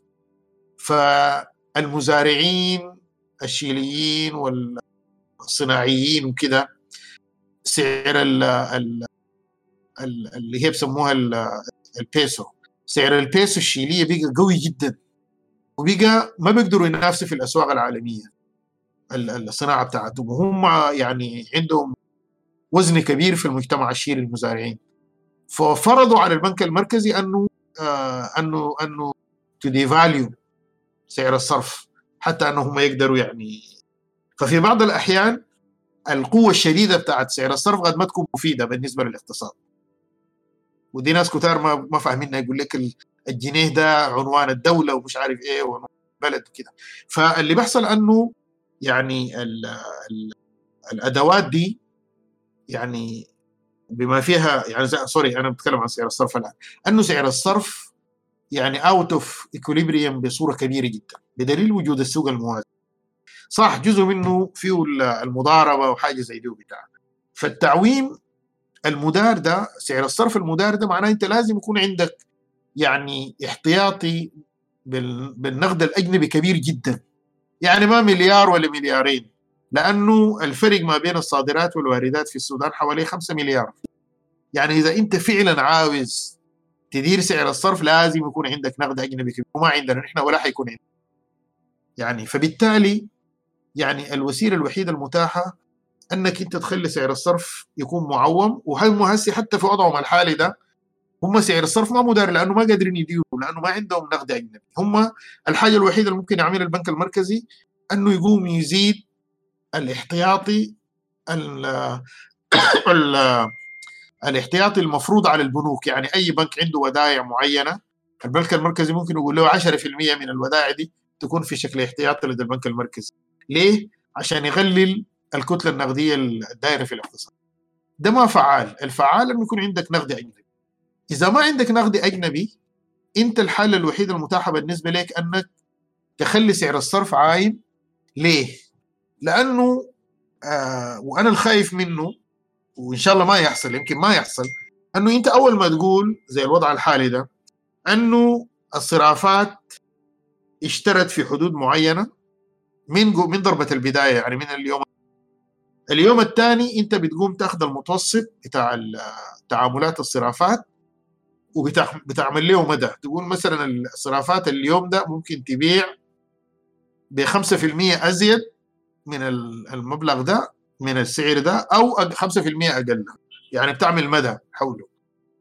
فالمزارعين الشيليين والصناعيين وكده سعر اللي هي بسموها البيسو، سعر البيسو الشيلية بقى قوي جدا، وبقى ما بيقدروا ينافسوا في الأسواق العالمية الصناعة بتاعتهم، وهم يعني عندهم وزن كبير في المجتمع الشيلي المزارعين. ففرضوا على البنك المركزي أنه تديفاليو سعر الصرف حتى أنهم يقدروا يعني. ففي بعض الأحيان القوة الشديدة بتاعت سعر الصرف قد ما تكون مفيدة بالنسبة للاقتصاد. ودي ناس كتار ما فاهمينها، يقول لك الجنيه ده عنوان الدولة ومش عارف ايه وعنوان البلد وكده. فاللي بيحصل انه يعني الادوات دي يعني بما فيها يعني سوري انا بتكلم عن سعر الصرف الان، انه سعر الصرف يعني اوت اوف ايكوليبريم بصورة كبيرة جدا بدليل وجود السوق الموازي. صح جزء منه فيه المضاربة وحاجة زي دي وبتاع. فالتعويم المدار ده، سعر الصرف المدار ده، معناه انت لازم يكون عندك يعني احتياطي بالنقد الأجنبي كبير جدا، يعني ما مليار ولا مليارين، لأنه الفرق ما بين الصادرات والواردات في السودان حوالي 5 مليار. يعني إذا أنت فعلا عاوز تدير سعر الصرف لازم يكون عندك نقد أجنبي كبير، وما عندنا نحن ولا حيكون عندنا يعني. فبالتالي يعني الوسيلة الوحيدة المتاحة أنك أنت تخلي سعر الصرف يكون معوم. وهم هسي حتى في وضعهم الحالي ده هم سعر الصرف ما مدار، لأنه ما قادرين يديروا، لأنه ما عندهم نقد أجنبي. هم الحاجة الوحيدة اللي ممكن يعملها البنك المركزي أنه يقوم يزيد الاحتياطي الاحتياطي المفروض على البنوك. يعني أي بنك عنده ودائع معينة، البنك المركزي ممكن يقول له 10% من الودائع دي تكون في شكل احتياطي لدى البنك المركزي. ليه؟ عشان يقلل الكتلة النقدية الدائرة في الاقتصاد. ده ما فعال. الفعال أنه يكون عندك نقد أجنبي. إذا ما عندك نقد أجنبي، أنت الحالة الوحيدة المتاحة بالنسبة لك أنك تخلي سعر الصرف عايم. ليه؟ لأنه وأنا الخايف منه وإن شاء الله ما يحصل، يمكن ما يحصل، أنه أنت أول ما تقول زي الوضع الحالي ده أنه الصرافات اشترت في حدود معينة من ضربة البداية، يعني من اليوم الثاني أنت بتقوم تأخذ المتوسط بتاع تعاملات الصرافات وبتعمل له مدى. تقول مثلا الصرافات اليوم ده ممكن تبيع ب5% أزيد من المبلغ ده من السعر ده، أو 5% أقل، يعني بتعمل مدى حوله.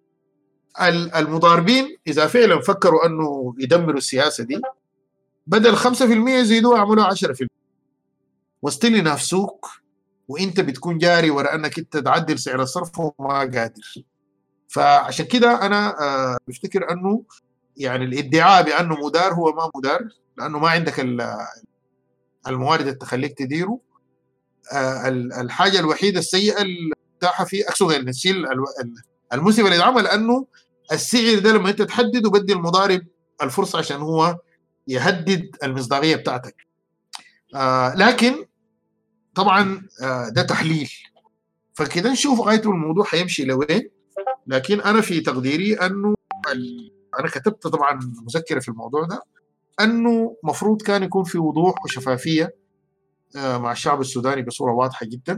المضاربين إذا فعلا فكروا أنه يدمروا السياسة دي، بدل 5% يزيدوها يعملوها 10%، وستيل ينافسوك وانت بتكون جاري وراء انك انت تعدل سعر الصرف وما قادر. فعشان كده انا بفتكر انه يعني الادعاء بانه مدار هو ما مدار، لانه ما عندك الموارد اللي تخليك تديره. الحاجه الوحيده السيئه المتاحه فيه اقصد الشيء المسيء اللي اتعمل انه السعر ده لما انت تحدده بدي المضارب الفرصه عشان هو يهدد المصداقيه بتاعتك. لكن طبعا ده تحليل، فكده نشوف غايته الموضوع هيمشي لوين. لكن انا في تقديري انه انا كتبت طبعا مذكره في الموضوع ده، انه مفروض كان يكون في وضوح وشفافيه مع الشعب السوداني بصوره واضحه جدا،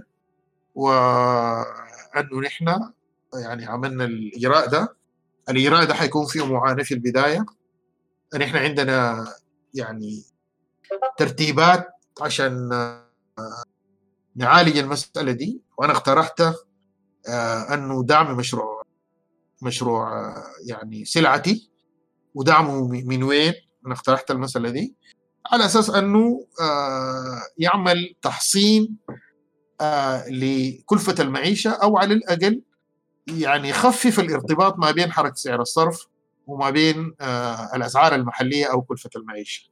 وانه نحن يعني عملنا الاجراء ده. الاجراء ده حيكون فيه معاناه في البدايه، نحن عندنا يعني ترتيبات عشان نعالج المساله دي، وانا اقترحت انه دعم مشروع يعني سلعتي، ودعمه من وين؟ انا اقترحت المساله دي على اساس انه يعمل تحصين لكلفه المعيشه، او على الاقل يعني يخفف الارتباط ما بين حركه سعر الصرف وما بين الاسعار المحليه او كلفه المعيشه.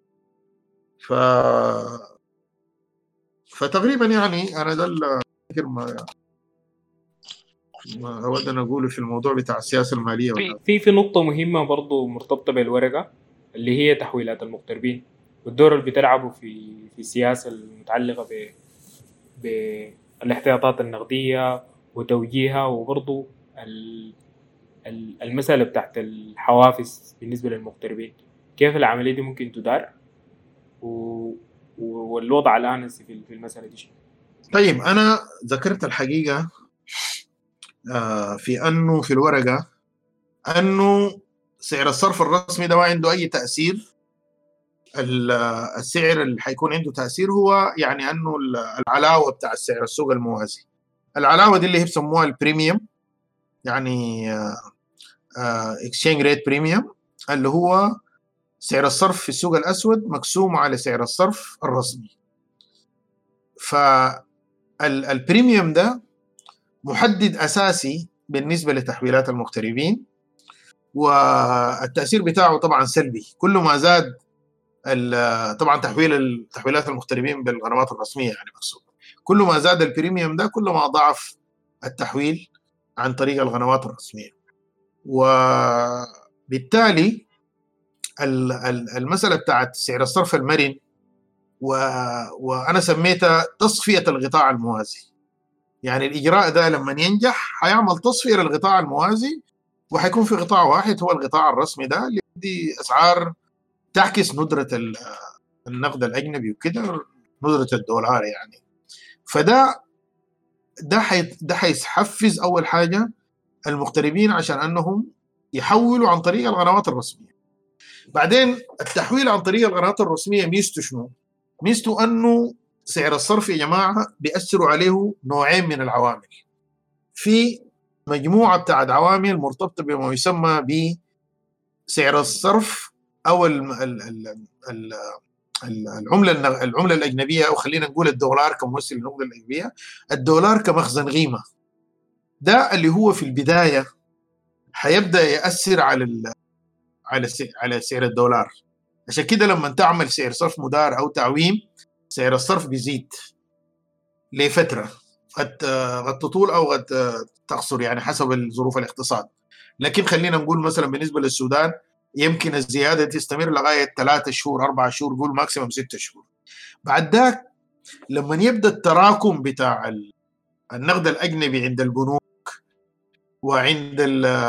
فتقريبا يعني انا ده ما أود أن أقوله في الموضوع بتاع السياسة المالية. في نقطة مهمة برضو مرتبطة بالورقة، اللي هي تحويلات المغتربين والدور اللي بتلعبه في السياسة المتعلقة بالاحتياطات النقدية وتوجيهها، وبرضو المسألة بتاعت الحوافز بالنسبة للمغتربين، كيف العملية دي ممكن تدار والوضع الآن في المسألة دي. طيب أنا ذكرت الحقيقة في أنه في الورقة أنه سعر الصرف الرسمي ده ما عنده أي تأثير. السعر اللي حيكون عنده تأثير هو يعني أنه العلاوة بتاع السعر السوق الموازي. العلاوة دي اللي هي بسموها البريميوم، يعني exchange rate premium، اللي هو سعر الصرف في السوق الأسود مقسوم على سعر الصرف الرسمي. فالبريميوم ده محدد أساسي بالنسبة لتحويلات المغتربين، والتأثير بتاعه طبعا سلبي. كل ما زاد طبعا تحويلات المغتربين بالغرامات الرسمية يعني مقصود، كل ما زاد البريميوم ده كل ما ضعف التحويل عن طريق الغرامات الرسمية. وبالتالي المسألة بتاعت سعر الصرف المرن وأنا سميتها تصفية القطاع الموازي. يعني الإجراء ده لما ينجح هيعمل تصفية للقطاع الموازي، وحيكون في قطاع واحد هو القطاع الرسمي ده اللي يدي أسعار تعكس ندرة النقد الأجنبي وكده، ندرة الدولار يعني. فده حيحفز أول حاجة المغتربين عشان أنهم يحولوا عن طريق القنوات الرسمية. بعدين التحويل عن طريق القنوات الرسمية ميزته شنو؟ ميزته أنه سعر الصرف يا جماعة بيأثروا عليه نوعين من العوامل، في مجموعة بتاعت عوامل مرتبطة بما يسمى بسعر الصرف أو العملة الأجنبية، أو خلينا نقول الدولار كممثل العملة الأجنبية، الدولار كمخزن قيمة. ده اللي هو في البداية هيبدأ يأثر على سعر الدولار. عشان كده لما تعمل سعر صرف مدار أو تعويم، سعر الصرف بيزيد لفترة، قد تطول أو قد تقصر يعني حسب ظروف الاقتصاد. لكن خلينا نقول مثلا بالنسبة للسودان يمكن الزيادة تستمر لغاية 3 شهور 4 شهور، قول ماكسيمم 6 شهور. بعد ذاك لما يبدأ التراكم بتاع النقد الأجنبي عند البنوك وعند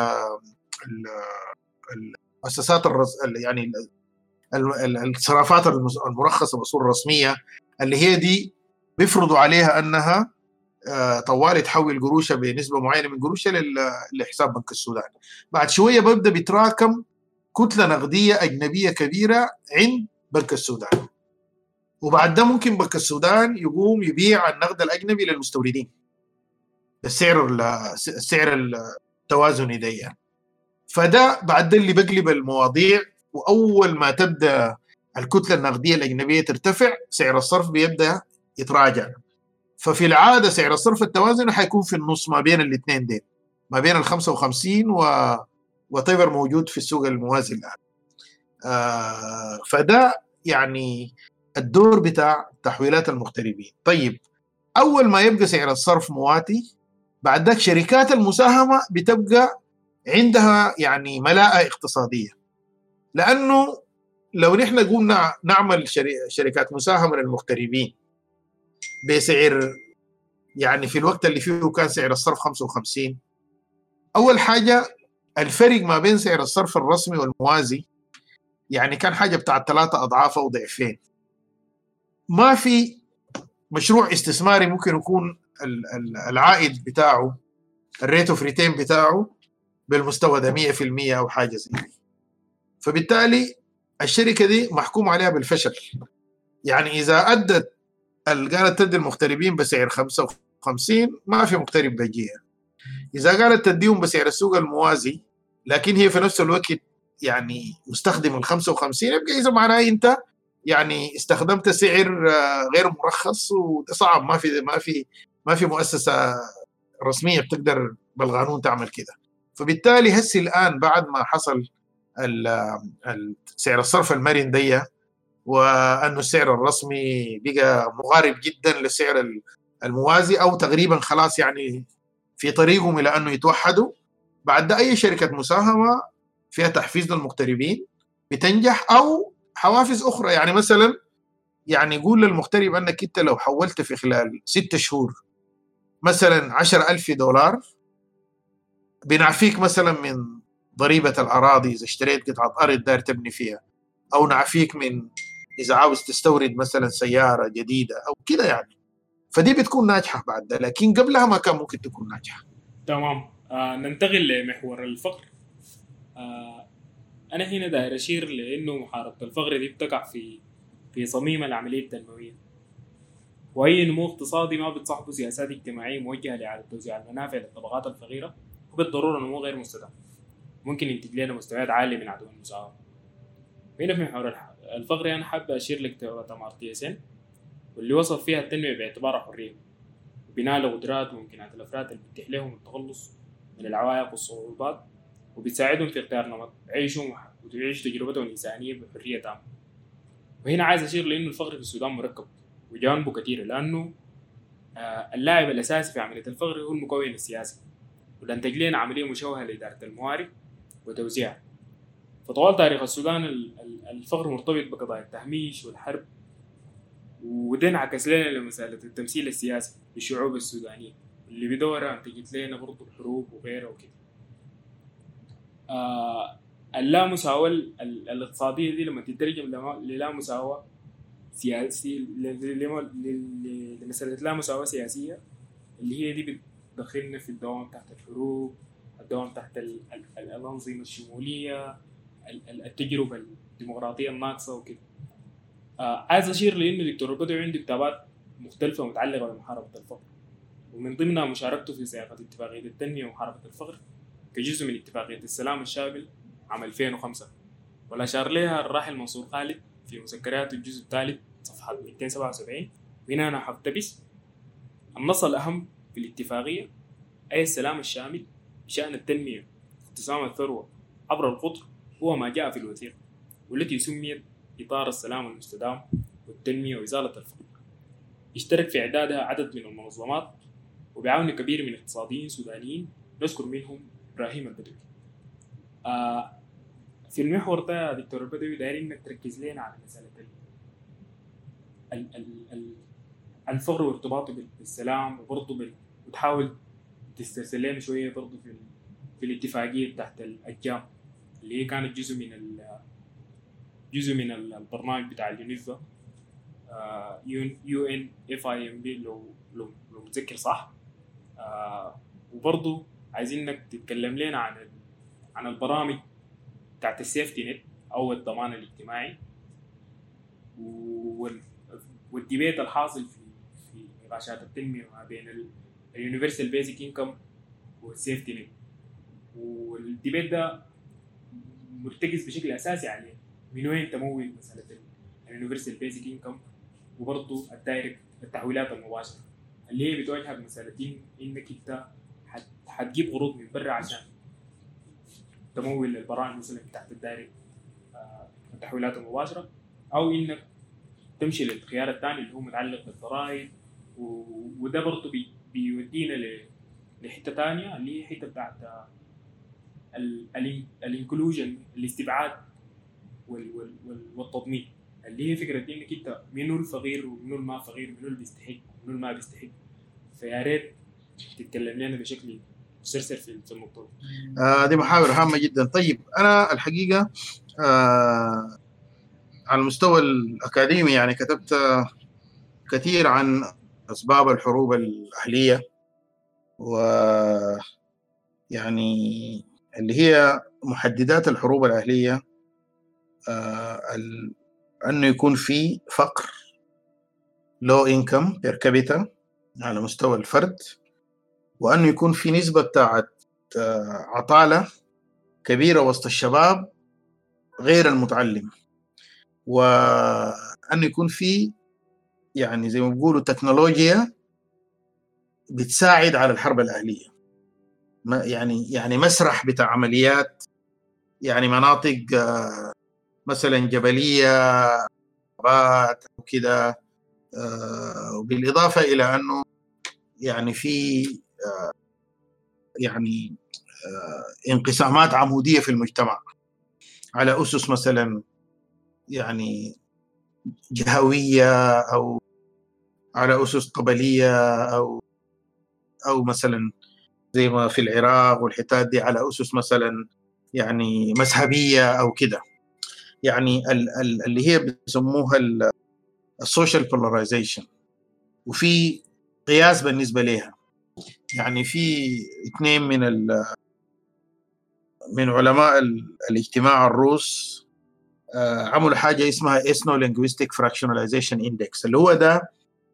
المؤسسات يعني الصرافات المرخصة بصورة رسمية، اللي هي دي بيفرضوا عليها أنها طوال تحول قروشها بنسبة معينة من قروشها لحساب بنك السودان. بعد شوية بيبدأ بيتراكم كتلة نقدية أجنبية كبيرة عند بنك السودان، وبعد ده ممكن بنك السودان يقوم يبيع النقد الأجنبي للمستوردين السعر التوازني ده يعني. فده بعد اللي بقلب المواضيع، وأول ما تبدأ الكتلة النقدية الأجنبية ترتفع سعر الصرف بيبدأ يتراجع. ففي العادة سعر الصرف التوازن حيكون في النص ما بين الاثنين دين، ما بين ال 55 وطيبر موجود في السوق الموازي الآن. فده يعني الدور بتاع تحويلات المغتربين. طيب أول ما يبقى سعر الصرف مواتي، بعد ذلك شركات المساهمة بتبقى عندها يعني ملاءة اقتصادية، لأنه لو نحن قلنا نعمل شركات مساهمة للمغتربين بسعر يعني في الوقت اللي فيه كان سعر الصرف 55، أول حاجة الفرق ما بين سعر الصرف الرسمي والموازي يعني كان حاجة بتاع 3 أضعاف أو ضعفين. ما في مشروع استثماري ممكن يكون العائد بتاعه الريت اوف ريتين بتاعه بالمستوى ده 100% أو حاجة زي دي. فبالتالي الشركة دي محكوم عليها بالفشل. يعني إذا أدت قالت تدي المغتربين بسعر 55 ما في مغترب بيجيها. إذا قالت تديهم بسعر السوق الموازي لكن هي في نفس الوقت يعني مستخدم ال 55، يبقى إذا معناه أنت يعني استخدمت سعر غير مرخص، وده صعب. ما في مؤسسة رسمية بتقدر بالقانون تعمل كده. فبالتالي هسي الآن بعد ما حصل سعر الصرف المرن دي، وأنه السعر الرسمي بقى مقارب جدا للسعر الموازي أو تقريبا خلاص يعني في طريقهم إلى أنه يتوحدوا، بعد أي شركة مساهمة فيها تحفيز للمغتربين بتنجح، أو حوافز أخرى. يعني مثلا يعني يقول للمغترب أنك أنت لو حولت في خلال 6 شهور مثلا 10,000 دولار بنعفيك مثلا من ضريبة الأراضي إذا اشتريت قطعة أرض داير تبني فيها، أو نعفيك من إذا عاوز تستورد مثلا سيارة جديدة أو كده يعني. فدي بتكون ناجحة بعد ده، لكن قبلها ما كان ممكن تكون ناجحة. تمام. ننتقل لمحور الفقر. أنا هنا داير أشير لأنه محاربة الفقر دي بتقع في صميم العملية التنموية، وأي نمو اقتصادي ما بتصاحبه سياسات اجتماعية موجهة لإعادة توزيع المنافع للطبقات الفقيرة وبالضرورة نمو غير مستدام ممكن ينتج لنا مستويات عالية من عدم المساواة. هنا في محور الفقر أنا حابة أشير لكتابات أمارتيا سين، واللي وصف فيها التنمية باعتبارها حرية وبناء لقدرات وممكنات الأفراد اللي بتتيح لهم التخلص من العوائق والصعوبات، وبتساعدهم في اختيار نمط عيشهم وتعيش تجربتهم الإنسانية بحرية تامة. وهنا عايز أشير لأنه الفقر في السودان مركب وجوانبه كثيرة، لأنه اللاعب الأساسي في عملية الفقر هو المكون السياسي، والأنتج لنا عملية مشوهة لإدارة الموارد وتوزيعها. فطوال تاريخ السودان الفقر مرتبط بقضايا التهميش والحرب، وده انعكس لنا لمسألة التمثيل السياسي للشعوب السودانية اللي بدورها انتجت لنا برضو الحروب وغيرها وكده. اللامساواة الاقتصادية دي لما تترجم للا مساواة سياسية، لمسألة لا مساواة سياسية اللي هي دي بتدخلنا في الدوام تحت الحروب، الدوام تحت الأنظمة الشمولية، التجربة الديمقراطية الناقصة وكده. عايز أشير لأنه الدكتور البدوي عنده كتابات مختلفة متعلقة بمحاربة الفقر، ومن ضمنها مشاركته في صياغة اتفاقية التنمية ومحاربة الفقر كجزء من اتفاقية السلام الشامل عام 2005، والأشار لها الراحل منصور خالد في مذكراته الجزء الثالث صفحة 277. وهنا أنا حفتبس النص الأهم في الاتفاقية أي السلام الشامل بشأن التنمية واقتسام الثروة عبر القطر هو ما جاء في الوثيقة، والتي سميت إطار السلام المستدام والتنمية وإزالة الفقر. اشترك في إعدادها عدد من المنظمات وبعون كبير من اقتصاديين سودانيين نذكر منهم إبراهيم البدوي. في المحور ده دكتور البدوي دايرين انك تركز لنا على مسألة الفقر وارتباطه بالسلام، وبرضه وتحاول تسترسل لنا شوية برضه في الاتفاقية تحت الجام اللي هي كانت جزء من البرنامج بتاع اليونيفا UNFIMB لو متذكر صح. وبرضه عايزين انك تتكلم لنا عن البرامج بتاعت السيفتي نت او الضمان الاجتماعي والديبيت الحاصل في نقاشات التنمية ما بين اليونيفرسال بيزك انكم والسيفتي نت. والديبيت ده مرتكز بشكل اساسي عليه من وين تمول مساله اليونيفرسال بيزك انكم، وبرضه الدايركت التحويلات المباشره اللي هي بتواجهك مساله انك انت حتجيب قروض من برا عشان تمول البرامج مثلا تحت الدايركت التحويلات المباشره، او انك تمشي للخيار الثاني اللي هو متعلق بالضرائب. وده برضه بيودينا لحته ثانيه اللي هي حته بتاعت الانكلوجن، الاستبعاد والتضمين، اللي هي فكره انك انت منو الفقير ومنو الما فقير، منو اللي بيستحق ومنو اللي ما بيستحق. فيا ريت تتكلم لنا بشكل مسلسل في النقطه دي محاور هامه جدا. طيب انا الحقيقه على المستوى الاكاديمي يعني كتبت كثير عن اسباب الحروب الاهليه، ويعني اللي هي محددات الحروب الاهليه، انه يكون في فقر لو انكم بير كابيتا على مستوى الفرد، وانه يكون في نسبه بتاعت عطاله كبيره وسط الشباب غير المتعلم، وانه يكون في يعني زي ما بيقولوا تكنولوجيا بتساعد على الحرب الاهليه، يعني مسرح بتاع عمليات، يعني مناطق مثلا جبليه غابات وكده، وبالاضافه الى انه يعني في يعني انقسامات عموديه في المجتمع على اسس مثلا يعني جهويه او على اسس قبليه او مثلا زي ما في العراق والحتات دي على اسس مثلا يعني مذهبيه او كده، يعني اللي هي بيسموها السوشيال بولاريزيشن. وفي قياس بالنسبه لها، يعني في اثنين من علماء الاجتماع الروس عملوا حاجه اسمها Ethno Linguistic Fractionalization Index، اللي هو ده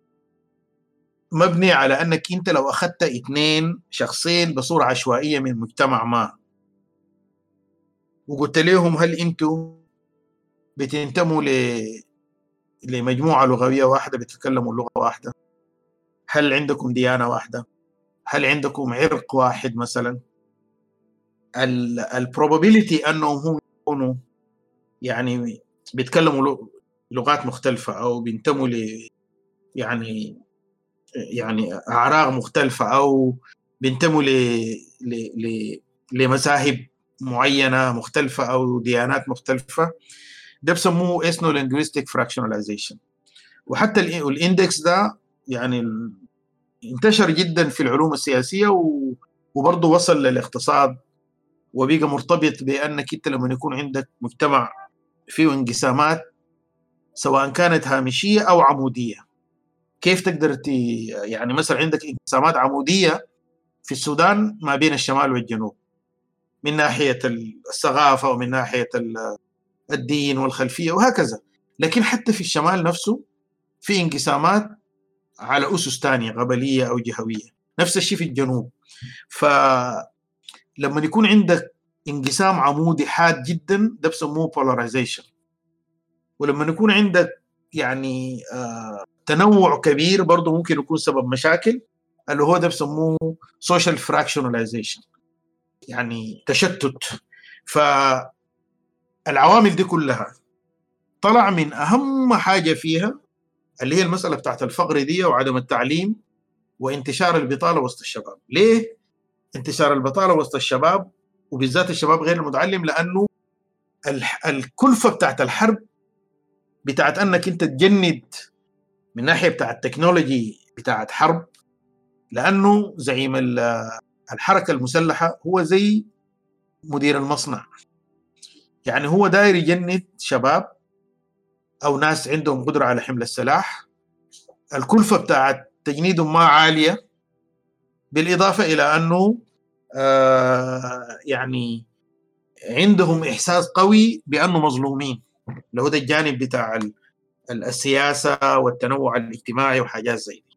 مبني على انك انت لو اخذت اثنين شخصين بصوره عشوائيه من مجتمع ما وقلت لهم هل انتم بتنتموا لمجموعه لغويه واحده بتتكلموا لغه واحده؟ هل عندكم ديانه واحده؟ هل عندكم عرق واحد مثلا؟ البروبابيليتي انهم هم يكونوا يعني بيتكلموا لغات مختلفه او بينتموا يعني اعراق مختلفه او بينتموا لمذاهب معينه مختلفه او ديانات مختلفه، ده بسموه Ethno Linguistic Fractionalization. وحتى الاندكس ده يعني انتشر جدا في العلوم السياسيه وبرضه وصل للاقتصاد، وبقى مرتبط بانك انت لما يكون عندك مجتمع فيه انقسامات سواء كانت هامشيه او عموديه، كيف تقدر يعني مثلا عندك انقسامات عموديه في السودان ما بين الشمال والجنوب من ناحيه الثقافه ومن ناحيه الدين والخلفيه وهكذا، لكن حتى في الشمال نفسه في انقسامات على اسس ثانيه قبليه او جهويه، نفس الشيء في الجنوب. فلما يكون عندك انقسام عمودي حاد جدا ده بسموه polarization. ولما يكون عندك يعني تنوع كبير برضه ممكن يكون سبب مشاكل، اللي هو ده بسموه social fractionalization، يعني تشتت. فالعوامل دي كلها طلع من أهم حاجة فيها اللي هي المسألة بتاعت الفقر دي وعدم التعليم وانتشار البطالة وسط الشباب. ليه انتشار البطالة وسط الشباب وبالذات الشباب غير المتعلم؟ لأنه الكلفة بتاعت الحرب بتاعت أنك أنت تجند من ناحية بتاعت التكنولوجي بتاعت حرب، لأنه زعيم الحركة المسلحة هو زي مدير المصنع، يعني هو داير يجند شباب أو ناس عندهم قدرة على حمل السلاح، الكلفة بتاعت تجنيدهم ما عالية، بالإضافة إلى أنه يعني عندهم إحساس قوي بأنه مظلومين، لو ده الجانب بتاع السياسة والتنوع الاجتماعي وحاجات زي دي.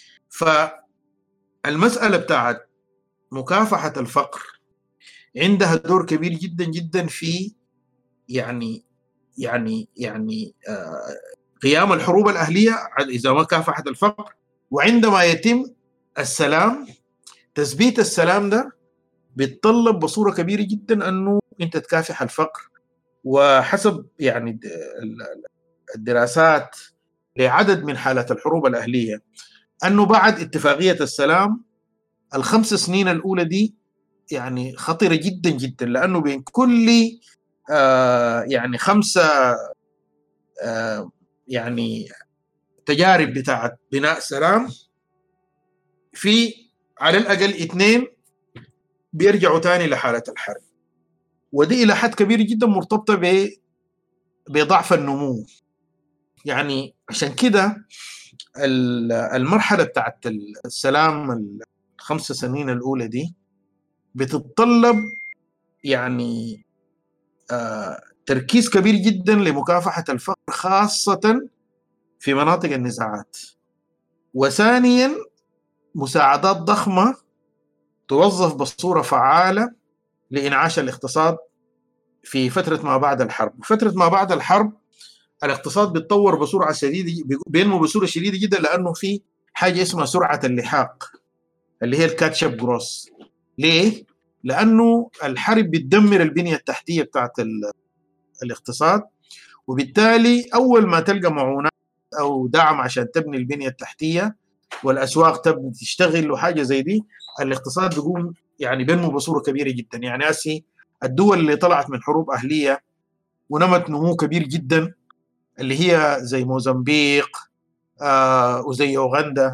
فالمسألة بتاعت مكافحة الفقر عندها دور كبير جدا جدا في يعني قيام الحروب الأهلية إذا ما كافحت الفقر، وعندما يتم السلام تثبيت السلام ده بيتطلب بصورة كبيرة جدا أنه أنت تكافح الفقر. وحسب يعني الدراسات لعدد من حالات الحروب الأهلية أنه بعد اتفاقية السلام ال5 سنين الأولى دي يعني خطيرة جدا جدا، لأنه بين كل يعني 5 يعني تجارب بتاعت بناء سلام في على الأقل 2 بيرجعوا تاني لحالة الحرب، ودي إلى حد كبير جدا مرتبطة بضعف النمو. يعني عشان كده المرحلة بتاعت السلام ال5 سنين الأولى دي بتتطلب يعني تركيز كبير جدا لمكافحة الفقر خاصة في مناطق النزاعات، وثانيا مساعدات ضخمة توظف بصورة فعالة لإنعاش الاقتصاد في فترة ما بعد الحرب. فترة ما بعد الحرب الاقتصاد بيتطور بسرعة شديدة، بينمو بسرعة شديدة جدا، لأنه في حاجة اسمها سرعة اللحاق اللي هي الكاتشب جروس. ليه؟ لأنه الحرب بتدمر البنية التحتية بتاعت الاقتصاد، وبالتالي أول ما تلقى معونات أو دعم عشان تبني البنية التحتية والأسواق تبني تشتغل وحاجة زي دي، الاقتصاد بيقوم يعني بينمو بصورة كبيرة جدا. يعني أسي الدول اللي طلعت من حروب أهلية ونمت نمو كبير جدا اللي هي زي موزمبيق وزي أوغندا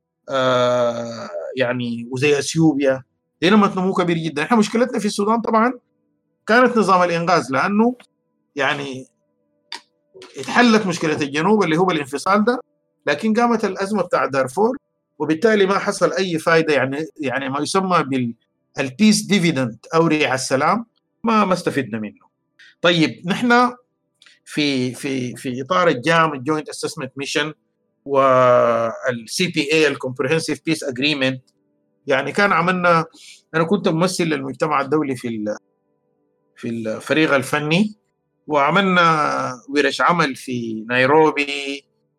يعني وزي أثيوبيا، دي نمت نمو كبير جدا. احنا مشكلتنا في السودان طبعا كانت نظام الإنغاز، لأنه يعني اتحلت مشكلة الجنوب اللي هو الانفصال ده، لكن قامت الأزمة بتاع دارفور وبالتالي ما حصل أي فايدة. يعني ما يسمى بالبيس ديفيدند أو ريع السلام ما استفدنا منه. طيب نحن في إطار الجام الجوينت اسسمنت ميشن والسي بي اي الكومبريهنسيف بيس اجريمنت، يعني كان عملنا، أنا كنت ممثل للمجتمع الدولي في الفريق الفني، وعملنا ورش عمل في نيروبي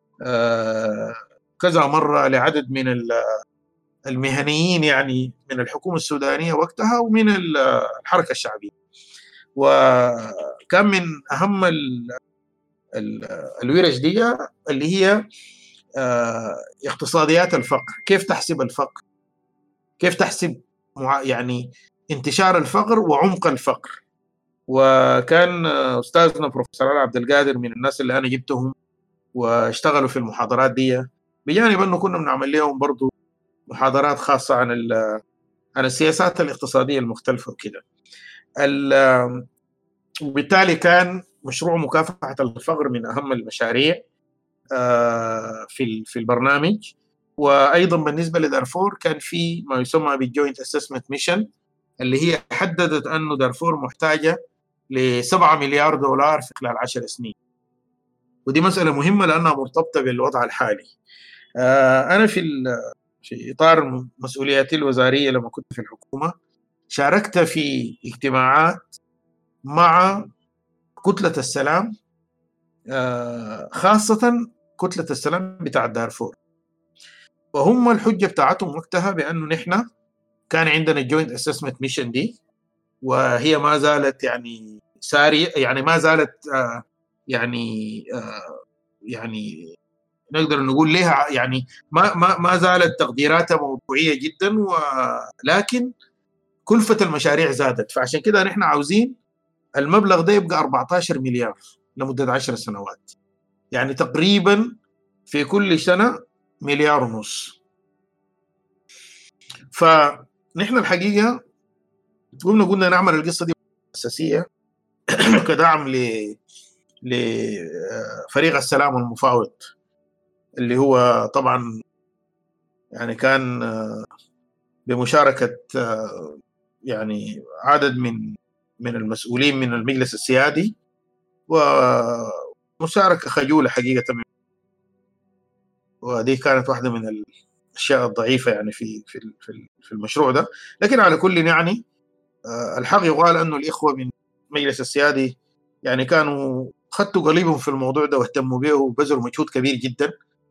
كذا مرة لعدد من المهنيين يعني من الحكومة السودانية وقتها ومن الحركة الشعبية. وكان من أهم الورش دي اللي هي اقتصاديات الفقر، كيف تحسب الفقر، كيف تحسب يعني انتشار الفقر وعمق الفقر. وكان أستاذنا بروفيسور علي عبد القادر من الناس اللي أنا جبتهم واشتغلوا في المحاضرات دي، بجانب أنه كنا بنعمل لهم برضو محاضرات خاصة عن السياسات الاقتصادية المختلفة وكده. وبالتالي كان مشروع مكافحة الفقر من أهم المشاريع في البرنامج. وأيضا بالنسبة لدارفور كان في ما يسمى بالجوينت اسسمنت ميشن اللي هي حددت أنه دارفور محتاجة ل$7 مليار في خلال 10 سنين، ودي مسألة مهمة لأنها مرتبطة بالوضع الحالي. أنا في إطار مسؤولياتي الوزارية لما كنت في الحكومة شاركت في اجتماعات مع كتلة السلام، خاصة كتلة السلام بتاع دارفور، وهم الحجة بتاعتهم وقتها بأنه نحن كان عندنا الجوينت اسسمنت ميشن دي، وهي ما زالت يعني سارية، يعني ما زالت يعني نقدر نقول لها يعني ما زالت تقديراتها موضوعية جدا، ولكن كلفة المشاريع زادت. فعشان كده نحن عاوزين المبلغ ده يبقى 14 مليار لمدة 10 سنوات، يعني تقريبا في كل سنة 1.5 مليار. فنحن الحقيقة قلنا نعمل القصة دي أساسية كدعم لفريق السلام المفاوض اللي هو طبعا يعني كان بمشاركة يعني عدد من المسؤولين من المجلس السيادي، ومشاركة خجولة حقيقة، ودي كانت واحدة من الأشياء الضعيفة يعني في المشروع ده. لكن على كل يعني الحق يقال أنه الإخوة من المجلس السيادي يعني كانوا خدوا قليبهم في الموضوع ده واهتموا به وبذلوا مجهود كبير جدا.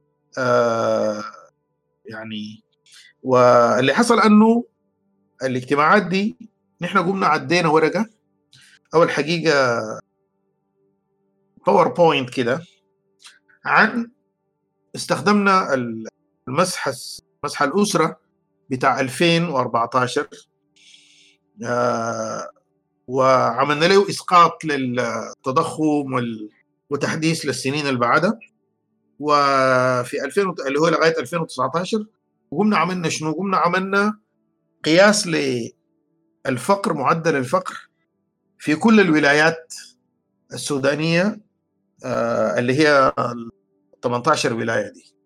يعني واللي حصل أنه الاجتماعات دي نحن قمنا عدينا ورقة أو الحقيقة باوربوينت كده عن استخدمنا مسح الأسرة بتاع 2014 وعملنا له إسقاط للتضخم وتحديث للسنين اللي بعدها. وفي 2000 اللي هو لغاية 2019 وقمنا عملنا شنو؟ قمنا عملنا قياس للفقر، معدل الفقر في كل الولايات السودانية اللي هي 18 ولاية دي.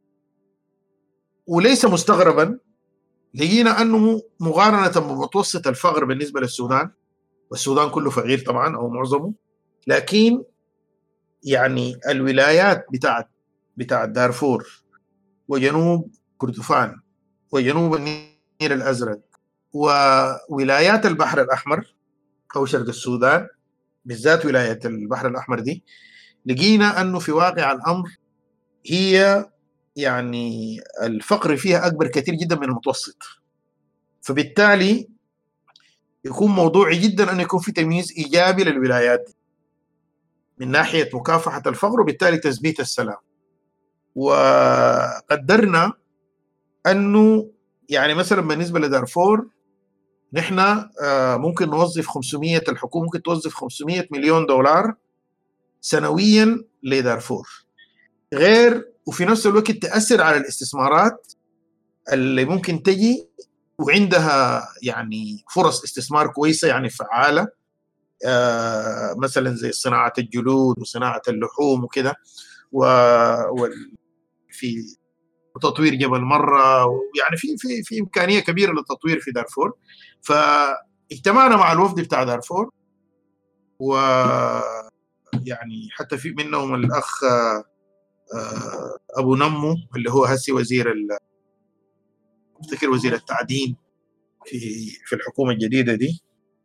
وليس مستغربا لقينا أنه مقارنة بمتوسط الفقر بالنسبة للسودان، والسودان كله فقير طبعا أو معظمه، لكن يعني الولايات بتاعت دارفور وجنوب كردفان وجنوب النيل الأزرق وولايات البحر الأحمر أو شرق السودان، بالذات ولاية البحر الأحمر دي، لقينا أنه في واقع الأمر هي يعني الفقر فيها أكبر كثير جدا من المتوسط. فبالتالي يكون موضوعي جدا أن يكون في تمييز إيجابي للولايات دي من ناحية مكافحة الفقر وبالتالي تثبيت السلام. وقدرنا أنه يعني مثلا بالنسبة لدارفور نحن ممكن نوظف 500 الحكومة ممكن توظف 500 مليون دولار سنويا لدارفور، غير وفي نفس الوقت تأثر على الاستثمارات اللي ممكن تجي وعندها يعني فرص استثمار كويسة يعني فعالة، مثلا زي صناعة الجلود وصناعة اللحوم وكده، وفي تطوير جبل مرة، يعني في إمكانية كبيرة للتطوير في دارفور. فاجتمعنا مع الوفد بتاع دارفور، ويعني حتى في منهم الأخ أبو نمو اللي هو هسي افتكر وزير التعدين في الحكومة الجديدة دي،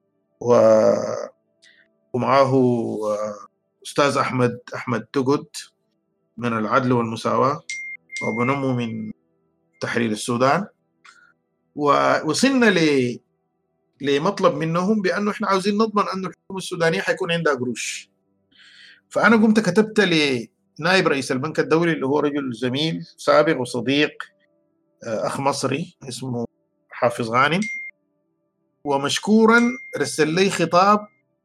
ومعاه أستاذ أحمد تقد من العدل والمساواة، وأبو نمو من تحرير السودان. ووصلنا لمطلب منهم بأنه إحنا عاوزين نضمن أن الحكومة السودانية حيكون عندها قروش. فأنا قمت كتبت لنائب رئيس البنك الدولي اللي هو رجل زميل سابق وصديق، أخ مصري اسمه حافظ غانم، ومشكورا رسل لي خطاب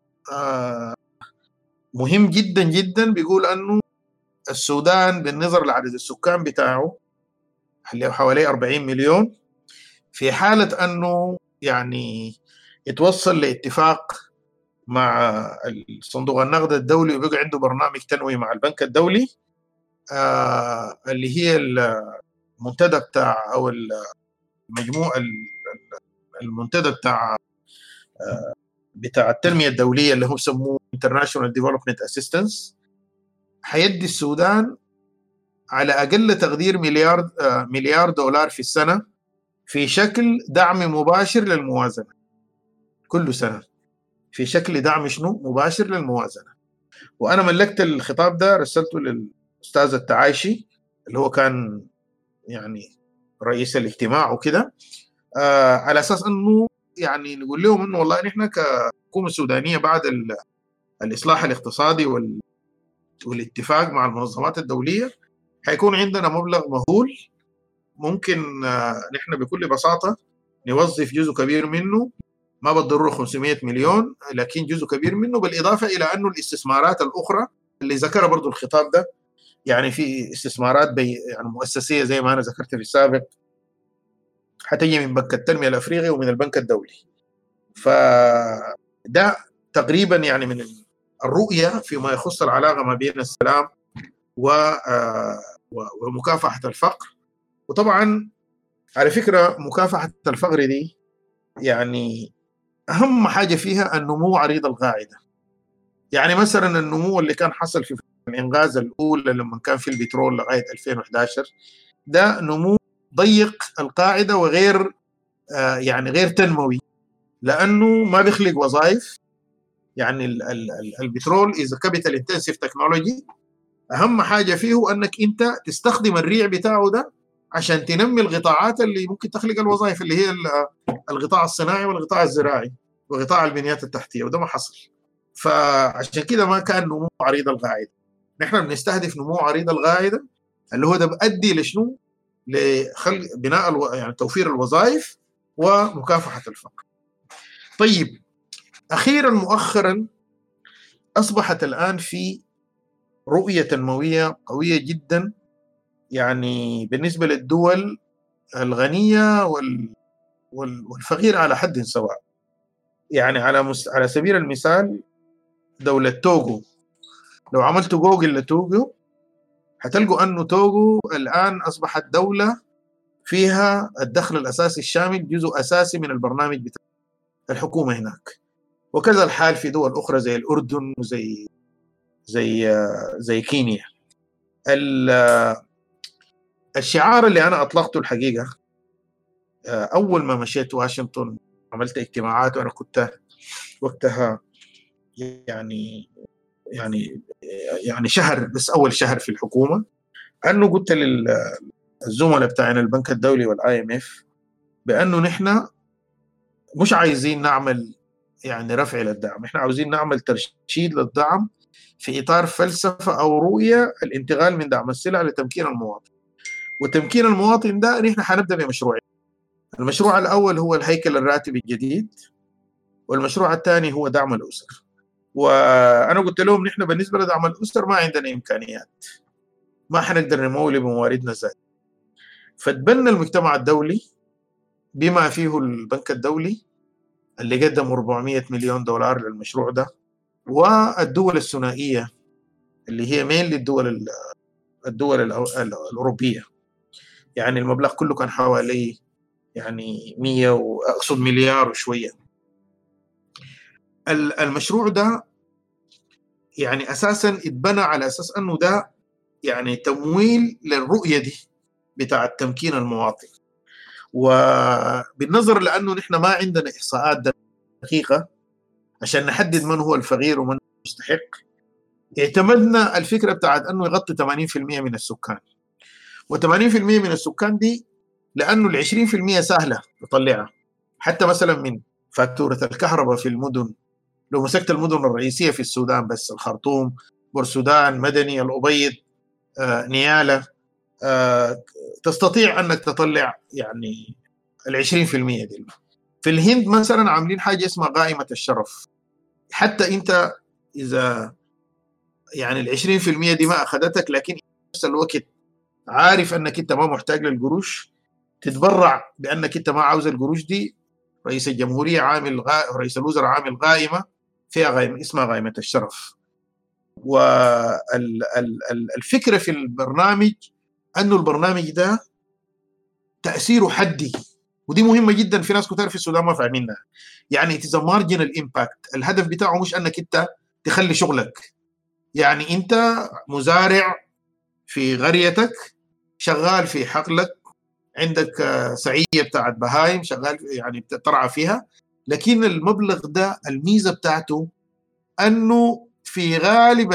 مهم جدا جدا بيقول أنه السودان بالنظر لعدد السكان بتاعه اللي حوالي 40 مليون، في حالة أنه يعني يتوصل لاتفاق مع صندوق النقد الدولي وبقى عنده برنامج تنوي مع البنك الدولي، اللي هي المنتدى بتاع أو المنتدى بتاع التنمية الدولية اللي هم سموه International Development Assistance، حيدي السودان على أقل تقدير مليار دولار في السنة في شكل دعم مباشر للموازنة كل سنة، في شكل دعم شنو؟ مباشر للموازنة. وأنا ملكت الخطاب ده رسلته للأستاذ التعايشي اللي هو كان يعني رئيس الاجتماع وكده، على أساس أنه يعني نقول لهم أنه والله نحن كحكومة سودانية بعد الإصلاح الاقتصادي والاتفاق مع المنظمات الدولية حيكون عندنا مبلغ مهول ممكن نحن بكل بساطة نوظف جزء كبير منه، ما بالضرورة 500 مليون، لكن جزء كبير منه، بالإضافة إلى أنه الاستثمارات الأخرى اللي ذكرها برضو الخطاب ده، يعني في استثمارات يعني مؤسسية زي ما أنا ذكرت في السابق حتجي من بنك التنمية الأفريقي ومن البنك الدولي. فده تقريبا يعني من الرؤية فيما يخص العلاقة ما بين السلام ومكافحة الفقر. وطبعا على فكرة مكافحة الفقر دي يعني أهم حاجة فيها النمو عريض القاعدة. يعني مثلا النمو اللي كان حصل في الإنغاز الأولى لما كان في البترول لغاية 2011 ده نمو ضيق القاعدة وغير يعني غير تنموي، لأنه ما بيخلق وظائف يعني البترول إذا كابيتال انتنسيف تكنولوجي، أهم حاجة فيه أنك أنت تستخدم الريع بتاعه ده عشان تنمي القطاعات اللي ممكن تخلق الوظائف، اللي هي القطاع الصناعي والقطاع الزراعي وقطاع البنيات التحتية، وده ما حصل. فعشان كده ما كان نمو عريض القاعدة. نحن بنستهدف نمو عريض القاعدة اللي هو ده بيؤدي لشنو؟ لخلق بناء يعني توفير الوظائف ومكافحة الفقر. طيب، أخيرا مؤخرا أصبحت الآن في رؤية تنموية قوية جدا، يعني بالنسبة للدول الغنية والفقير على حد سواء. يعني على سبيل المثال دولة توغو، لو عملتوا جوجل لتوغو هتلقوا أنه توغو الآن أصبحت دولة فيها الدخل الأساسي الشامل جزء أساسي من البرنامج بتاع الحكومة هناك. وكذا الحال في دول أخرى زي الأردن وزي زي كينيا. الشعار اللي أنا أطلقته الحقيقة أول ما مشيت واشنطن عملت اجتماعات، وأنا كنت وقتها يعني شهر بس، أول شهر في الحكومة، أنه قلت للزملاء بتاعنا البنك الدولي والIMF بأنه نحن مش عايزين نعمل يعني رفع للدعم، احنا عاوزين نعمل ترشيد للدعم في إطار فلسفة أو رؤية الانتقال من دعم السلع لتمكين المواطن. وتمكين المواطن ده نحن حنبدأ بمشروعين. المشروع الأول هو الهيكل الراتبي الجديد، والمشروع الثاني هو دعم الأسر. وأنا قلت لهم نحن بالنسبة لدعم الأسر ما عندنا إمكانيات، ما حنقدر نمول بمواردنا الذاتية. فتبنى المجتمع الدولي بما فيه البنك الدولي اللي قدم 400 مليون دولار للمشروع ده، والدول الثنائية اللي هي مين الدول الأوروبية. يعني المبلغ كله كان حوالي يعني 100 وأقصد مليار وشوية. المشروع ده يعني أساساً اتبنى على أساس أنه ده يعني تمويل للرؤية دي بتاع تمكين المواطن. وبالنظر لأنه نحن ما عندنا إحصاءات دقيقة عشان نحدد من هو الفقير ومن المستحق، اعتمدنا الفكرة بتاعت أنه يغطي 80% من السكان. و80% من السكان دي لأنه ال20% سهلة تطلعها، حتى مثلا من فاتورة الكهرباء في المدن. لو مسكت المدن الرئيسية في السودان بس، الخرطوم، بورسودان، مدني، الأبيض، نيالة، تستطيع أنك تطلع يعني 20% دي. في الهند مثلا عاملين حاجة اسمها قائمة الشرف، حتى أنت إذا يعني 20% دي ما أخذتك، لكن في نفس الوقت عارف أنك أنت ما محتاج للقروش، تتبرع بأنك أنت ما عاوز القروش دي. رئيس الجمهورية رئيس الوزراء عامل قائمة فيها قائمة اسمها قائمة الشرف. والفكرة في البرنامج أنه البرنامج ده تأثيره حدي، ودي مهمة جدا. في ناس كتير في السودان ما فاهمينها. يعني it is a marginal impact. الهدف بتاعه مش أنك أنت تخلي شغلك، يعني أنت مزارع في قريتك شغال في حقلك، عندك سعية بتاعت بهايم شغال يعني ترعى فيها، لكن المبلغ ده الميزة بتاعته أنه في الغالب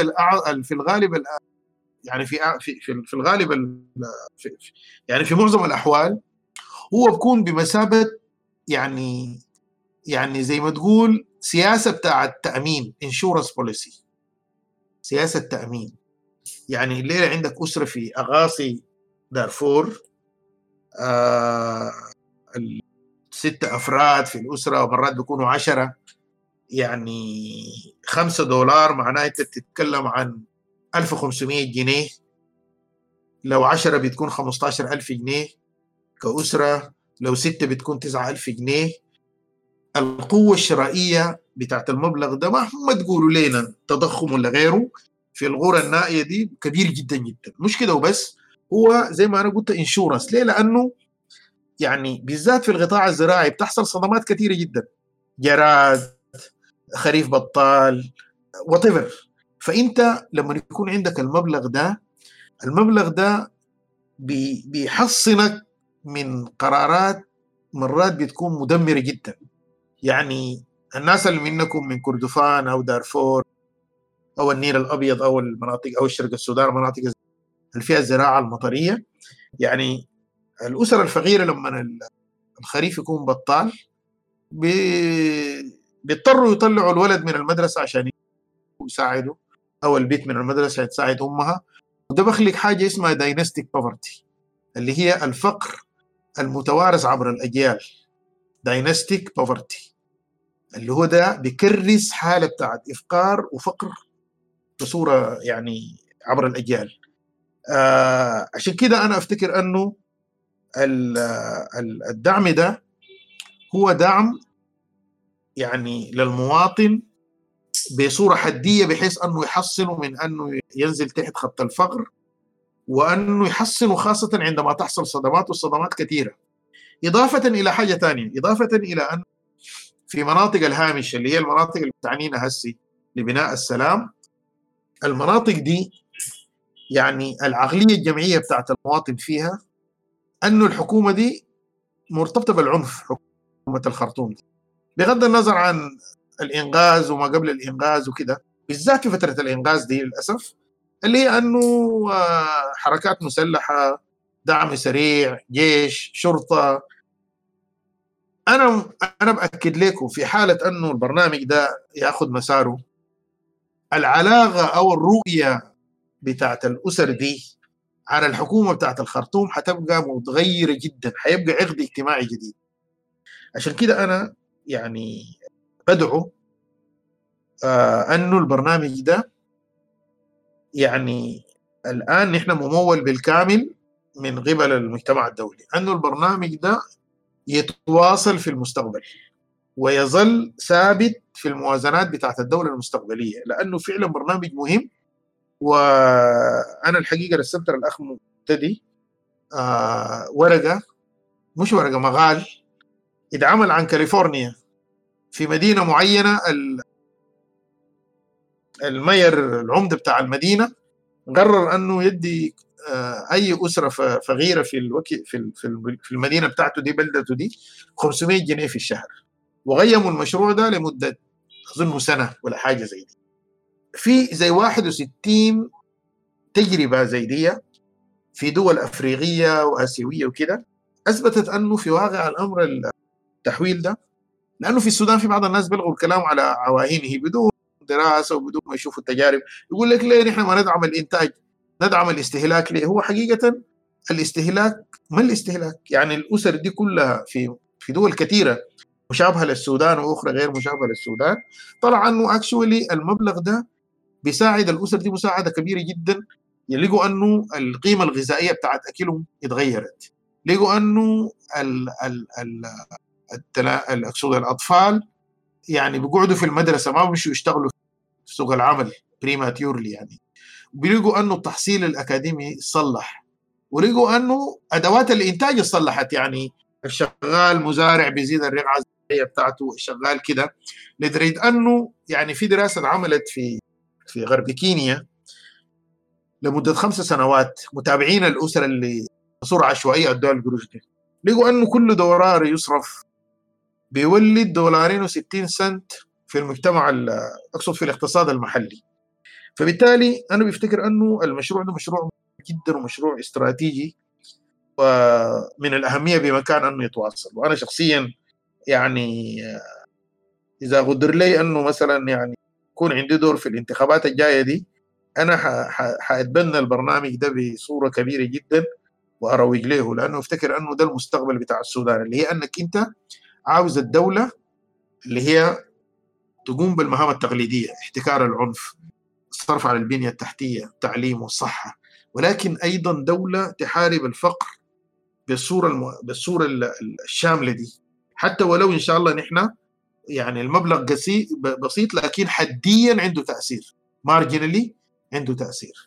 يعني في الغالب يعني في معظم الأحوال هو بيكون بمثابة يعني زي ما تقول سياسة بتاعت تأمين، insurance policy، سياسة تأمين. يعني الليلة عندك أسرة في أغاصي دارفور، 6 أفراد في الأسرة ومرات بيكونوا 10، يعني $5 معناه أنت بتتكلم عن 1500 جنيه. لو 10 بتكون 15,000 جنيه كأسرة، لو 6 بتكون 9,000 جنيه. القوة الشرائية بتاعت المبلغ ده مهما تقولوا لنا تضخم ولا غيره في الغورة النائية دي كبير جدا جدا. مش كده وبس، هو زي ما أنا قلت انشورنس. ليه؟ لأنه يعني بالذات في القطاع الزراعي بتحصل صدمات كثيرة جدا، جراد، خريف بطال، whatever. فأنت لما يكون عندك المبلغ ده بيحصنك من قرارات مرات بتكون مدمرة جدا. يعني الناس اللي منكم من كردفان أو دارفور أو النيل الأبيض أو المناطق أو الشرق السودان، المناطق اللي فيها الزراعة المطرية، يعني الأسر الفقيرة لما الخريف يكون بطال بيضطروا يطلعوا الولد من المدرسة عشان يساعدوا، أو البيت من المدرسة تساعد أمها. وده بخلق حاجة اسمها داينستيك بوفرتي، اللي هي الفقر المتوارث عبر الأجيال. داينستيك بوفرتي اللي هو ده بيكرس حالة بتاعت إفقار وفقر بصورة يعني عبر الأجيال. عشان كده أنا أفتكر أنه الدعم ده هو دعم يعني للمواطن بصورة حدية، بحيث أنه يحصنه من أنه ينزل تحت خط الفقر، وأنه يحصنه خاصة عندما تحصل صدمات، والصدمات كثيرة. إضافة إلى حاجة تانية، إضافة إلى أن في مناطق الهامش اللي هي المناطق اللي بتعنينا هسي لبناء السلام، المناطق دي يعني العقلية الجمعية بتاعت المواطن فيها أنه الحكومة دي مرتبطة بالعنف، حكومة الخرطوم دي، بغض النظر عن الإنغاز وما قبل الإنغاز وكده، بالذات في فترة الإنغاز دي للأسف، اللي هي أنه حركات مسلحة، دعم سريع، جيش، شرطة. أنا بأكد لكم في حالة أنه البرنامج ده يأخذ مساره، العلاقة أو الرؤية بتاعت الأسر دي على الحكومة بتاعت الخرطوم حتبقى متغيرة جدا، حيبقى عقد اجتماعي جديد. عشان كده أنا يعني بدعو أنه البرنامج ده يعني الآن نحن ممول بالكامل من قبل المجتمع الدولي، أنه البرنامج ده يتواصل في المستقبل ويظل ثابت في الموازنات بتاعت الدولة المستقبلية، لأنه فعلا برنامج مهم. وأنا الحقيقة رسمت الأخ مبتدي ورقة، مش ورقة، مقال اتعمل عن كاليفورنيا في مدينة معينة. المير العمدة بتاع المدينة قرر أنه يدي أي أسرة فقيرة في المدينة بتاعته دي، بلدته دي، 500 جنيه في الشهر، وغيموا المشروع ده لمدة أظن سنة ولا حاجة زي دي. في زي 61 تجربة زي دي في دول أفريقية وآسيوية وكده، أثبتت أنه في واقع الأمر التحويل ده، لأنه في السودان في بعض الناس بلغوا الكلام على عواهنه بدون دراسة وبدون ما يشوفوا التجارب، يقول لك ليه نحن ما ندعم الإنتاج، ندعم الاستهلاك ليه؟ هو حقيقة الاستهلاك، ما الاستهلاك يعني الأسر دي كلها في دول كثيرة مشابهة للسودان وأخرى غير مشابهة للسودان، طلع أنه أكشولي المبلغ ده بيساعد الأسر دي مساعدة كبيرة جدا. يلقوا أنه القيمة الغذائية بتاعت أكلهم اتغيرت، لقوا أنه الأطفال يعني بيقعدوا في المدرسة، ما بيمشوا يشتغلوا في سوق العمل بريماتيورلي يعني. بيلقوا أنه التحصيل الأكاديمي صلح، ولقوا أنه أدوات الإنتاج صلحت، يعني الشغال مزارع بيزيد الرقعة الزراعية بتاعته، الشغال كده، لدرجة أنه يعني في دراسة عملت في غرب كينيا لمدة 5 سنوات متابعين الأسر اللي بصورة عشوائية أدوا القروش دي، لقوا أنه كل دولار يصرف بيولد $2.60 في المجتمع، أقصد في الاقتصاد المحلي. فبالتالي أنا بفتكر أنه المشروع ده مشروع جدا ومشروع استراتيجي ومن الأهمية بمكان أنه يتواصل. وأنا شخصيا يعني إذا قدر لي أنه مثلا يعني يكون عندي دور في الانتخابات الجاية دي، أنا حأتبنى البرنامج ده بصورة كبيرة جدا وأروج له، لأنه أفتكر أنه ده المستقبل بتاع السودان، اللي هي أنك أنت عاوز الدولة اللي هي تقوم بالمهام التقليدية، احتكار العنف، الصرف على البنية التحتية، التعليم والصحة، ولكن أيضا دولة تحارب الفقر بالصورة الشاملة دي، حتى ولو إن شاء الله نحن يعني المبلغ بسيط، لكن حديا عنده تأثير، مارجينالي عنده تأثير.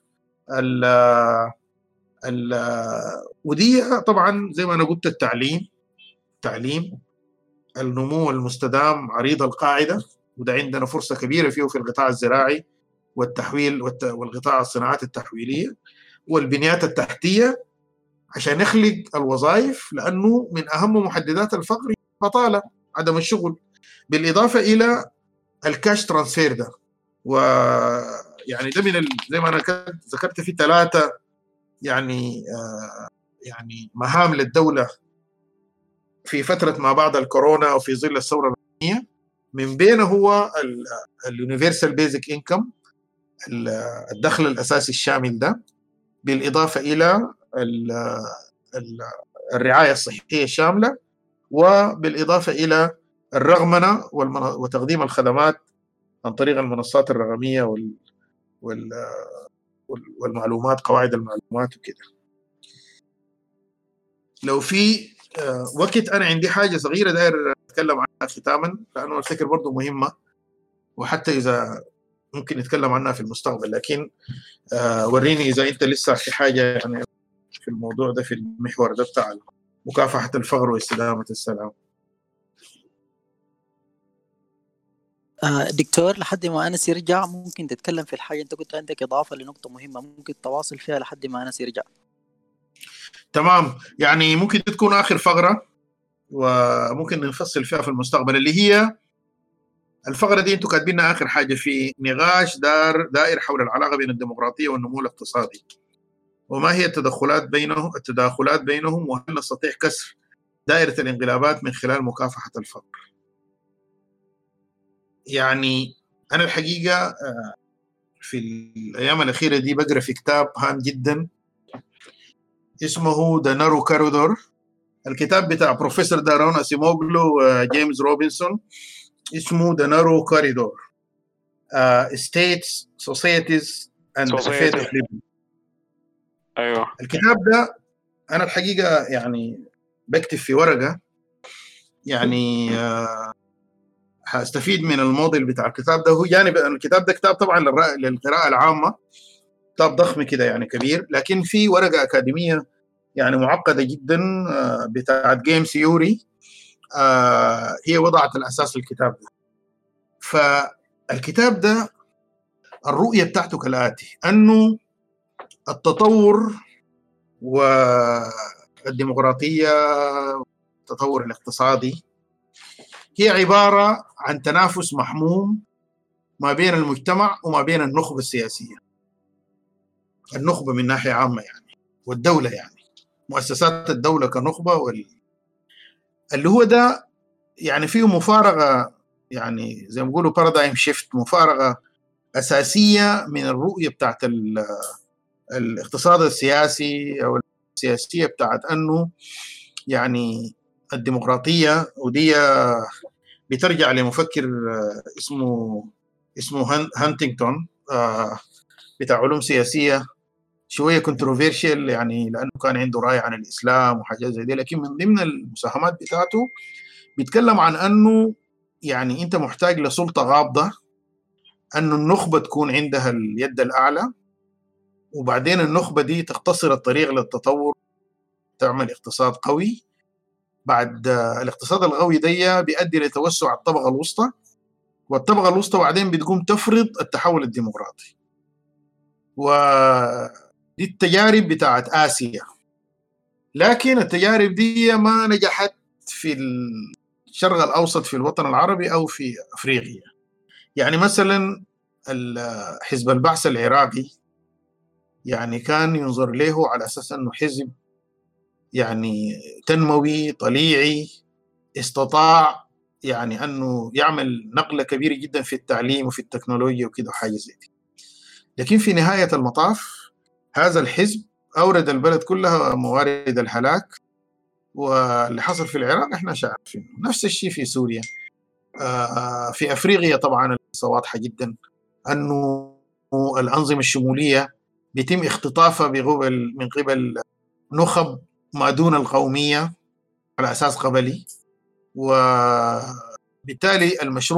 ودي طبعا زي ما أنا قلت التعليم، النمو المستدام عريض القاعدة، وده عندنا فرصة كبيرة فيه في القطاع الزراعي والتحويل والقطاع الصناعات التحويلية والبنيات التحتية، عشان نخلق الوظائف، لأنه من أهم محددات الفقر بطالة، عدم الشغل. بالإضافة إلى الكاش ترانسفير ده. ويعني ده من زي ما أنا ذكرت في 3 يعني مهام للدولة في فترة ما بعد الكورونا وفي ظل الثورة الرقمية، من بينه هو اليونيفرسال بيزك انكم، الدخل الأساسي الشامل ده، بالإضافة إلى الرعاية الصحية الشاملة، وبالإضافة إلى الرغمنة وتقديم الخدمات عن طريق المنصات الرقمية والمعلومات، قواعد المعلومات وكده. لو في وقت أنا عندي حاجة صغيرة داير أتكلم عنها ختاما، لأنه الفكر برضو مهمة، وحتى إذا ممكن نتكلم عنها في المستقبل، لكن وريني إذا أنت لسه في حاجة يعني في الموضوع ده، في المحور ده بتاع مكافحة الفقر واستدامة السلام. دكتور، لحد ما أنس يرجع ممكن تتكلم في الحاجة، أنت كنت عندك إضافة لنقطة مهمة، ممكن تواصل فيها لحد ما أنس يرجع. تمام، يعني ممكن تكون آخر فقرة وممكن نفصل فيها في المستقبل، اللي هي الفقرة دي انتوا كاتبينها آخر حاجة في نقاش دائر حول العلاقة بين الديمقراطية والنمو الاقتصادي، وما هي التداخلات بينهم، وهل نستطيع كسر دائرة الانقلابات من خلال مكافحة الفقر. يعني أنا الحقيقة في الأيام الأخيرة دي بقرأ في كتاب هام جدا اسمه The Narrow Corridor، الكتاب بتاع بروفيسور دارون أسيموغلو وجيمس روبنسون، اسمه The Narrow Corridor States, Societies and the Fate of Liberty. أيوة. الكتاب ده أنا الحقيقة يعني بكتب في ورقة، يعني هستفيد من الموديل بتاع الكتاب ده. هو يعني الكتاب ده كتاب طبعا للقراءة العامة، كتاب ضخم كده يعني كبير، لكن في ورقة أكاديمية يعني معقدة جدا بتاعت جيم ثيوري، هي وضعت الأساس للكتاب ده. فالكتاب ده الرؤية بتاعته كالآتي: أنه التطور والديمقراطية والتطور الاقتصادي هي عبارة عن تنافس محموم ما بين المجتمع وما بين النخبة السياسية، النخبة من ناحية عامة يعني، والدولة يعني مؤسسات الدولة كنخبة، اللي هو ده يعني فيه مفارقة، يعني زي ما بيقولوا بارادايم شيفت، مفارقة أساسية من الرؤية بتاعت الاقتصاد السياسي أو السياسية بتاعت أنه يعني الديمقراطية، ودي بترجع لمفكر اسمه هانتينغتون بتاع علوم سياسية، شوية كونتروفيرشيال يعني لأنه كان عنده رأي عن الإسلام وحاجات زي دي، لكن من ضمن المساهمات بتاعته بيتكلم عن أنه يعني أنت محتاج لسلطة غابضة، أنه النخبة تكون عندها اليد الأعلى، وبعدين النخبة دي تختصر الطريق للتطور، تعمل اقتصاد قوي. بعد الاقتصاد القوي ده بيؤدي لتوسع الطبقة الوسطى، والطبقة الوسطى بعدين بتقوم تفرض التحول الديمقراطي. ودي التجارب بتاعت آسيا، لكن التجارب دي ما نجحت في الشرق الأوسط، في الوطن العربي أو في أفريقيا. يعني مثلا حزب البعث العراقي يعني كان ينظر له على أساس أنه حزب يعني تنموي طليعي، استطاع يعني أنه يعمل نقلة كبيرة جدا في التعليم وفي التكنولوجيا وكده وحاجة زي دي. لكن في نهاية المطاف هذا الحزب أورد البلد كلها موارد الهلاك، واللي حصل في العراق احنا شايفين نفس الشيء في سوريا. في أفريقيا طبعا القصة واضحة جدا، أنه الأنظمة الشمولية بيتم اختطافها من قبل نخب ما دون القومية على أساس قبلي، وبالتالي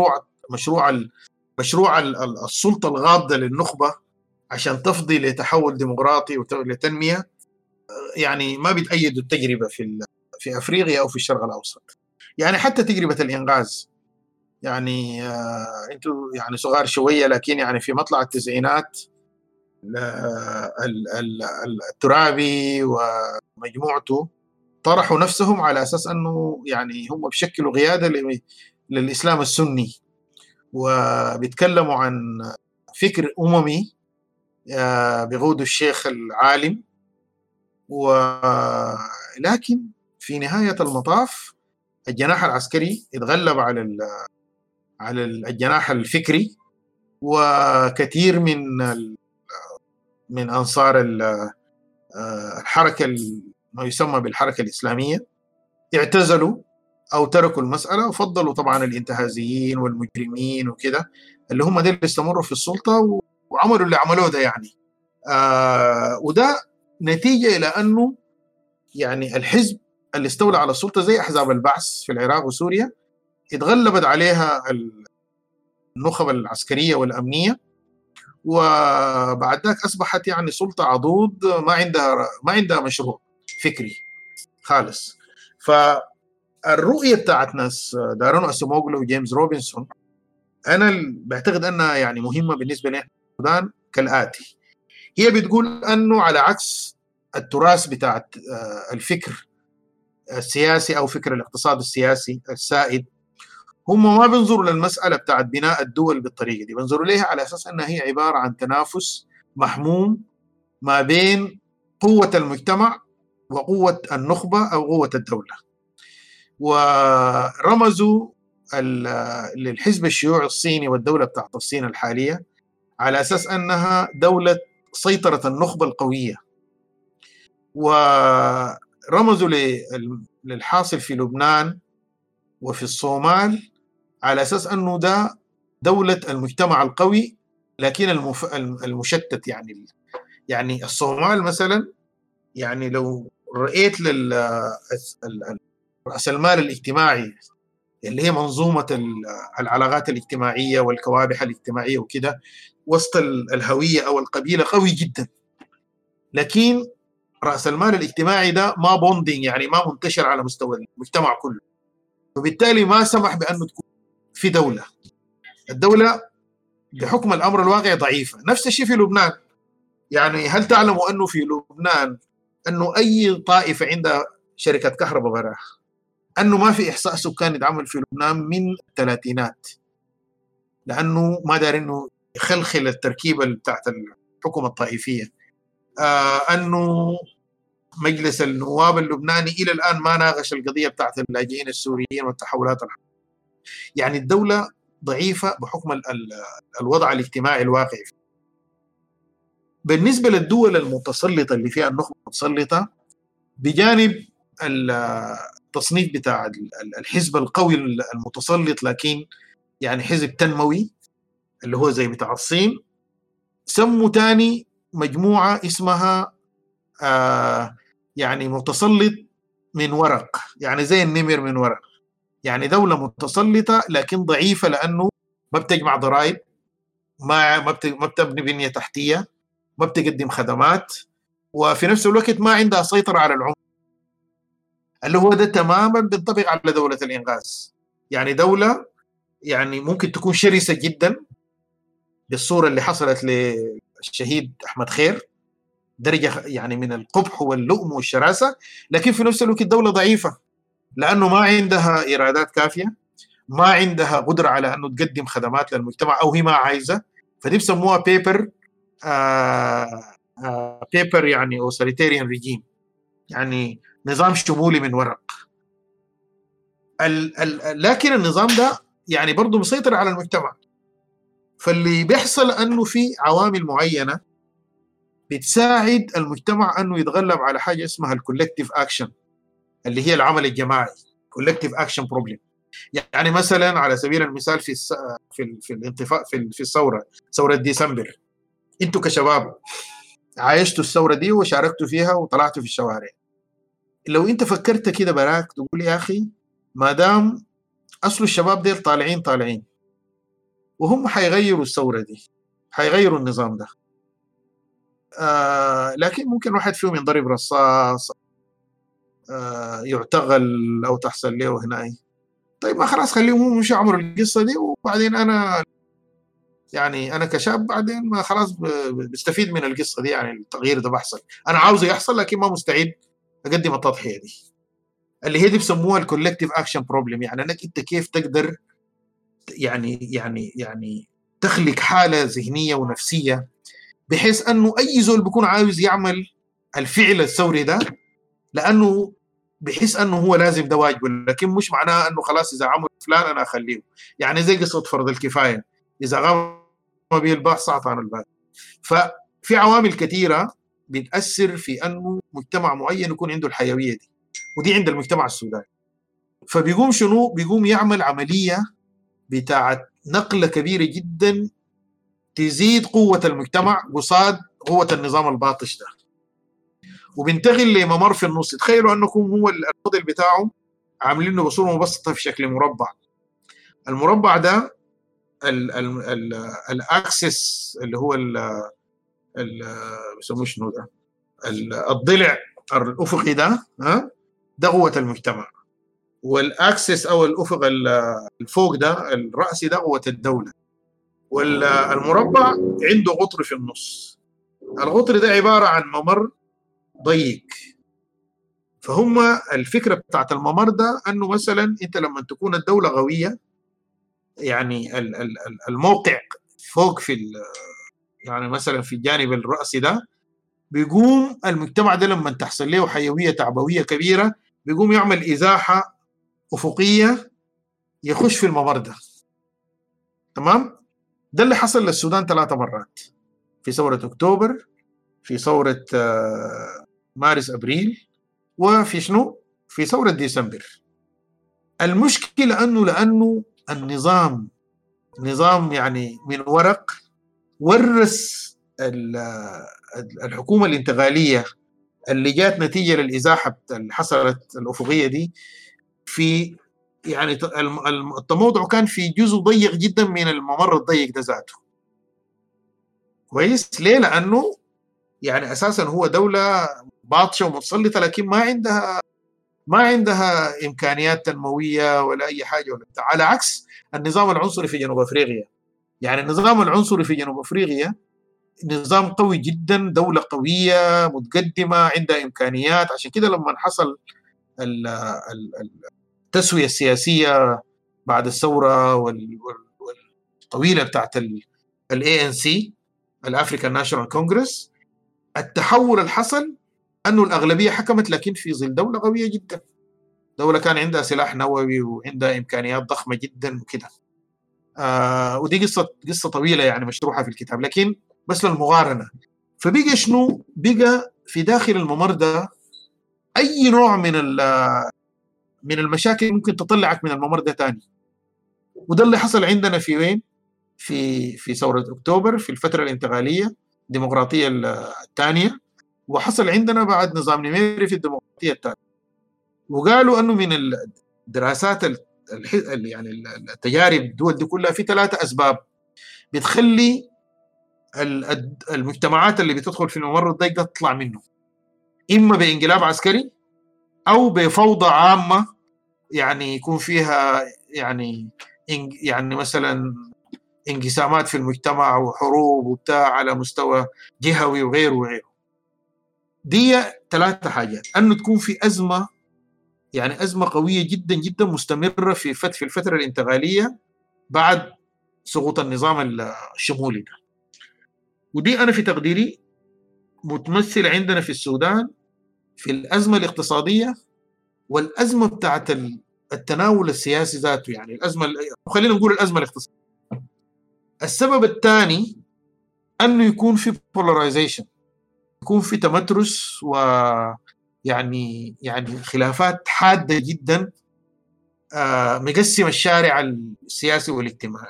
مشروع السلطة الغاضة للنخبة عشان تفضي لتحول ديمقراطي ولتنمية يعني ما بتأيدوا التجربة في أفريقيا أو في الشرق الأوسط. يعني حتى تجربة الإنغاز، يعني أنتوا يعني صغار شوية، لكن يعني في مطلع التسعينات الترابي ومجموعته طرحوا نفسهم على أساس أنه يعني هم بشكلوا قيادة للإسلام السني، وبيتكلموا عن فكر أممي بقوده الشيخ العالم. ولكن في نهاية المطاف الجناح العسكري اتغلب على الجناح الفكري، وكثير من أنصار الحركة ما يسمى بالحركة الإسلامية اعتزلوا أو تركوا المسألة، وفضلوا طبعا الانتهازيين والمجرمين وكده اللي هم دول استمروا في السلطة وعملوا اللي عملوه ده يعني. وده نتيجة إلى أنه يعني الحزب اللي استولى على السلطة زي أحزاب البعث في العراق وسوريا اتغلبت عليها النخب العسكرية والأمنية، وبعد ذاك أصبحت يعني سلطة عضوض ما عندها مشروع فكري خالص. فالرؤية بتاعت ناس دارون أسيموغلو وجيمس روبنسون أنا بعتقد أنها يعني مهمة بالنسبة لنا السودان كالآتي. هي بتقول أنه على عكس التراث بتاعت الفكر السياسي أو فكر الاقتصاد السياسي السائد، هم ما بينظروا للمسألة بتاعت بناء الدول بالطريقة دي، بينظروا لها على أساس أنها هي عبارة عن تنافس محموم ما بين قوة المجتمع وقوة النخبة أو قوة الدولة. ورمزوا للحزب الشيوعي الصيني والدولة بتاعت الصين الحالية على أساس أنها دولة سيطرة النخبة القوية، ورمزوا للحاصل في لبنان وفي الصومال على أساس أنه ده دولة المجتمع القوي لكن المشتت. يعني الصومال مثلا، يعني لو رأيت رأس المال الاجتماعي اللي هي منظومة العلاقات الاجتماعية والكوابح الاجتماعية وكده وسط الهوية أو القبيلة قوي جدا، لكن رأس المال الاجتماعي ده ما بوندينج، يعني ما منتشر على مستوى المجتمع كله، وبالتالي ما سمح بأنه تكون في دولة. الدولة بحكم الأمر الواقع ضعيفة. نفس الشيء في لبنان. يعني هل تعلموا أنه في لبنان أنه أي طائفة عندها شركة كهرباء براه، أنه ما في إحصاء سكان يتعمل في لبنان من الثلاثينات، لأنه ما دار أنه يخلخل التركيبة بتاعت الحكومة الطائفية. أنه مجلس النواب اللبناني إلى الآن ما ناقش القضية بتاعت اللاجئين السوريين والتحولات يعني الدولة ضعيفة بحكم الوضع الاجتماعي الواقع. بالنسبة للدول المتسلطة اللي فيها النخبة المتسلطة، بجانب التصنيف بتاع الحزب القوي المتسلط لكن يعني حزب تنموي اللي هو زي بتاع الصين، سموا تاني مجموعة اسمها يعني متسلط من ورق، يعني زي النمر من ورق. يعني دولة متسلطة لكن ضعيفة لأنه ما بتجمع ضرائب، ما بتبني بنية تحتية، ما بتقدم خدمات، وفي نفس الوقت ما عندها سيطرة على العمر، اللي هو ده تماما بينطبق على دولة الإنقاذ. يعني دولة يعني ممكن تكون شرسة جدا بالصورة اللي حصلت للشهيد أحمد خير، درجة يعني من القبح واللؤم والشراسة، لكن في نفس الوقت دولة ضعيفة لأنه ما عندها إيرادات كافية، ما عندها قدرة على أنه تقدم خدمات للمجتمع أو هي ما عايزة. فدي بسموها بيبر يعني أوثوريتيريان ريجيم، يعني نظام شمولي من ورق. لكن النظام ده يعني برضه مسيطر على المجتمع. فاللي بيحصل أنه في عوامل معينة بتساعد المجتمع أنه يتغلب على حاجة اسمها الكولكتيف أكشن، اللي هي العمل الجماعي، كولكتيف أكشن بروبلم. يعني مثلا على سبيل المثال في الانتفاضة في ثورة ديسمبر، انتوا كشباب عايشتوا الثورة دي وشاركتوا فيها وطلعتوا في الشوارع. لو انت فكرت كده براك تقول يا أخي ما دام أصل الشباب ديل طالعين وهم حيغيروا الثورة دي، حيغيروا النظام ده، لكن ممكن واحد فيهم ينضرب رصاص، يعتقل أو تحصل له هنا. طيب ما خلاص خليهم هم مش يعملوا القصة دي، وبعدين أنا كشاب بعدين ما خلاص بستفيد من القصة دي. يعني التغيير ده بحصل، أنا عاوزه يحصل لكن ما مستعد أقدم التضحية دي، اللي هي دي بسموها الكولكتيف أكشن بروبلم. يعني أنك أنت كيف تقدر يعني تخلق حالة ذهنية ونفسية بحيث أنه أي زول بيكون عاوز يعمل الفعل الثوري ده، لأنه بحيث أنه هو لازم ده واجبه، لكن مش معناه أنه خلاص إذا عمل فلان أنا أخليه. يعني زي قصة فرض الكفاية، إذا قام به الباح سقط عن الباقي. ففي عوامل كثيرة بتأثر في أنه مجتمع معين يكون عنده الحيوية دي، ودي عند المجتمع السوداني. فبيقوم شنو؟ بيقوم يعمل عملية بتاعت نقلة كبيرة جدا تزيد قوة المجتمع قصاد قوة النظام الباطش ده، وبينتقل لممر في النص. تخيلوا أنكم هو الموديل بتاعه عاملينه بصورة مبسطة في شكل مربع. المربع ده الاكسس اللي هو بيسموه شنو ده، الضلع الافقي ده، ده قوة المجتمع. والاكسس او الافق الفوق ده الرأسي ده قوة الدولة. والمربع عنده غطر في النص، الغطر ده عبارة عن ممر ضيق. فهم الفكرة بتاعت الممر ده أنه مثلا أنت لما تكون الدولة قوية، يعني الموقع فوق في يعني مثلا في الجانب الرأسي ده، بيقوم المجتمع ده لما تحصل له حيوية تعبوية كبيرة بيقوم يعمل إزاحة أفقية يخش في الممر ده. تمام؟ ده اللي حصل للسودان 3 مرات، في ثورة أكتوبر، في ثورة مارس أبريل، وفي شنو؟ في ثورة ديسمبر. المشكلة لأنه النظام نظام يعني من ورق، ورث الحكومة الانتقالية اللي جات نتيجة للإزاحة اللي حصلت الأفقية دي، في يعني التموضع كان في جزء ضيق جدا من الممر الضيق ده ذاته. كويس؟ ليه؟ لأنه يعني أساسا هو دولة باطشة ومتسلطة، لكن ما عندها إمكانيات تنموية ولا أي حاجة ولا بتاع، على عكس النظام العنصري في جنوب أفريقيا. يعني النظام العنصري في جنوب أفريقيا نظام قوي جدا، دولة قوية متقدمة عندها إمكانيات. عشان كده لما حصل التسوية السياسية بعد الثورة والطويلة بتاعت ANC الأفريكان ناشونال كونغرس، التحول اللي حصل أنه الأغلبية حكمت، لكن في ظل دولة قوية جدا، دولة كان عندها سلاح نووي وعندها إمكانيات ضخمة جدا وكده. ودي قصة طويلة يعني مشروحة في الكتاب، لكن بس للمقارنة. فبقى شنو؟ بقى في داخل الممر ده أي نوع من المشاكل ممكن تطلعك من الممر ده تاني. وده اللي حصل عندنا في وين؟ في ثورة أكتوبر، في الفترة الانتقالية الديمقراطية الثانية، وحصل عندنا بعد نظام نميري في الديمقراطية الثالثة. وقالوا أنه من الدراسات يعني التجارب الدول دي كلها في 3 أسباب بتخلي المجتمعات اللي بتدخل في الممر الضيق ده تطلع منه: إما بانقلاب عسكري، أو بفوضى عامة يعني يكون فيها يعني مثلا انقسامات في المجتمع وحروب وبتاع على مستوى جهوي وغيره وغيره. دي 3 حاجات: أنه تكون في أزمة، يعني أزمة قوية جدا جدا مستمرة في الفترة الانتقالية بعد سقوط النظام الشمولي ده. ودي أنا في تقديري متمثلة عندنا في السودان في الأزمة الاقتصادية والأزمة بتاعت التناول السياسي ذاته. يعني الأزمة، خلينا نقول الأزمة الاقتصادية. السبب الثاني أنه يكون في polarization، يكون في تمترس ويعني خلافات حادة جدا مقسم الشارع السياسي والاجتماعي.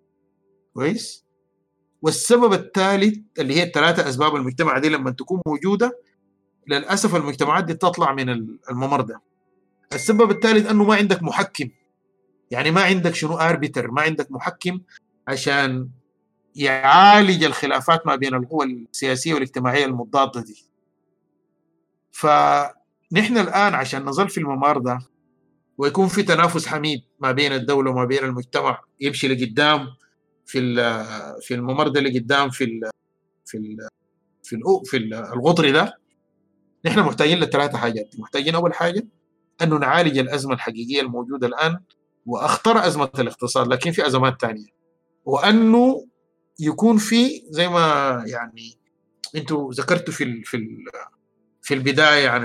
كويس؟ والسبب الثالث اللي هي ال3 أسباب المجتمع دي لما تكون موجودة، للأسف المجتمعات دي تطلع من الممر ده. السبب الثالث أنه ما عندك محكم، يعني ما عندك شنو آربيتر، ما عندك محكم عشان يعالج الخلافات ما بين القوى السياسية والاجتماعية المضادة دي. فنحن الآن عشان نظل في الممر ده ويكون في تنافس حميد ما بين الدولة وما بين المجتمع يمشي لقدام في الممر ده لقدام في الغطر ده، نحن محتاجين ل3 حاجات. محتاجين أول حاجة أنه نعالج الأزمة الحقيقية الموجودة الآن واخطر ازمه الاقتصاد، لكن في ازمات ثانيه، وانه يكون في زي ما يعني انتوا ذكرتوا في البدايه عن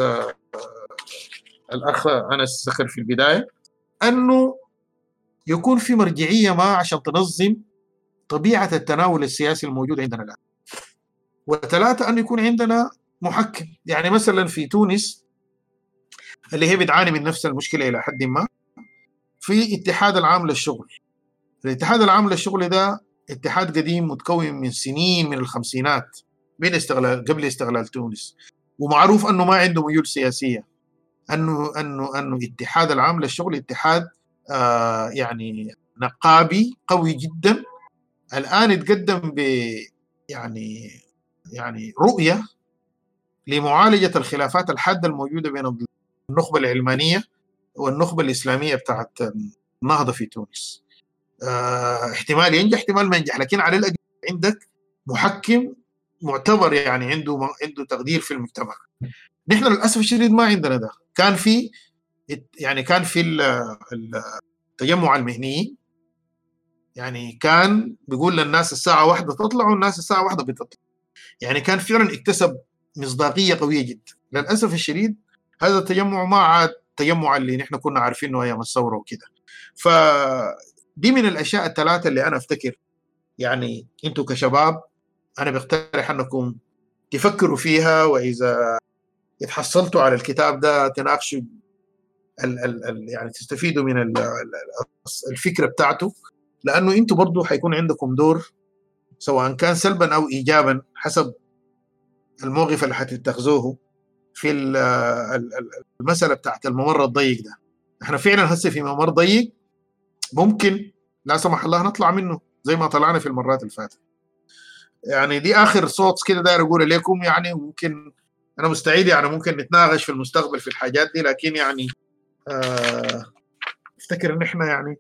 الاخ انس ذكر في البدايه انه يكون في مرجعيه ما عشان تنظم طبيعه التناول السياسي الموجود عندنا الان. وثلاثه انه يكون عندنا محكم، يعني مثلا في تونس اللي هي بتعاني من نفس المشكله الى حد ما، في اتحاد العام للشغل. الاتحاد العام للشغل ده اتحاد قديم متكون من سنين، من الخمسينات، من قبل استقلال تونس، ومعروف انه ما عنده ميول سياسيه. انه اتحاد العام للشغل اتحاد يعني نقابي قوي جدا. الان اتقدم ب يعني رؤيه لمعالجه الخلافات الحاده الموجوده بين النخبه العلمانيه والنخبه الاسلاميه بتاعت النهضه في تونس. احتمال ينجح احتمال ما ينجح، لكن على الاقل عندك محكم معتبر، يعني عنده تقدير في المجتمع. نحن للاسف الشديد ما عندنا ده. كان في التجمع المهنيين، يعني كان بيقول للناس الساعه 1 تطلعوا، والناس الساعه 1 بتطلع، يعني كان فعلا اكتسب مصداقيه قويه جدا. للاسف الشديد هذا التجمع ما عاد تجمع اللي نحن كنا عارفينه ايام الثوره وكده. فدي من الاشياء الثلاثه اللي انا افتكر يعني انتم كشباب انا بقترح انكم تفكروا فيها، واذا اتحصلتوا على الكتاب ده تناقشوا يعني تستفيدوا من الفكره بتاعته، لانه انتم برضو حيكون عندكم دور سواء كان سلبا او ايجابا حسب الموقف اللي حتتخذوه في المساله بتاعت الممر الضيق ده. احنا فعلا هسه في ممر ضيق ممكن لا سمح الله نطلع منه زي ما طلعنا في المرات اللي فاتت. يعني دي اخر صوت كده داير اقول لكم، يعني ممكن انا مستعد يعني ممكن نتناقش في المستقبل في الحاجات دي، لكن يعني افتكر ان احنا يعني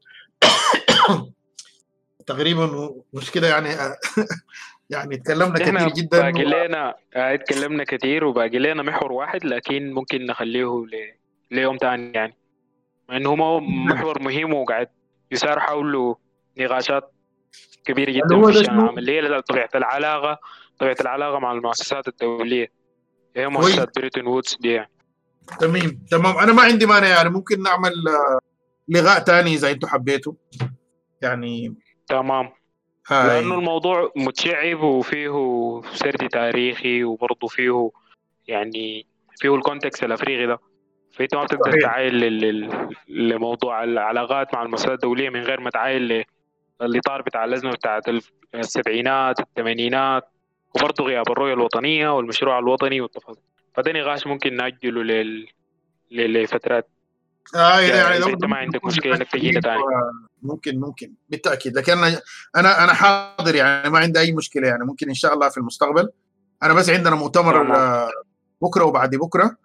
تقريبا مش كده يعني يعني تكلمنا كثير جدا. باقي لنا اتكلمنا كثير وباقي لنا محور واحد، لكن ممكن نخليه ليوم تاني يعني، مع انه هو محور مهم وقاعد يسار حوله نقاشات كبيرة جدا في الشأن العام، اللي هي طبيعة العلاقة مع المؤسسات الدولية، هي مؤسسات بريتون وودز دي يعني. تمام انا ما عندي مانع، يعني ممكن نعمل لغاء تاني اذا انتم حبيتوا يعني. تمام. لانه الموضوع متشعب وفيه سرد تاريخي، وبرضه فيه يعني فيه الكونتكست الافريقي ده، فانت ما بتقدر تعايل لموضوع العلاقات مع المؤسسات الدولية من غير ما تعايل للاطار بتاع الازمه بتاعت السبعينات الثمانينات، وبرضه غياب الرؤيه الوطنيه والمشروع الوطني والتفاصيل. فده نقاش ممكن ناجله لفترات يعني اذا انت ما عندك مشكله انك تجينا تاني. ممكن بالتاكيد، لكن انا حاضر يعني ما عندي اي مشكله، يعني ممكن ان شاء الله في المستقبل. انا بس عندنا مؤتمر بكره وبعد بكره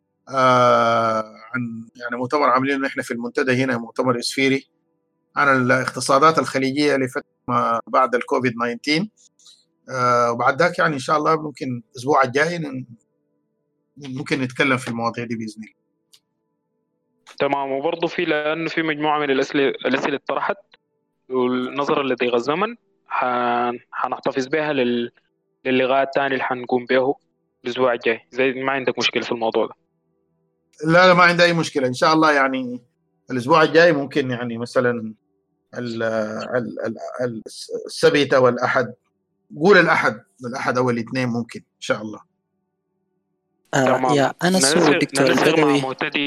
عن يعني مؤتمر عاملينه احنا في المنتدى هنا، مؤتمر اسفيري عن الاقتصادات الخليجيه لفتره ما بعد الكوفيد 19. وبعد ذاك يعني ان شاء الله ممكن الاسبوع الجاي ممكن نتكلم في المواضيع دي باذن الله. تمام. وبرضه في لانه في مجموعه من الاسئله اتطرحت، والنظرا لضيق الزمن حنحتفظ بها للغاء الثاني اللي حنقوم به الاسبوع الجاي، زي ما عندك مشكله في الموضوع ده. لا ما عندي اي مشكله ان شاء الله. يعني الاسبوع الجاي ممكن يعني مثلا السبت او الاحد، قول الاحد او الاثنين ممكن ان شاء الله. تمام. يا انس ودكتور البدوي.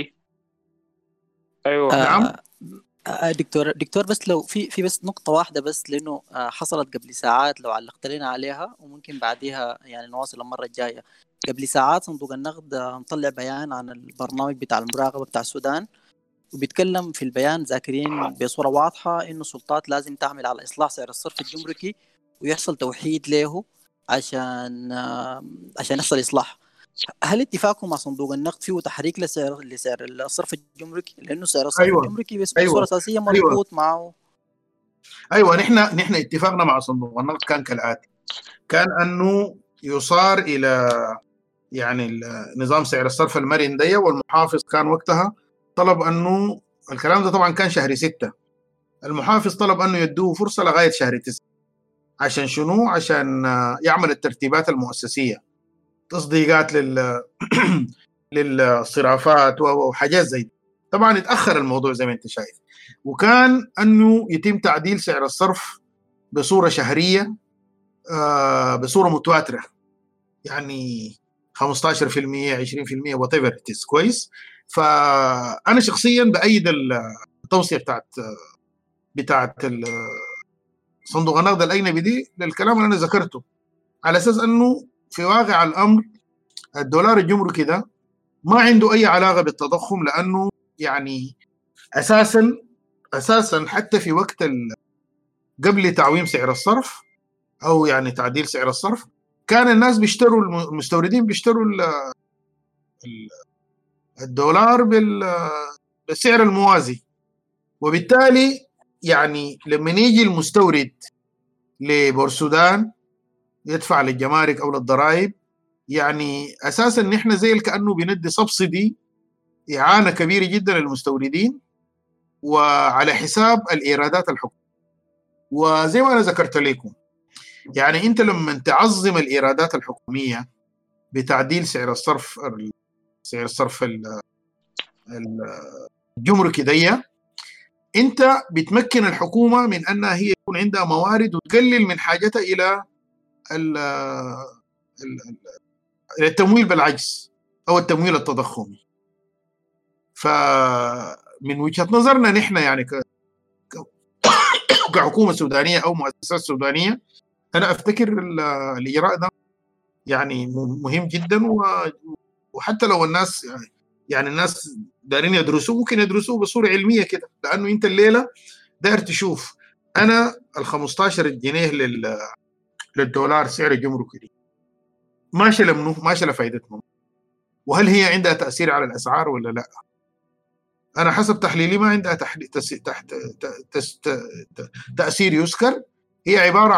ايوه نعم دكتور بس لو في بس نقطة واحدة بس، لأنه حصلت قبل ساعات لو علقت لنا عليها وممكن بعديها يعني نواصل المرة الجاية. قبل ساعات صندوق النقد مطلع بيان عن البرنامج بتاع المراقبة بتاع السودان، وبيتكلم في البيان ذاكرين بصورة واضحة إنه السلطات لازم تعمل على إصلاح سعر الصرف الجمركي ويحصل توحيد له عشان يحصل إصلاح. هل اتفاقكم مع صندوق النقد فيه تحريك لسعر الصرف الجمركي؟ لانه سعر الصرف الجمركي بصوره اساسيه مربوط معه. نحن اتفاقنا مع صندوق النقد كان كالاتي، كان انه يصار الى يعني نظام سعر الصرف المرن ده، والمحافظ كان وقتها طلب انه الكلام ده طبعا كان شهر 6. المحافظ طلب أنه يدوه فرصة لغاية شهر 9. عشان شنو؟ عشان يعمل الترتيبات المؤسسية، تصديقات للصرافات وحاجات زي دي. طبعا اتأخر الموضوع زي ما انت شايف، وكان أنه يتم تعديل سعر الصرف بصورة شهرية، بصورة متواترة، يعني 15% 20% whatever it is. كويس. فأنا شخصيا بأيد التوصية بتاعت صندوق النقد الأجنبي دي للكلام اللي أنا ذكرته، على أساس أنه في واقع الأمر الدولار الجمركي ده ما عنده أي علاقة بالتضخم، لأنه يعني أساسا حتى في وقت قبل تعويم سعر الصرف أو يعني تعديل سعر الصرف، كان الناس بيشتروا، المستوردين بيشتروا الدولار بالسعر الموازي. وبالتالي يعني لما يجي المستورد لبورسودان يدفع للجمارك أو للضرائب، يعني أساساً نحن زي كأنه بندي سبسيدي، إعانة كبيرة جدا للمستوردين وعلى حساب الإيرادات الحكومية. وزي ما أنا ذكرت لكم، يعني أنت لما تعظم الإيرادات الحكومية بتعديل سعر الصرف الجمركي دي، أنت بتمكن الحكومة من أنها هي يكون عندها موارد وتقلل من حاجتها إلى التمويل بالعجز أو التمويل التضخمي. فمن وجهة نظرنا نحن يعني كحكومة سودانية أو مؤسسات سودانية، أنا أفتكر الإجراء ده يعني مهم جدا. وحتى لو الناس يعني الناس دارين يدرسوه، ممكن يدرسوه بصورة علمية كده، لأنه أنت الليلة داير تشوف أنا ال15 جنيه للدولار سعر الجمركي دي ماشي لمنه، ماشي لفائدتهم، وهل هي عندها تأثير على الأسعار ولا لا؟ أنا حسب تحليلي ما عندها تأثير يذكر. هي عبارة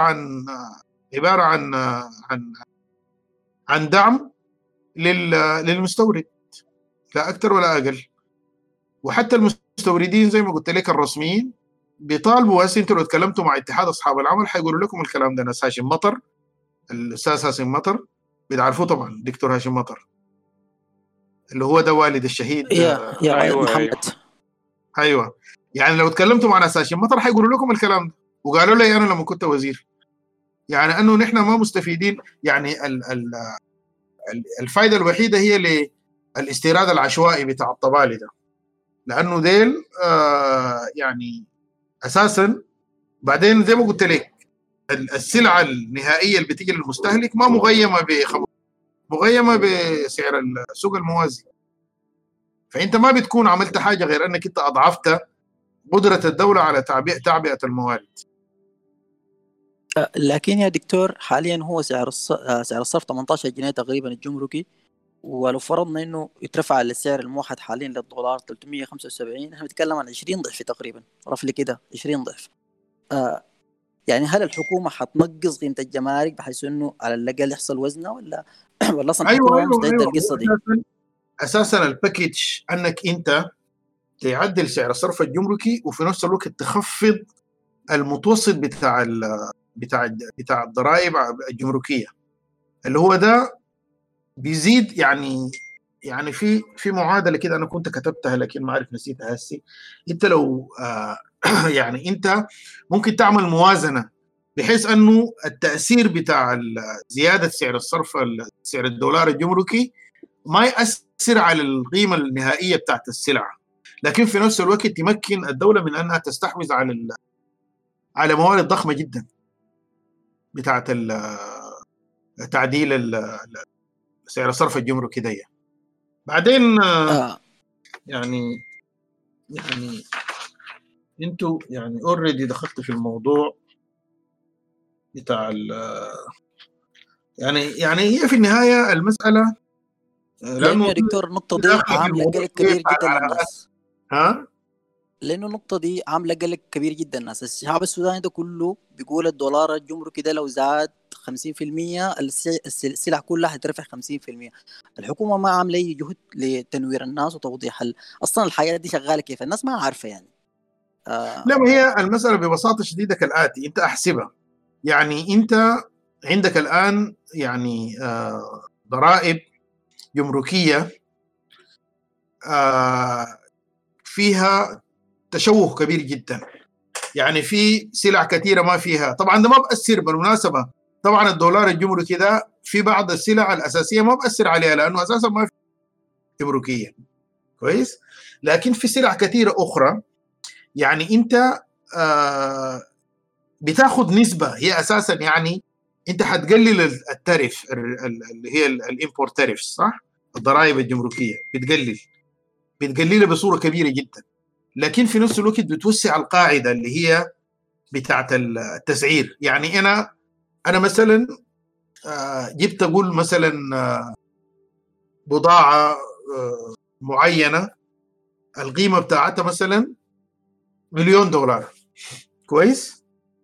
عن دعم للمستورد، لا أكثر ولا أقل. وحتى المستوردين زي ما قلت لك الرسميين بيطالبوا، هسه انتوا لو اتكلمتوا مع اتحاد أصحاب العمل حيقولوا لكم الكلام ده. ناس هاشم مطر، الأستاذ هاشم مطر بتعرفوه طبعا، دكتور هاشم مطر اللي هو ده والد الشهيد أيوة محمد. ايوه، يعني لو اتكلمتوا مع ناس هاشم مطر حيقولوا لكم الكلام ده. وقالوا لي انا لما كنت وزير، يعني انه نحن ما مستفيدين. يعني الفائده الوحيده هي للاستيراد العشوائي بتاع الطبالي ده، لانه ديل يعني اساسا بعدين زي ما قلت لك السلعه النهائيه اللي بتيجي للمستهلك ما مغيمه بسعر السوق الموازي. فانت ما بتكون عملت حاجه غير انك انت اضعفت قدره الدوله على تعبئه الموارد. لكن يا دكتور حاليا هو سعر الصرف 18 جنيه تقريبا الجمركي، ولو فرضنا انه يترفع السعر الموحد حاليا للدولار 375، احنا بنتكلم عن 20 ضعف تقريبا، رفلي كده 20 ضعف. يعني هل الحكومه حتنقص قيمه الجمارك بحيث انه على الاقل يحصل وزنه، ولا اصلا الحكومه مستعده للقصه دي؟ اساسا الباكيج انك انت تعدل سعر الصرف الجمركي وفي نفس الوقت تخفض المتوسط بتاع الضرائب الجمركيه، اللي هو ده بيزيد. يعني في معادله كده انا كنت كتبتها لكن ما عارف نسيتها هسه. انت لو يعني انت ممكن تعمل موازنه بحيث انه التاثير بتاع زياده سعر الصرف سعر الدولار الجمركي ما يأثر على القيمه النهائيه بتاعت السلعه، لكن في نفس الوقت تمكن الدوله من انها تستحوذ على موارد ضخمه جدا بتاعت تعديل سعر الصرف الجمركي ده. بعدين يعني انتوا يعني اوريدي دخلت في الموضوع بتاع يعني هي في النهايه المساله لانه يا دكتور النقطه دي عامله قلق كبير جدا للناس. لانه النقطه دي عامله قلق كبير جدا للناس. الشعب السوداني ده كله بيقول الدولار الجمركي ده لو زاد 50%، السلع كلها هترفع 50%. الحكومة ما عاملة أي جهد لتنوير الناس وتوضيح أصلا الحياة دي شغالة كيف، الناس ما عارفة يعني. لا، ما هي المسألة ببساطة شديدة كالآتي، أنت أحسبها. يعني أنت عندك الآن يعني ضرائب جمركية فيها تشوه كبير جدا. يعني في سلع كثيرة ما فيها، طبعا ده ما بأثر بالمناسبة. طبعا الدولار الجمركي ده في بعض السلع الأساسية ما بأثر عليها لأنه أساسا ما في جمركية، كويس. لكن في سلع كثيرة أخرى يعني أنت بتاخذ نسبة هي أساسا، يعني أنت حتقلل التاريف اللي هي الإمبورت تاريف، صح؟ الضرائب الجمركية بتقللها بصورة كبيرة جدا، لكن في نفس الوقت بتوسع القاعدة اللي هي بتاعت التسعير. يعني أنا مثلا جبت أقول مثلا بضاعة معينة القيمة بتاعتها مثلا $1,000,000، كويس؟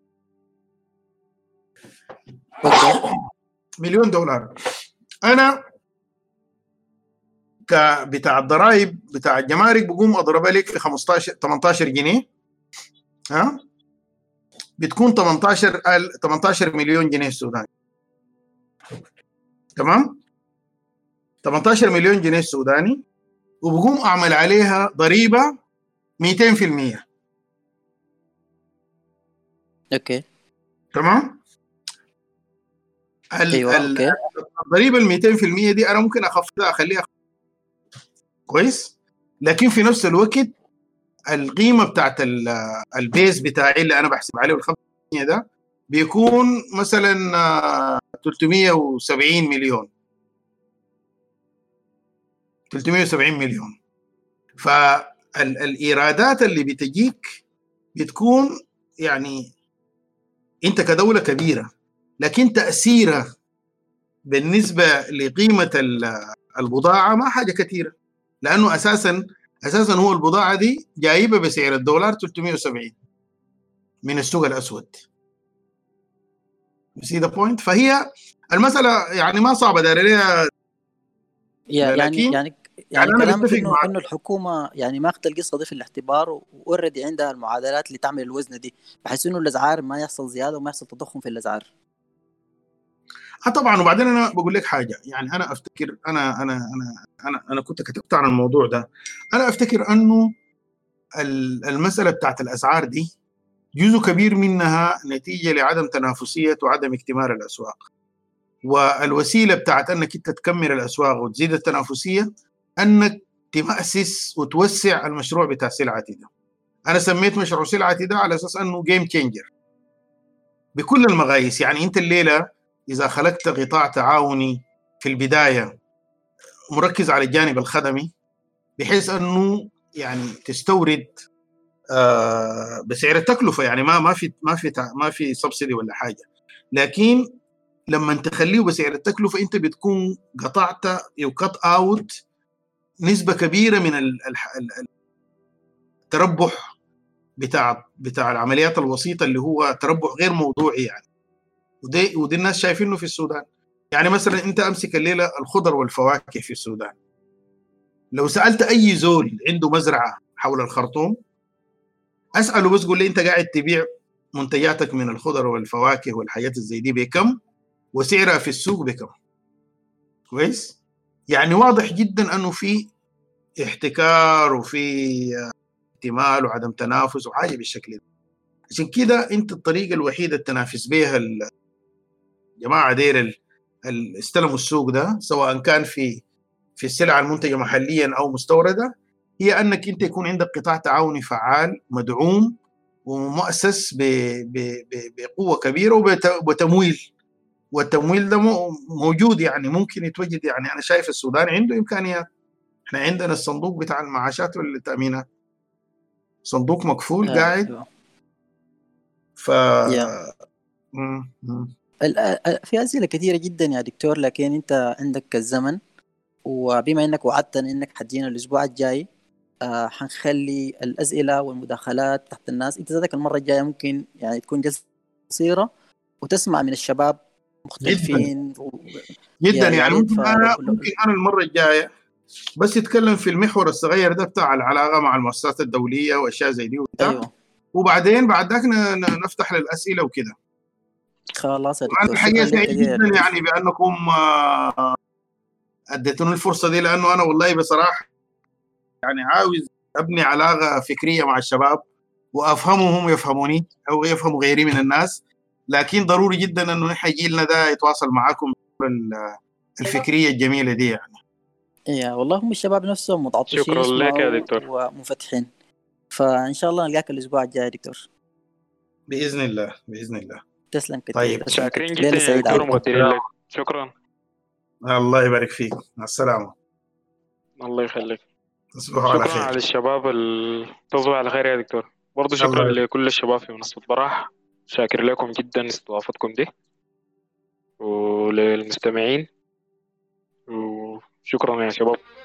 $1,000,000. أنا بتاع الضرائب بتاع الجمارك بقوم أضربها لك في 18 جنيه، ها؟ بتكون 18 مليون جنيه سوداني، تمام؟ 18 مليون جنيه سوداني، وبقوم أعمل عليها ضريبة 200%. اوكي تمام. ايوه اوكي. الضريبه ال 200% دي انا ممكن اخفضها اخليها كويس، لكن في نفس الوقت القيمه بتاعت البيز بتاعي اللي انا بحسب عليه ال 5% ده بيكون مثلا 370 مليون. 370 مليون. فالايرادات اللي بتجيك بتكون يعني انت كدوله كبيره، لكن تاثيرها بالنسبه لقيمه البضاعه ما حاجه كثيره، لانه اساسا هو البضاعه دي جايبه بسعر الدولار 370 من السوق الاسود. see the point. فهي المساله يعني ما صعبه دايره ليها، يعني أنا كلامك بتفق انه معك. الحكومه يعني ما اخذت القصه دي في الاعتبار، واوريدي عندها المعادلات اللي تعمل الوزن دي بحيث انه الاسعار ما يحصل زياده وما يحصل تضخم في الاسعار. طبعا. وبعدين انا بقول لك حاجه، يعني انا افتكر انا كنت كتبت عن الموضوع ده. انا افتكر انه المساله بتاعت الاسعار دي جزء كبير منها نتيجه لعدم تنافسيه وعدم اكتمال الاسواق، والوسيله بتاعت انك انت تكمل الاسواق وتزيد التنافسيه انك تمأسس وتوسع المشروع بتاع سلعتي ده. انا سميت مشروع سلعتي ده على اساس انه جيم تشينجر بكل المقاييس. يعني انت الليله اذا خلقت قطاع تعاوني في البدايه مركز على الجانب الخدمي بحيث انه يعني تستورد بسعر التكلفه، يعني ما في سبسيدي ولا حاجه، لكن لما تخليه بسعر التكلفه انت بتكون قطعت يوكت اوت نسبه كبيره من التربح بتاع العمليات الوسيطه اللي هو تربح غير موضوعي يعني. ودي الناس شايفينه في السودان. يعني مثلا انت امسك الليله الخضر والفواكه في السودان، لو سالت اي زول عنده مزرعه حول الخرطوم اساله بس قول لي انت قاعد تبيع منتجاتك من الخضر والفواكه والحاجات الزي دي بكم وسعرها في السوق بكم، كويس. يعني واضح جدا انه في احتكار وفي احتمال وعدم تنافس وحاجه بالشكل ده. عشان كده انت الطريقه الوحيده اللي تنافس بها الجماعه دير اللي استلموا السوق ده، سواء كان في السلع المنتجه محليا او مستورده، هي انك انت يكون عندك قطاع تعاوني فعال مدعوم ومؤسس بقوه كبيره وبتمويل. والتمويل ده موجود، يعني ممكن يتوجد. يعني انا شايف السودان عنده امكانيات. احنا عندنا الصندوق بتاع المعاشات والتامينات، صندوق مكفول قاعد. ف في اسئله كثيره جدا يا دكتور، لكن انت عندك الزمن، وبما انك وعدتني انك حتجينا الاسبوع الجاي حنخلي الاسئله والمداخلات تحت الناس. انت ذاتك المره الجايه ممكن يعني تكون جلسه قصيره وتسمع من الشباب مختلفين جدا. يعني ريت ممكن انا المره الجايه بس يتكلم في المحور الصغير ده بتاع العلاقه مع المؤسسات الدوليه واشياء زي دي وبتاع. ايوه وبعدين بعد ذاك نفتح للاسئله وكده. خلاص يا وانا دكتور، الحقيقه شكرا لك سعيد كثير يا جدا دكتور. يعني بانكم اديتوني الفرصه دي، لانه انا والله بصراحه يعني عاوز ابني علاقه فكريه مع الشباب وافهمهم يفهموني او يفهموا غيري من الناس. لكن ضروري جدا انه نحن جيلنا ده يتواصل معاكم الفكريه الجميله دي يعني. يا والله هم الشباب نفسهم متعطشين شكرا لك يا يسمعوا دكتور. ومفتحين، فان شاء الله نلقاك الاسبوع الجاي يا دكتور. باذن الله باذن الله. تسلم كثير. طيب تسلم شاكرين كثير. جدا يا دكتور ومقدرين لك. شكرا. الله يبارك فيك. مع السلامه. الله يخليك. تصبحوا على شكرا خير. على الشباب تصبح على خير يا دكتور. برضو شكرا لكل الشباب في منصة براح. شاكر لكم جدا استضافتكم دي وللمستمعين، وشكرا يا شباب.